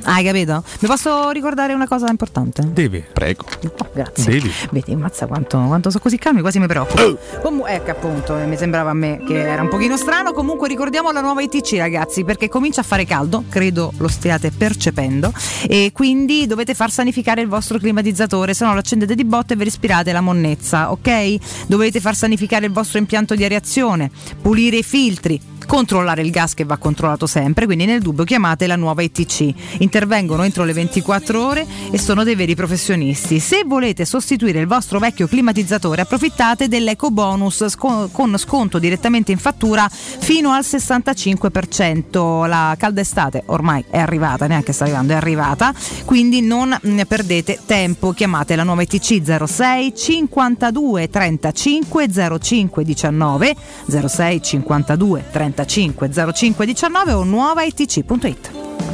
Hai capito? Mi posso ricordare una cosa importante? Devi. Prego. Oh, grazie. Devi. Vedi, ammazza quanto, quanto sono così calmi, quasi mi preoccupo. Oh. Comu- ecco appunto, mi sembrava a me che era un pochino strano. Comunque ricordiamo la nuova I T C, ragazzi, perché comincia a fare caldo, credo lo stiate percependo, e quindi dovete far sanificare il vostro climatizzatore, se no lo accendete di botte e vi respirate la monnezza, ok? Dovete far sanificare il vostro impianto di areazione, pulire i filtri, controllare il gas che va controllato sempre, quindi nel dubbio chiamate la nuova I T C. Intervengono entro le ventiquattro ore e sono dei veri professionisti. Se volete sostituire il vostro vecchio climatizzatore, approfittate dell'eco bonus sc- con sconto direttamente in fattura fino al sessantacinque per cento. La calda estate ormai è arrivata, neanche sta arrivando, è arrivata, quindi non ne perdete tempo. Chiamate la nuova I T C zero sei cinquantadue trentacinque zero cinque diciannove zero sei cinquantadue trentacinque zero cinque diciannove o nuova I T C punto it.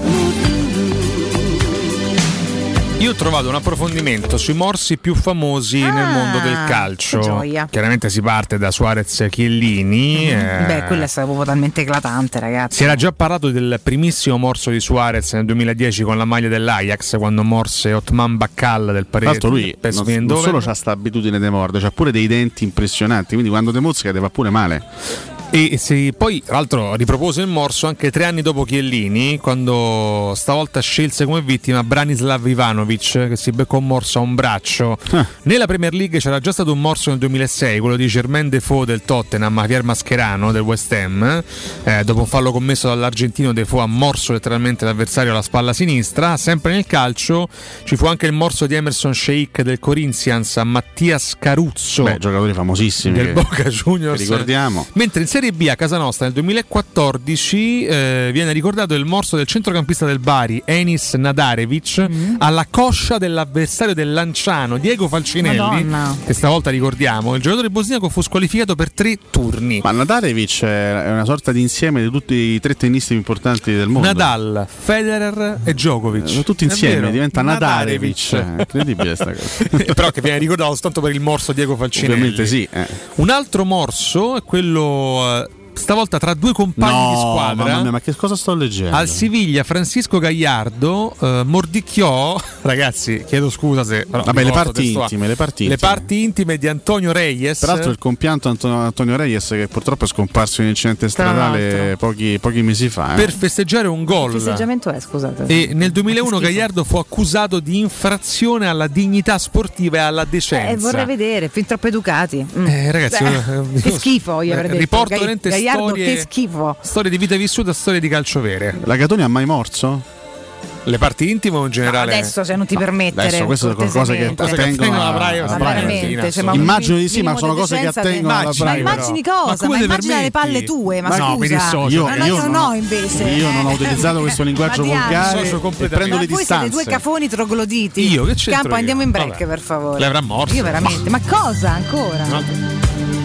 Io ho trovato un approfondimento sui morsi più famosi ah, nel mondo del calcio. Che gioia. Chiaramente si parte da Suarez e Chiellini. Mm-hmm. Eh, Beh, quello è stato proprio talmente eclatante, ragazzi. Si era già parlato del primissimo morso di Suarez nel duemiladieci con la maglia dell'Ajax, quando morse Othman Bakkal del Paris. Tra l'altro lui non, non solo c'ha sta abitudine di mordere, c'ha pure dei denti impressionanti, quindi quando te mozzica te va pure male. E se poi, tra l'altro, ripropose il morso anche tre anni dopo Chiellini, quando stavolta scelse come vittima Branislav Ivanovic, che si beccò un morso a un braccio. Ah. Nella Premier League c'era già stato un morso nel duemilasei, quello di Jermaine Defoe del Tottenham, Javier Mascherano del West Ham. Eh, dopo un fallo commesso dall'argentino, Defoe ha morso letteralmente l'avversario alla spalla sinistra. Sempre nel calcio ci fu anche il morso di Emerson Sheikh del Corinthians a Mattias Caruzzo. Beh, giocatori famosissimi del che, Boca Juniors. Che ricordiamo. Mentre in Serie B a casa nostra nel duemilaquattordici eh, viene ricordato il morso del centrocampista del Bari Enis Nadarevic mm. alla coscia dell'avversario del Lanciano Diego Falcinelli. Madonna. Che stavolta ricordiamo, il giocatore bosniaco fu squalificato per tre turni. Ma Nadarevic è una sorta di insieme di tutti i tre tennisti più importanti del mondo. Nadal, Federer e Djokovic. Eh, tutti insieme diventa Nadarevic. Nadarevic. È incredibile sta cosa. Però che viene ricordato soltanto per il morso Diego Falcinelli. Ovviamente sì. Eh. Un altro morso è quello eh, stavolta tra due compagni no, di squadra. Mamma mia, ma che cosa sto leggendo? Al Siviglia Francisco Gallardo eh, mordicchiò, ragazzi, chiedo scusa se però, vabbè, le parti testuale. intime, le parti le intime. parti intime di Antonio Reyes. Tra l'altro il compianto Antonio, Antonio Reyes, che purtroppo è scomparso in un incidente stradale pochi, pochi mesi fa. Eh. Per festeggiare un gol. Che festeggiamento è, scusate? E nel duemilauno Gallardo fu accusato di infrazione alla dignità sportiva e alla decenza. Eh, vorrei vedere, fin troppo educati. Mm. Eh, ragazzi, Beh, che schifo, io avrei detto. Riporto veramente Gallardo, storie, che schifo. Storie di vita vissuta, storie di calcio vere. La Gatoni ha mai morso? Le parti intime o in generale? No, adesso se non ti no, permettere. Adesso queste sono cose che attengono alla privacy. Cioè, immagino di sì, ma sono cose che attengono alla privacy. Ma immagini cosa? Ma, ma immagina le palle tue, ma, ma scusa. No, io, no, io, io no, invece. Io non ho utilizzato questo linguaggio volgare e prendo le distanze. Voi siete due cafoni trogloditi. Io che c'entro? Campo, andiamo in break, per favore. Le avrà morso. Io veramente. Ma cosa ancora?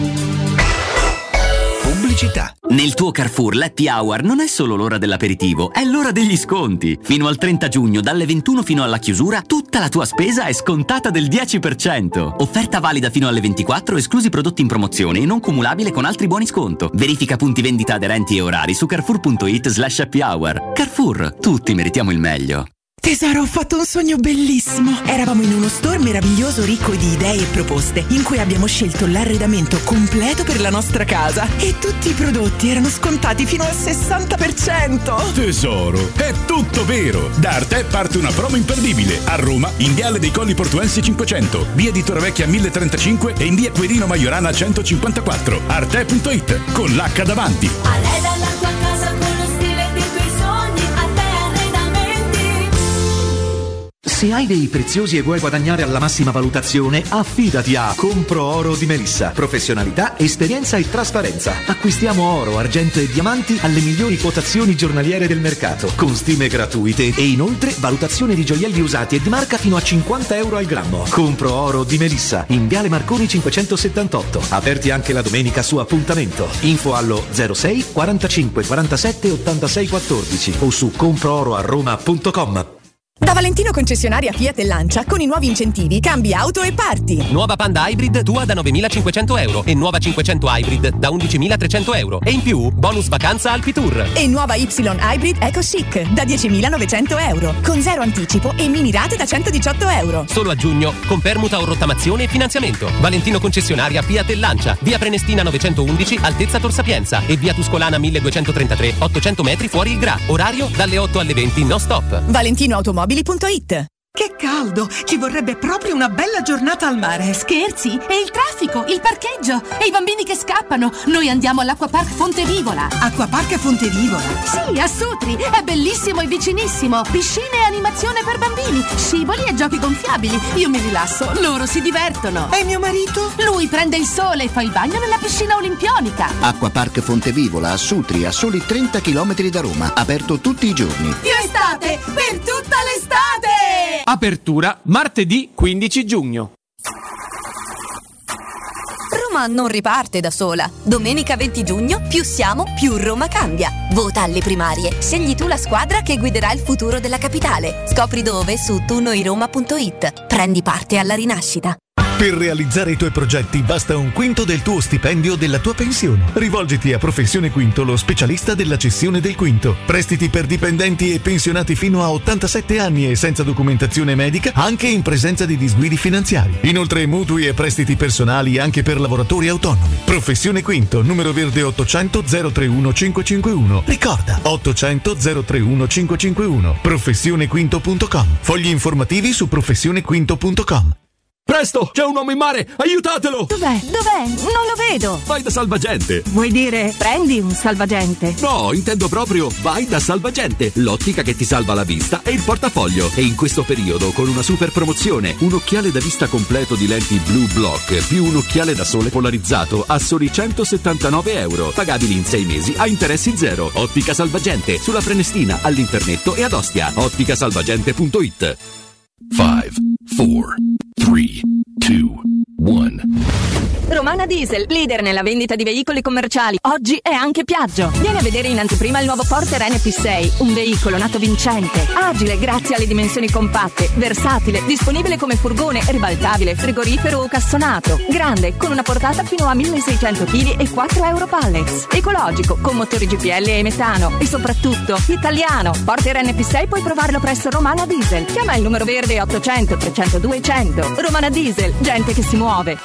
Pubblicità. Nel tuo Carrefour l'Happy Hour non è solo l'ora dell'aperitivo, è l'ora degli sconti. Fino al trenta giugno, dalle ventuno fino alla chiusura, tutta la tua spesa è scontata del dieci per cento. Offerta valida fino alle ventiquattro, esclusi prodotti in promozione e non cumulabile con altri buoni sconto. Verifica punti vendita aderenti e orari su carrefour punto it slash happy hour. Carrefour, tutti meritiamo il meglio. Tesoro, ho fatto un sogno bellissimo. Eravamo in uno store meraviglioso ricco di idee e proposte, in cui abbiamo scelto l'arredamento completo per la nostra casa e tutti i prodotti erano scontati fino al sessanta per cento. Tesoro, è tutto vero. Da Arte parte una promo imperdibile. A Roma, in Viale dei Colli Portuensi cinquecento, via di Torrevecchia mille trentacinque e in via Quirino Majorana centocinquantaquattro. Arte punto it con l'H davanti. Arreda la tua casa con lo stile dei tuoi sogni. Arte Arredamenti. Se hai dei preziosi e vuoi guadagnare alla massima valutazione, affidati a Compro Oro di Melissa. Professionalità, esperienza e trasparenza. Acquistiamo oro, argento e diamanti alle migliori quotazioni giornaliere del mercato, con stime gratuite e inoltre valutazione di gioielli usati e di marca fino a cinquanta euro al grammo. Compro Oro di Melissa, in Viale Marconi cinquecentosettantotto. Aperti anche la domenica su appuntamento. Info allo zero sei quarantacinque quarantasette ottantasei quattordici o su compro oro a roma punto com. Da Valentino concessionaria Fiat e Lancia, con i nuovi incentivi cambi auto e parti. Nuova Panda Hybrid tua da novemilacinquecento euro e nuova cinquecento Hybrid da undicimilatrecento euro. E in più bonus vacanza Alpi Tour. E nuova Y Hybrid Eco Chic da diecimilanovecento euro, con zero anticipo e mini rate da centodiciotto euro. Solo a giugno, con permuta o rottamazione e finanziamento. Valentino concessionaria Fiat e Lancia, via Prenestina novecentoundici, altezza Tor Sapienza, e via Tuscolana milleduecentotrentatré, ottocento metri fuori il Gra. Orario dalle otto alle venti, no stop. Valentino Automobili punto it. Che caldo! Ci vorrebbe proprio una bella giornata al mare. Scherzi? E il traffico, il parcheggio e i bambini che scappano. Noi andiamo all'Acquapark Fontevivola. Acquapark Fontevivola? Sì, a Sutri. È bellissimo e vicinissimo. Piscine e animazione per bambini, scivoli e giochi gonfiabili. Io mi rilasso, loro si divertono. E mio marito? Lui prende il sole e fa il bagno nella piscina olimpionica. Acquapark Fontevivola a Sutri, a soli trenta chilometri da Roma. Aperto tutti i giorni. Più estate per tutta l'estate! Apertura martedì quindici giugno. Roma non riparte da sola. Domenica venti giugno, più siamo, più Roma cambia. Vota alle primarie. Scegli tu la squadra che guiderà il futuro della capitale. Scopri dove su tu noi roma punto it. Prendi parte alla rinascita. Per realizzare i tuoi progetti basta un quinto del tuo stipendio o della tua pensione. Rivolgiti a Professione Quinto, lo specialista della cessione del quinto. Prestiti per dipendenti e pensionati fino a ottantasette anni e senza documentazione medica, anche in presenza di disguidi finanziari. Inoltre mutui e prestiti personali anche per lavoratori autonomi. Professione Quinto, numero verde ottocento zero trentuno cinquecentocinquantuno. Ricorda, ottocento zero trentuno cinquecentocinquantuno. professione quinto punto com. Fogli informativi su professione quinto punto com. Presto, c'è un uomo in mare, aiutatelo! Dov'è? Dov'è? Non lo vedo. Vai da Salvagente. Vuoi dire prendi un salvagente? No, intendo proprio vai da Salvagente, l'ottica che ti salva la vista e il portafoglio. E in questo periodo con una super promozione, un occhiale da vista completo di lenti Blue Block più un occhiale da sole polarizzato a soli centosettantanove euro, pagabili in sei mesi a interessi zero. Ottica Salvagente, sulla Prenestina, all'Internetto e ad Ostia. ottica salvagente punto it. five, four, three, two, one. Romana Diesel, leader nella vendita di veicoli commerciali. Oggi è anche Piaggio. Vieni a vedere in anteprima il nuovo Porter N P sei, un veicolo nato vincente, agile grazie alle dimensioni compatte, versatile, disponibile come furgone, ribaltabile, frigorifero o cassonato, grande, con una portata fino a milleseicento chili e quattro euro pallets, ecologico, con motori G P L e metano e soprattutto italiano. Porter N P sei puoi provarlo presso Romana Diesel. Chiama il numero verde ottocento trecento duecento. Romana Diesel, gente che si muove.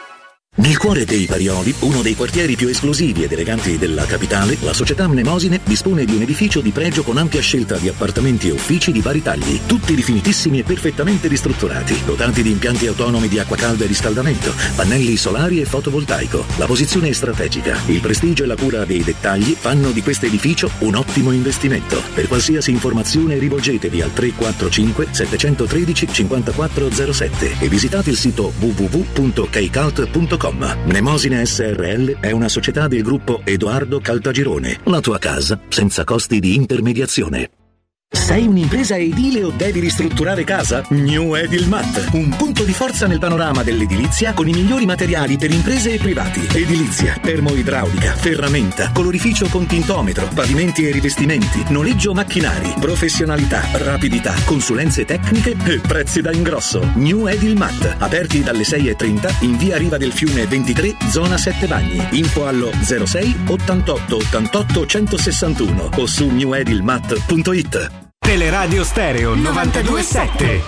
Nel cuore dei Parioli, uno dei quartieri più esclusivi ed eleganti della capitale, la società Mnemosine dispone di un edificio di pregio con ampia scelta di appartamenti e uffici di vari tagli, tutti rifinitissimi e perfettamente ristrutturati, dotati di impianti autonomi di acqua calda e riscaldamento, pannelli solari e fotovoltaico. La posizione è strategica, il prestigio e la cura dei dettagli fanno di questo edificio un ottimo investimento. Per qualsiasi informazione rivolgetevi al tre quattro cinque sette uno tre cinque quattro zero sette e visitate il sito w w w punto keycult punto com. Mnemosine S R L è una società del gruppo Edoardo Caltagirone. La tua casa senza costi di intermediazione. Sei un'impresa edile o devi ristrutturare casa? New Edilmat, un punto di forza nel panorama dell'edilizia con i migliori materiali per imprese e privati. Edilizia, termoidraulica, ferramenta, colorificio con tintometro, pavimenti e rivestimenti, noleggio macchinari, professionalità, rapidità, consulenze tecniche e prezzi da ingrosso. New Edilmat, aperti dalle sei e trenta in via Riva del Fiume ventitré, zona Sette Bagni. Info allo zero sei ottantotto ottantotto centosessantuno o su new edilmat punto it. Teleradio Stereo novantadue sette.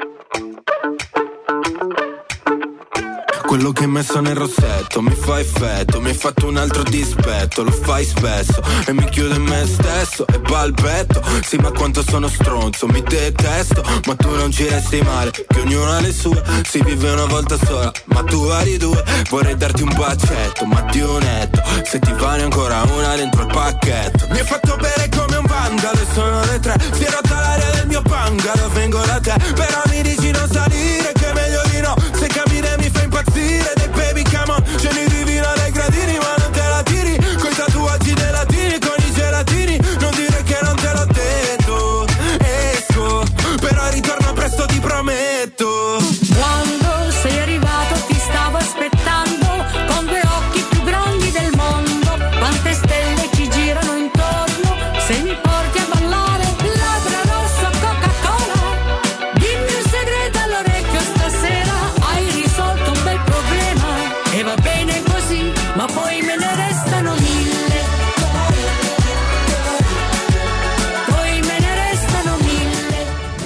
Quello che hai messo nel rossetto mi fa effetto, mi hai fatto un altro dispetto, lo fai spesso e mi chiudo in me stesso e balbetto. Sì, ma quanto sono stronzo, mi detesto, ma tu non ci resti male, che ognuno ha le sue, si vive una volta sola, ma tu vari due. Vorrei darti un bacetto, ma di onetto, se ti vale ancora una dentro il pacchetto. Mi hai fatto bere come un vandalo e sono le tre, si è rotta l'aria del mio bungalow, vengo da te, però mi dici non salire, che è meglio di no, se cammine mi fa impazzire. Dei baby come on, ce li divino dai gradini, ma non te la tiri, coi tatuaggi dei latini, con i gelatini, non dire che non te l'ho detto. Esco, però ritorno presto, ti prometto. Quando sei arrivato ti stavo aspettando, con due occhi più grandi del mondo, quante stelle ci girano intorno, se mi porti a ballare, labbra rossa Coca-Cola.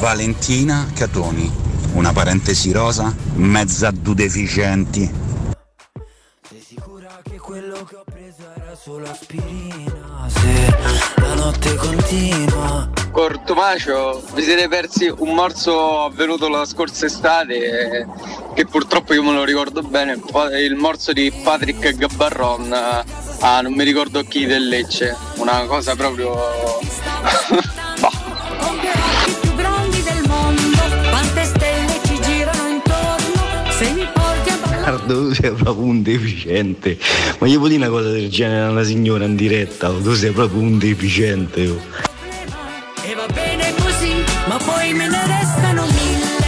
Valentina Catoni, una parentesi rosa, mezza du deficienti. Sei sicura che quello che ho preso era solo aspirina? Se la notte continua. Cortomacio, vi siete persi un morso avvenuto la scorsa estate eh, che purtroppo io me lo ricordo bene, il morso di Patrick Gabarron a non mi ricordo chi del Lecce, una cosa proprio bah. Più grandi del mondo, quante stelle ci girano intorno, se mi porti a ballare. Tu sei proprio un deficiente, ma gli puoi dire una cosa del genere a una signora in diretta? Tu sei proprio un deficiente. Oh. E va bene così, ma poi me ne restano mille.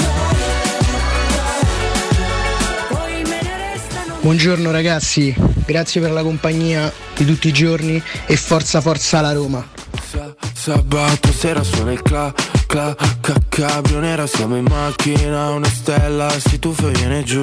Poi me ne restano. Buongiorno ragazzi, grazie per la compagnia di tutti i giorni e forza forza la Roma. Sabato sera suona il cla, cla, ca, cabrio nera, siamo in macchina, una stella si tuffa e viene giù.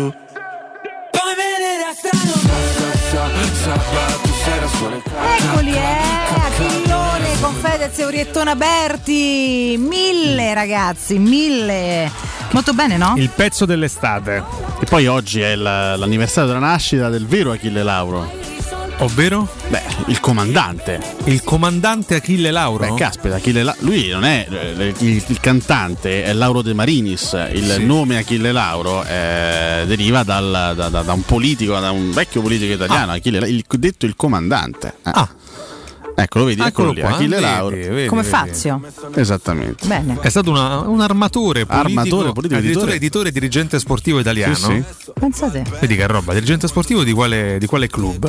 Poi me ne restano sabato sera suona il cla. Eccoli, eh, Achillone con Fedez e Oriettona Berti, mille ragazzi, mille. Molto bene, no? Il pezzo dell'estate. E poi oggi è la, l'anniversario della nascita del vero Achille Lauro. Ovvero? Beh, il comandante. Il comandante Achille Lauro? Beh, caspita, Achille La- lui non è il, il, il cantante, è Lauro De Marinis. Il sì. nome Achille Lauro eh, deriva dal, da, da, da un politico, da un vecchio politico italiano, ah. Achille, il, detto il comandante. Eh. Ah. Ecco, lo vedi, eccolo, eccolo lì, qua, Achille vedi, Lauro. Vedi, come vedi. Fazio. Esattamente. Bene. È stato una, un armatore politico, armatore, politico addirittura editore e dirigente sportivo italiano. Sì, sì. Pensate. Vedi che roba, dirigente sportivo di quale, di quale club?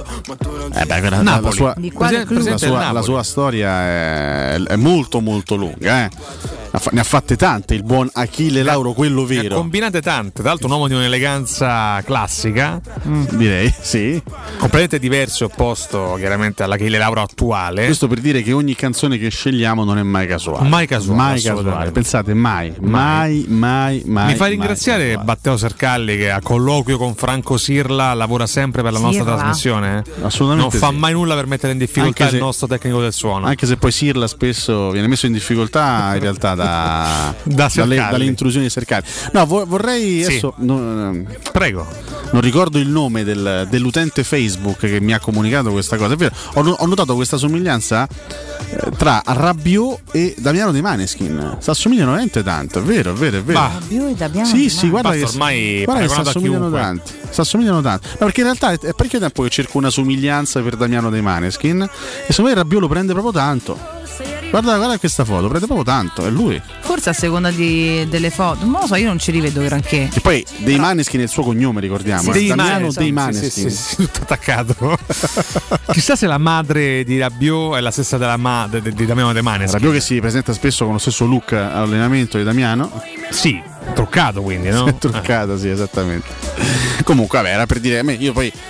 Eh beh, quella, Napoli. La sua, di quale club? La sua, la sua storia è, è molto molto lunga, eh. Ne ha fatte tante il buon Achille Lauro, quello vero. Ne ha combinate tante, tra l'altro un uomo di un'eleganza classica, mm. direi, sì. Completamente diverso e opposto chiaramente all'Achille Lauro attuale. Questo per dire che ogni canzone che scegliamo non è mai casuale. Mai casuale. Mai casuale. Pensate, mai, mai, mai, mai. Mi fa ringraziare Matteo Sercalli che a colloquio con Franco Sirla lavora sempre per la Sirla? nostra trasmissione. Assolutamente. Non fa sì. mai nulla per mettere in difficoltà se, il nostro tecnico del suono. Anche se poi Sirla spesso viene messo in difficoltà in realtà da, da dalle, dalle intrusioni di Sercalli. No, vorrei sì. adesso no, prego. Non ricordo il nome del, dell'utente Facebook che mi ha comunicato questa cosa. È vero, ho, ho notato questa somiglianza eh, tra Rabiot e Damiano dei Maneskin. Si assomigliano veramente tanto, è vero, è vero, è vero. Rabiot e Damiano Sì, sì, guarda che, ormai guarda che si assomigliano tanto. Si assomigliano tanto. No, perché in realtà è, è parecchio tempo che cerco una somiglianza per Damiano dei Maneskin e secondo me Rabiot lo prende proprio tanto. Guarda, guarda questa foto, prende proprio tanto, è lui. Forse a seconda di, delle foto, non lo so, io non ci rivedo granché. E poi dei Maneskin è il suo cognome, ricordiamo. Sì, eh. Damiano Maneskin, dei Maneskin. Sì, sì, sì, tutto attaccato. Chissà se la madre di Rabiot è la stessa della madre di Damiano dei Maneskin. Rabiot che si presenta spesso con lo stesso look all'allenamento di Damiano. Sì, truccato quindi, no? Truccato, sì, esattamente. Comunque, vabbè, era per dire, a me, io poi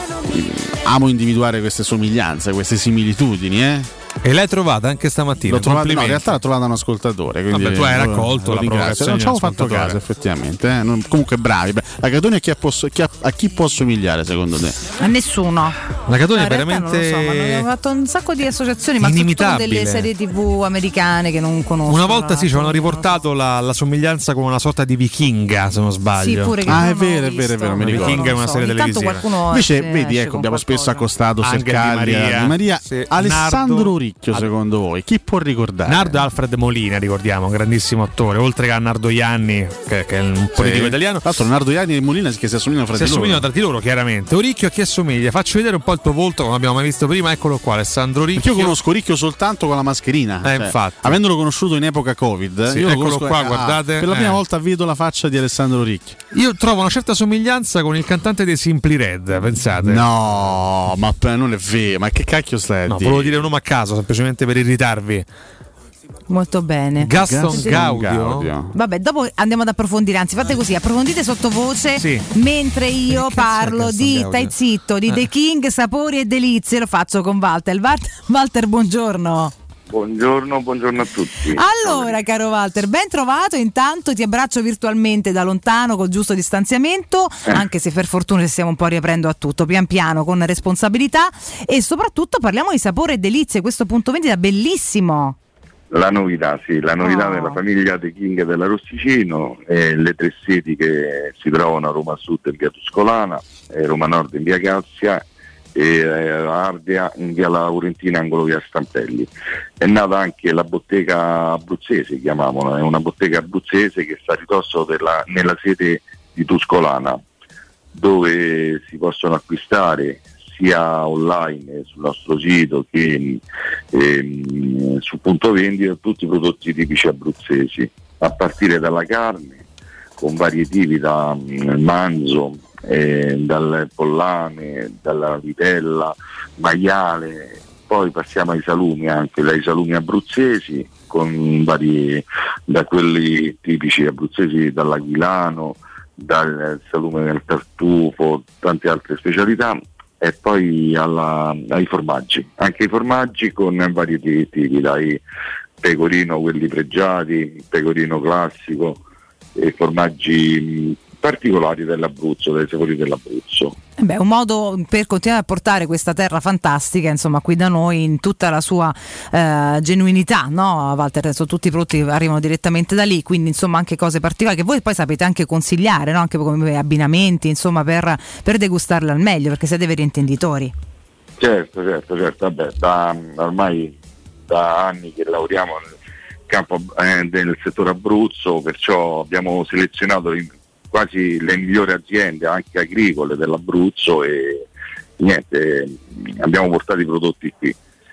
amo individuare queste somiglianze, queste similitudini, eh. E l'hai trovata anche stamattina? L'ho trovata, no, in realtà l'ha trovata un ascoltatore. Quindi vabbè, tu hai raccolto la provocazione. Non ci avevo fatto caso, effettivamente. Eh? Non, comunque, bravi. La Catoni a chi, posso, chi ha, a chi può somigliare, secondo te? A nessuno. La Catoni no, è veramente. Non lo so, ma hanno fatto un sacco di associazioni, ma sono delle serie tivù americane che non conosco. Una volta sì, ci hanno riportato la, la somiglianza con una sorta di vichinga, se non sbaglio. Sì, pure che ah, è vero, è vero, è vero. Mi ricordo. Vichinga è una serie televisiva. Invece, vedi, ecco, abbiamo spesso accostato Sercalli, Di Maria. Alessandro Ricchio, secondo voi chi può ricordare? Nardo Alfred Molina, ricordiamo, un grandissimo attore, oltre che a Nardo Ianni che, che è un politico sì. italiano. Tra l'altro Nardo Ianni e Molina che si assomigliano fra si di loro. Si assomigliano tra di loro, chiaramente. O Ricchio a chi assomiglia? Faccio vedere un po' il tuo volto, come abbiamo mai visto prima. Eccolo qua, Alessandro Ricchio. Perché io conosco Ricchio soltanto con la mascherina. Eh, cioè, infatti. Avendolo conosciuto in epoca Covid, sì, io eccolo conosco, qua, ah, guardate. Per la prima eh. volta vedo la faccia di Alessandro Ricchio. Io trovo una certa somiglianza con il cantante dei Simply Red, pensate. No, ma non è vero, ma che cacchio stai a no, dire? volevo dire un nome a caso, semplicemente per irritarvi. Molto bene. Gaston, Gaston Gaudio. Gaudio. Vabbè, dopo andiamo ad approfondire. Anzi, fate così: approfondite sottovoce sì. mentre io parlo di Stai zitto, di eh. The King, sapori e delizie. Lo faccio con Walter. Walter, buongiorno. Buongiorno, buongiorno a tutti. Allora, caro Walter, ben trovato. Intanto ti abbraccio virtualmente da lontano col giusto distanziamento, eh. anche se per fortuna ci stiamo un po' riaprendo a tutto, pian piano, con responsabilità. E soprattutto parliamo di sapore e delizie. Questo punto vendita bellissimo. La novità, sì, la novità Oh. della famiglia The King della Rosticino, eh, le tre sedi che si trovano a Roma Sud in via Tuscolana, eh, Roma Nord in via Calzia e eh, Ardea in via Laurentina, angolo via Stampelli. È nata anche la bottega abruzzese, chiamiamola, è una bottega abruzzese che sta a ridosso della, nella sede di Tuscolana, dove si possono acquistare sia online sul nostro sito che ehm, sul punto vendita tutti i prodotti tipici abruzzesi, a partire dalla carne con vari tipi, da mm, manzo, eh, dal pollame, dalla vitella, maiale, poi passiamo ai salumi, anche dai salumi abruzzesi con vari, da quelli tipici abruzzesi, dall'aquilano, dal salume del tartufo, tante altre specialità, e poi alla, ai formaggi, anche i formaggi con vari tipi, dai pecorino, quelli pregiati, pecorino classico, e formaggi particolari dell'Abruzzo, dai sapori dell'Abruzzo. Eh beh, un modo per continuare a portare questa terra fantastica, insomma, qui da noi in tutta la sua eh, genuinità, no? Walter, adesso tutti i prodotti arrivano direttamente da lì, quindi insomma anche cose particolari che voi poi sapete anche consigliare, no? Anche come abbinamenti, insomma, per, per degustarle al meglio, perché siete veri intenditori. Certo, certo, certo, vabbè, da, ormai da anni che lavoriamo nel campo eh, del settore Abruzzo, perciò abbiamo selezionato in quasi le migliori aziende anche agricole dell'Abruzzo e niente, abbiamo portato i prodotti qui.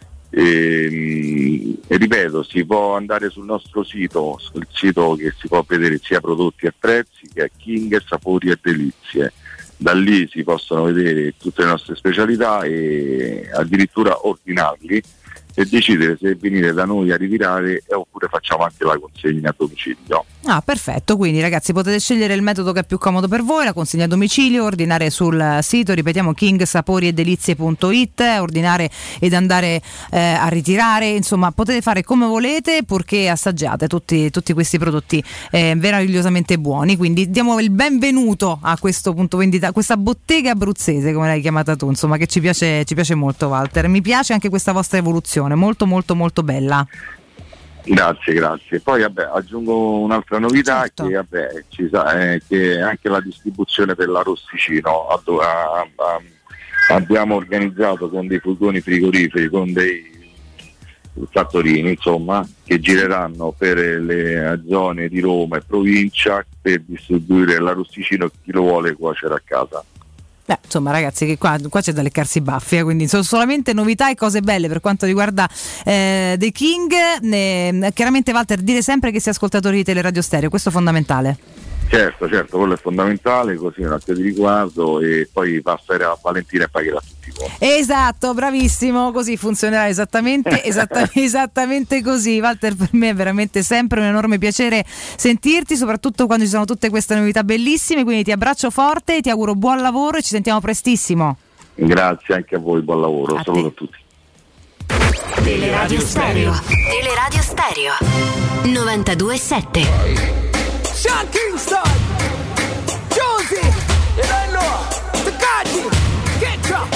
E, e ripeto, si può andare sul nostro sito, sul sito che si può vedere sia prodotti e prezzi, che è King Sapori e Delizie. Da lì si possono vedere tutte le nostre specialità e addirittura ordinarli e decidere se venire da noi a ritirare oppure facciamo anche la consegna a domicilio. Ah, perfetto, quindi ragazzi potete scegliere il metodo che è più comodo per voi, la consegna a domicilio, ordinare sul sito, ripetiamo king sapori e delizie punto it, ordinare ed andare eh, a ritirare, insomma potete fare come volete purché assaggiate tutti, tutti questi prodotti eh, meravigliosamente buoni, quindi diamo il benvenuto a questo punto vendita, questa bottega abruzzese come l'hai chiamata tu, insomma, che ci piace, ci piace molto, Walter, mi piace anche questa vostra evoluzione, molto molto molto bella. Grazie, grazie. Poi vabbè, aggiungo un'altra novità, certo. che, vabbè, ci sa, eh, che anche la distribuzione per la Rosticino a, a, a, abbiamo organizzato con dei furgoni frigoriferi, con dei fattorini, insomma, che gireranno per le zone di Roma e provincia per distribuire la Rosticino chi lo vuole cuocere a casa. Beh, insomma ragazzi, che qua, qua c'è da leccarsi i baffi, eh, quindi sono solamente novità e cose belle per quanto riguarda eh, The King. Eh, chiaramente Walter, dire sempre che sei ascoltatori di Teleradio Stereo, questo è fondamentale. Certo, certo, quello è fondamentale, così un attimo di riguardo e poi passare a Valentina e pagherà tutti i conti. Esatto, bravissimo, così funzionerà esattamente, esatta, esattamente così. Walter, per me è veramente sempre un enorme piacere sentirti, soprattutto quando ci sono tutte queste novità bellissime, quindi ti abbraccio forte, ti auguro buon lavoro e ci sentiamo prestissimo. Grazie anche a voi, buon lavoro, a saluto a tutti. Teleradio Stereo. Teleradio Stereo novantadue sette. Sean Kingston, Josie, Eleanor, Takaji, Ketra.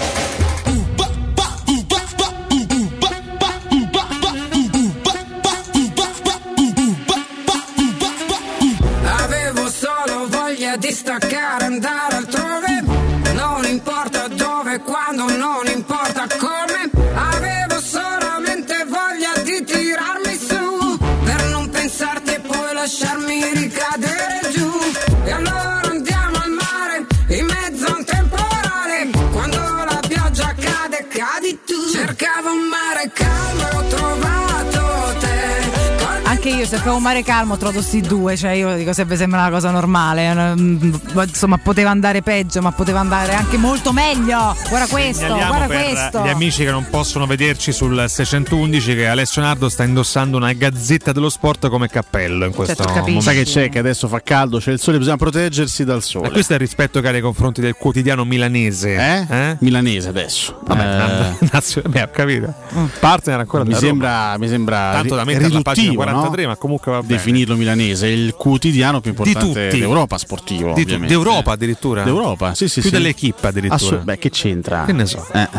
Avevo solo voglia di staccare, andare altrove, non importa dove, quando, non importa come. Avevo solamente voglia di tirarmi su, per non pensarti e poi lasciarmi ricadere giù. E allora andiamo al mare, in mezzo a un temporale, quando la pioggia cade, cadi tu. Cercavo un mare calmo, ho trovato te. Anche io cercavo un mare calmo, ho trovato sti due, cioè io dico sempre sembra una cosa normale, insomma poteva andare peggio, ma poteva andare anche molto meglio. Guarda questo, Segnaliamo guarda per questo. Gli amici che non possono vederci sul seicentoundici che Alessio Nardo sta indossando una Gazzetta dello Sport come cappello in questo certo, momento. Sai che c'è? Che adesso fa caldo, c'è il sole, bisogna proteggersi dal sole. E questo è il rispetto che ha nei confronti del quotidiano milanese. Eh? eh? Milanese adesso. Vabbè, eh. nazio- beh, ho capito. Partner ancora mi da sembra, Roma. mi sembra tanto da ri- mettere alla pagina riduttivo, quarantatré, no? ma comunque va bene. Definirlo milanese, il quotidiano più importante tutti. d'Europa sportivo. Di tu- d'Europa addirittura. D'Europa, sì, sì, più sì. dell'Equipe addirittura. Assu- beh, che c'entra? Che ne so. Eh.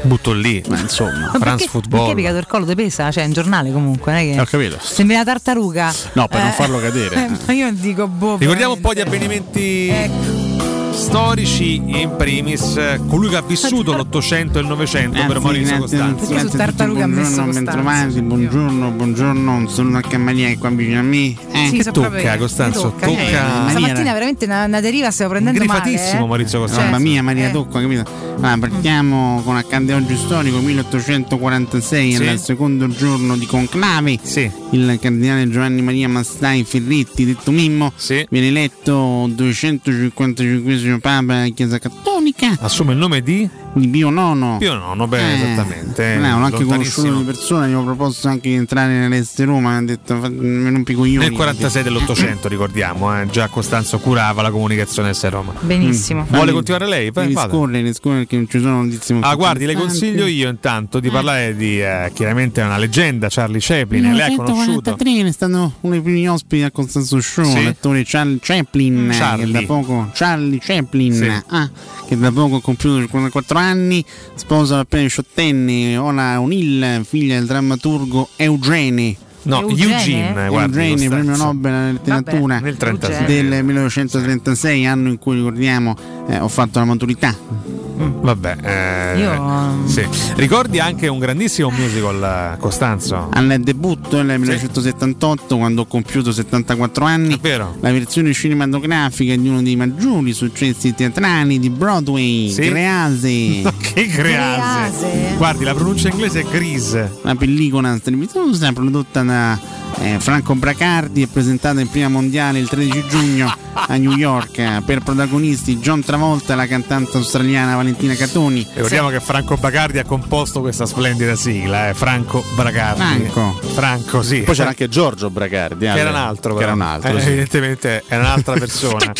Butto lì, ma insomma, Ma France perché, Football. perché hai pigato il collo di pesa? Cioè, è un giornale comunque, non è che. Ho capito. Sembri una tartaruga. No, per Eh, non farlo cadere. eh, ma io dico, boh. Ricordiamo veramente. un po' di avvenimenti Ecco. storici, in primis colui che ha vissuto l'Ottocento e il Novecento per Maurizio Costanzo. Perché su tartaruga ha messo Costanzo? Buongiorno, buongiorno, sono una cammaria che qua vicino a me. Eh, Sì, che so tocca, proprio- Costanzo, mi tocca. tocca. Eh, stamattina veramente una, una deriva stiamo prendendo male. Grifatissimo eh. Maurizio Costanzo. Mamma mia, Maria Eh. tocca, capito? Ah, partiamo con accade oggi storico milleottocentoquarantasei, Sì. al secondo giorno di conclave. Sì. Il cardinale Giovanni Maria Mastai Ferretti, detto Mimmo, Sì. viene eletto duecentocinquantacinquesimo Papa della Chiesa Cattolica. Assume il nome di di Pio nono. Pio nono, beh, Eh, esattamente. no, l'ho anche lontanissimo. conosciuto di persona, gli ho proposto anche di entrare nell'Est Roma, mi ha detto "Fa- mi rompi i coglioni". Nel quarantasei dell'Ottocento, ricordiamo, eh, già Costanzo curava la comunicazione S Roma. Benissimo. Vuole Fammi- continuare lei? Vai, Devi vada. scorrere, scorrere perché non ci sono notizie molto Ah, guardi, le importanti. consiglio io intanto di parlare di eh, chiaramente una leggenda, Charlie Chaplin. Lei ha conosciuto? millenovecentoquarantatré è stato uno dei primi ospiti a Costanzo Show, Sì. l'attore Charlie Chaplin, Charlie. che da poco Charlie Chaplin, Sì. ah, che da poco ha compiuto cinquantaquattro anni, sposa appena diciottenne, Ola O'Neill, figlia del drammaturgo Eugene. No, Eugene? Eugene, guardi, Eugene, Costanzo. premio Nobel nella letteratura Nel trentasei. del millenovecentotrentasei, anno in cui ricordiamo eh, ho fatto la maturità. Vabbè, eh, Io- sì. Ricordi anche un grandissimo musical, eh, Costanzo? Al debutto nel millenovecentosettantotto, quando ho compiuto settantaquattro anni, È vero. la versione cinematografica di uno dei maggiori successi teatrali di Broadway, Sì. Grease. Che grease. Grease. Guardi, la pronuncia inglese è Grease. La pellicola strepitosa prodotta da eh, Franco Bracardi e presentata in prima mondiale il tredici giugno a New York, per protagonisti John Travolta e la cantante australiana Valentina Catoni. Ricordiamo che Franco Bacardi ha composto questa splendida sigla, eh. Franco Bracardi. Franco. Franco, sì. Poi c'era anche Giorgio Bracardi, Che era un altro, che era però. un altro, Eh, sì. Evidentemente è un'altra persona.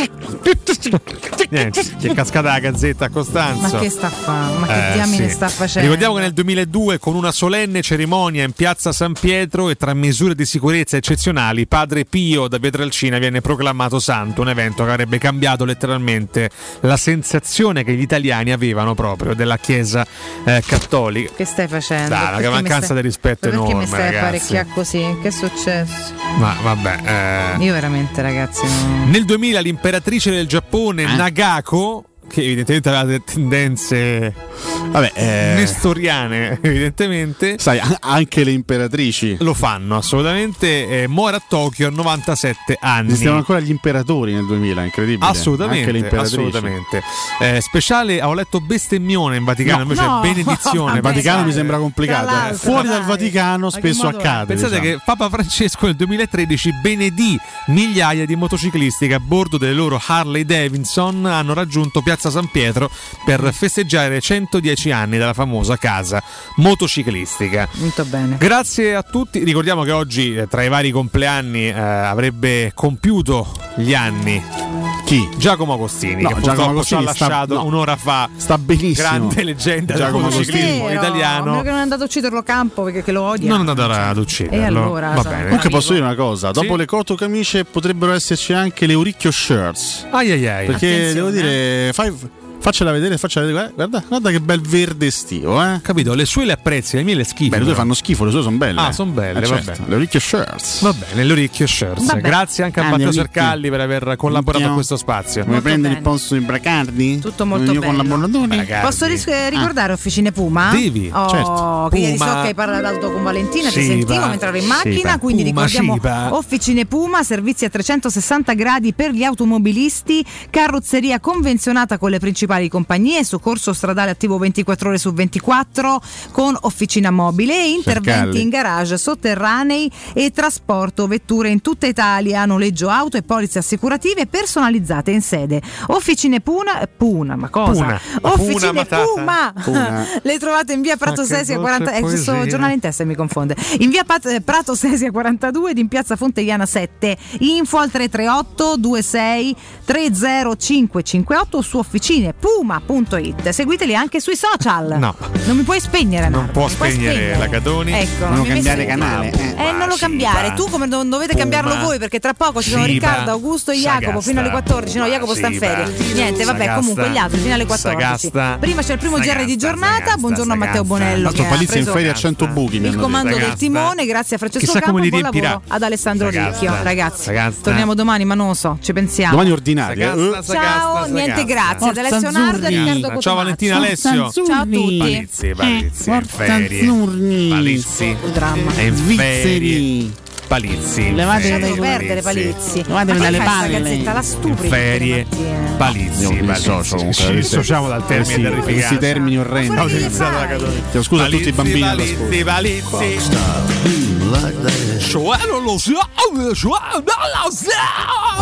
Niente, che è cascata la gazzetta a Costanzo. Ma che sta a fare? Ma che Eh, diamine sì. sta facendo? Ricordiamo che nel duemiladue, con una solenne cerimonia in piazza San Pietro e tra misure di sicurezza eccezionali, Padre Pio da Pietrelcina viene proclamato santo, un evento che avrebbe cambiato letteralmente la sensazione che gli italiani avevano proprio della Chiesa eh, cattolica. Che stai facendo? Dai, una Perché mi mancanza stai- di rispetto Perché enorme, mi stai a ragazzi. apparecchiare così? Che è successo? Ma vabbè, eh. Io veramente, ragazzi, non... Nel duemila l'imperatrice del Giappone Eh? Nagako, che evidentemente aveva delle tendenze Vabbè, eh, nestoriane, evidentemente, sai, a- anche le imperatrici. lo fanno assolutamente. Eh, muore a Tokyo a novantasette anni. Esistevano ancora gli imperatori nel duemila, incredibile. Anche le Assolutamente, imperatrici. assolutamente. Eh, speciale, ho letto bestemmione in Vaticano, No, invece no. benedizione. Il Vaticano dai. mi sembra complicato. Tra eh. l'altro, Fuori dai. dal Vaticano Ma che spesso modo è? accade. Pensate diciamo. che Papa Francesco nel duemilatredici benedì migliaia di motociclisti che a bordo delle loro Harley Davidson hanno raggiunto Piazza San Pietro per festeggiare i centodieci anni della famosa casa motociclistica. Molto bene. Grazie a tutti, ricordiamo che oggi eh, tra i vari compleanni eh, avrebbe compiuto gli anni Chi? Giacomo Agostini, No, che Giacomo purtroppo ci ha Agostini sta- lasciato no. un'ora fa. Sta benissimo. Grande leggenda del Giacomo motociclismo Vero, italiano. meno che non è andato a ucciderlo Campo perché che lo odia. Non andate ad ucciderlo. E allora, va sai, bene. Comunque Amico. posso dire una cosa, dopo Sì. le coto camicie potrebbero esserci anche le Uricchio shirts. Ai ai ai. Perché Attenzione, devo dire, fai, faccela vedere, faccela vedere. Guarda, guarda che bel verde estivo, eh. Capito, le sue le apprezzi, le mie le schifo. Beh, le tue però. fanno schifo, le sue sono belle. Ah, son belle, Eh, va certo, bene. le Uricchio shirts. Va bene, l'orecchio shirts. Vabbè. Grazie anche a Grande Matteo Orecchio. Sercalli per aver collaborato Orecchio. a questo spazio. Vuoi Molto prendere bene. il posto di Bracardi? Tutto molto il mio bello. collaboratore? Bracardi. Posso ris- eh, ricordare Officine Puma? Devi, oh, certo. Che ieri so Puma. che hai parlato con Valentina, ti Shiba. sentivo mentre ero in macchina, Shiba. quindi Puma, ricordiamo Shiba. Officine Puma, servizi a trecentosessanta gradi per gli automobilisti, carrozzeria convenzionata con le principali compagnie, soccorso stradale attivo ventiquattro ore su ventiquattro con officina mobile e interventi Cercalli. in garage sotterranei e trasporto vetture in tutta Italia, noleggio auto e polizze assicurative personalizzate in sede. Officine Puna, Puna, ma cosa? Puna. La Officine Puna matata. Puma. Puna. Le trovate in via Prato Ma che Sesia dolce quaranta, eh, questo poesia. giornale in testa mi confonde. In via Pat- eh, Prato Sesia quarantadue ed in piazza Fonteiana sette. Info al tre tre otto due sei tre zero cinque cinque otto su officine puma punto it. Seguiteli anche sui social. No. Non mi puoi spegnere, Non Nardo, può mi puoi spegnere la Catoni. Ecco, Non mi cambiare messo- canale. Eh. Eh, non lo cambiare. Tu come non dovete Puma. cambiarlo voi, perché tra poco ci sono Shiba. Riccardo, Augusto e Jacopo Sagasta. fino alle quattordici. No, Jacopo sta in Shiba. ferie. Niente, vabbè, Sagasta. comunque gli altri fino alle quattordici. Sagasta. Prima c'è il primo G R di Sagasta, giornata. Sagasta, Buongiorno a Matteo Sagasta. Bonello. Tanto che ha Palizzi in preso ferie a cento buchi. mi il hanno comando detto. del Sagasta. timone, grazie a Francesco Chissà Campo. come li Buon riempirà. lavoro ad Alessandro Sagasta. Ricchio. Ragazzi, Sagasta. torniamo domani, ma non lo so, ci pensiamo. Domani ordinaria. Sagasta, Sagasta, Ciao, Sagasta. niente, grazie. Ad Forza Alessio Nardo e Azzurri. Riccardo Ciao Cotomaccio. Valentina, Alessio. Ciao a tutti. Palizzi, Palizzi, è in Forza ferie. Azzurri. Palizzi. Dramma. È in ferie. Svizzeri. Palizzi. in Levate ferie. Lasciatelo dai- perdere, Palizzi. Levatevi Ma poi dalle fai sta palle. gazzetta, la In stupidi. ferie. Palizzi. Io mi Palizzi. dissocio comunque. Ci dissociamo dal termine Questi- terrificante. Questi termini orrendi. Ma fuori utilizzato li la fai? Catoni. Chiedo scusa a tutti i bambini Palizzi, all'ascolto. Palizzi. Cioè non lo so, cioè non lo so.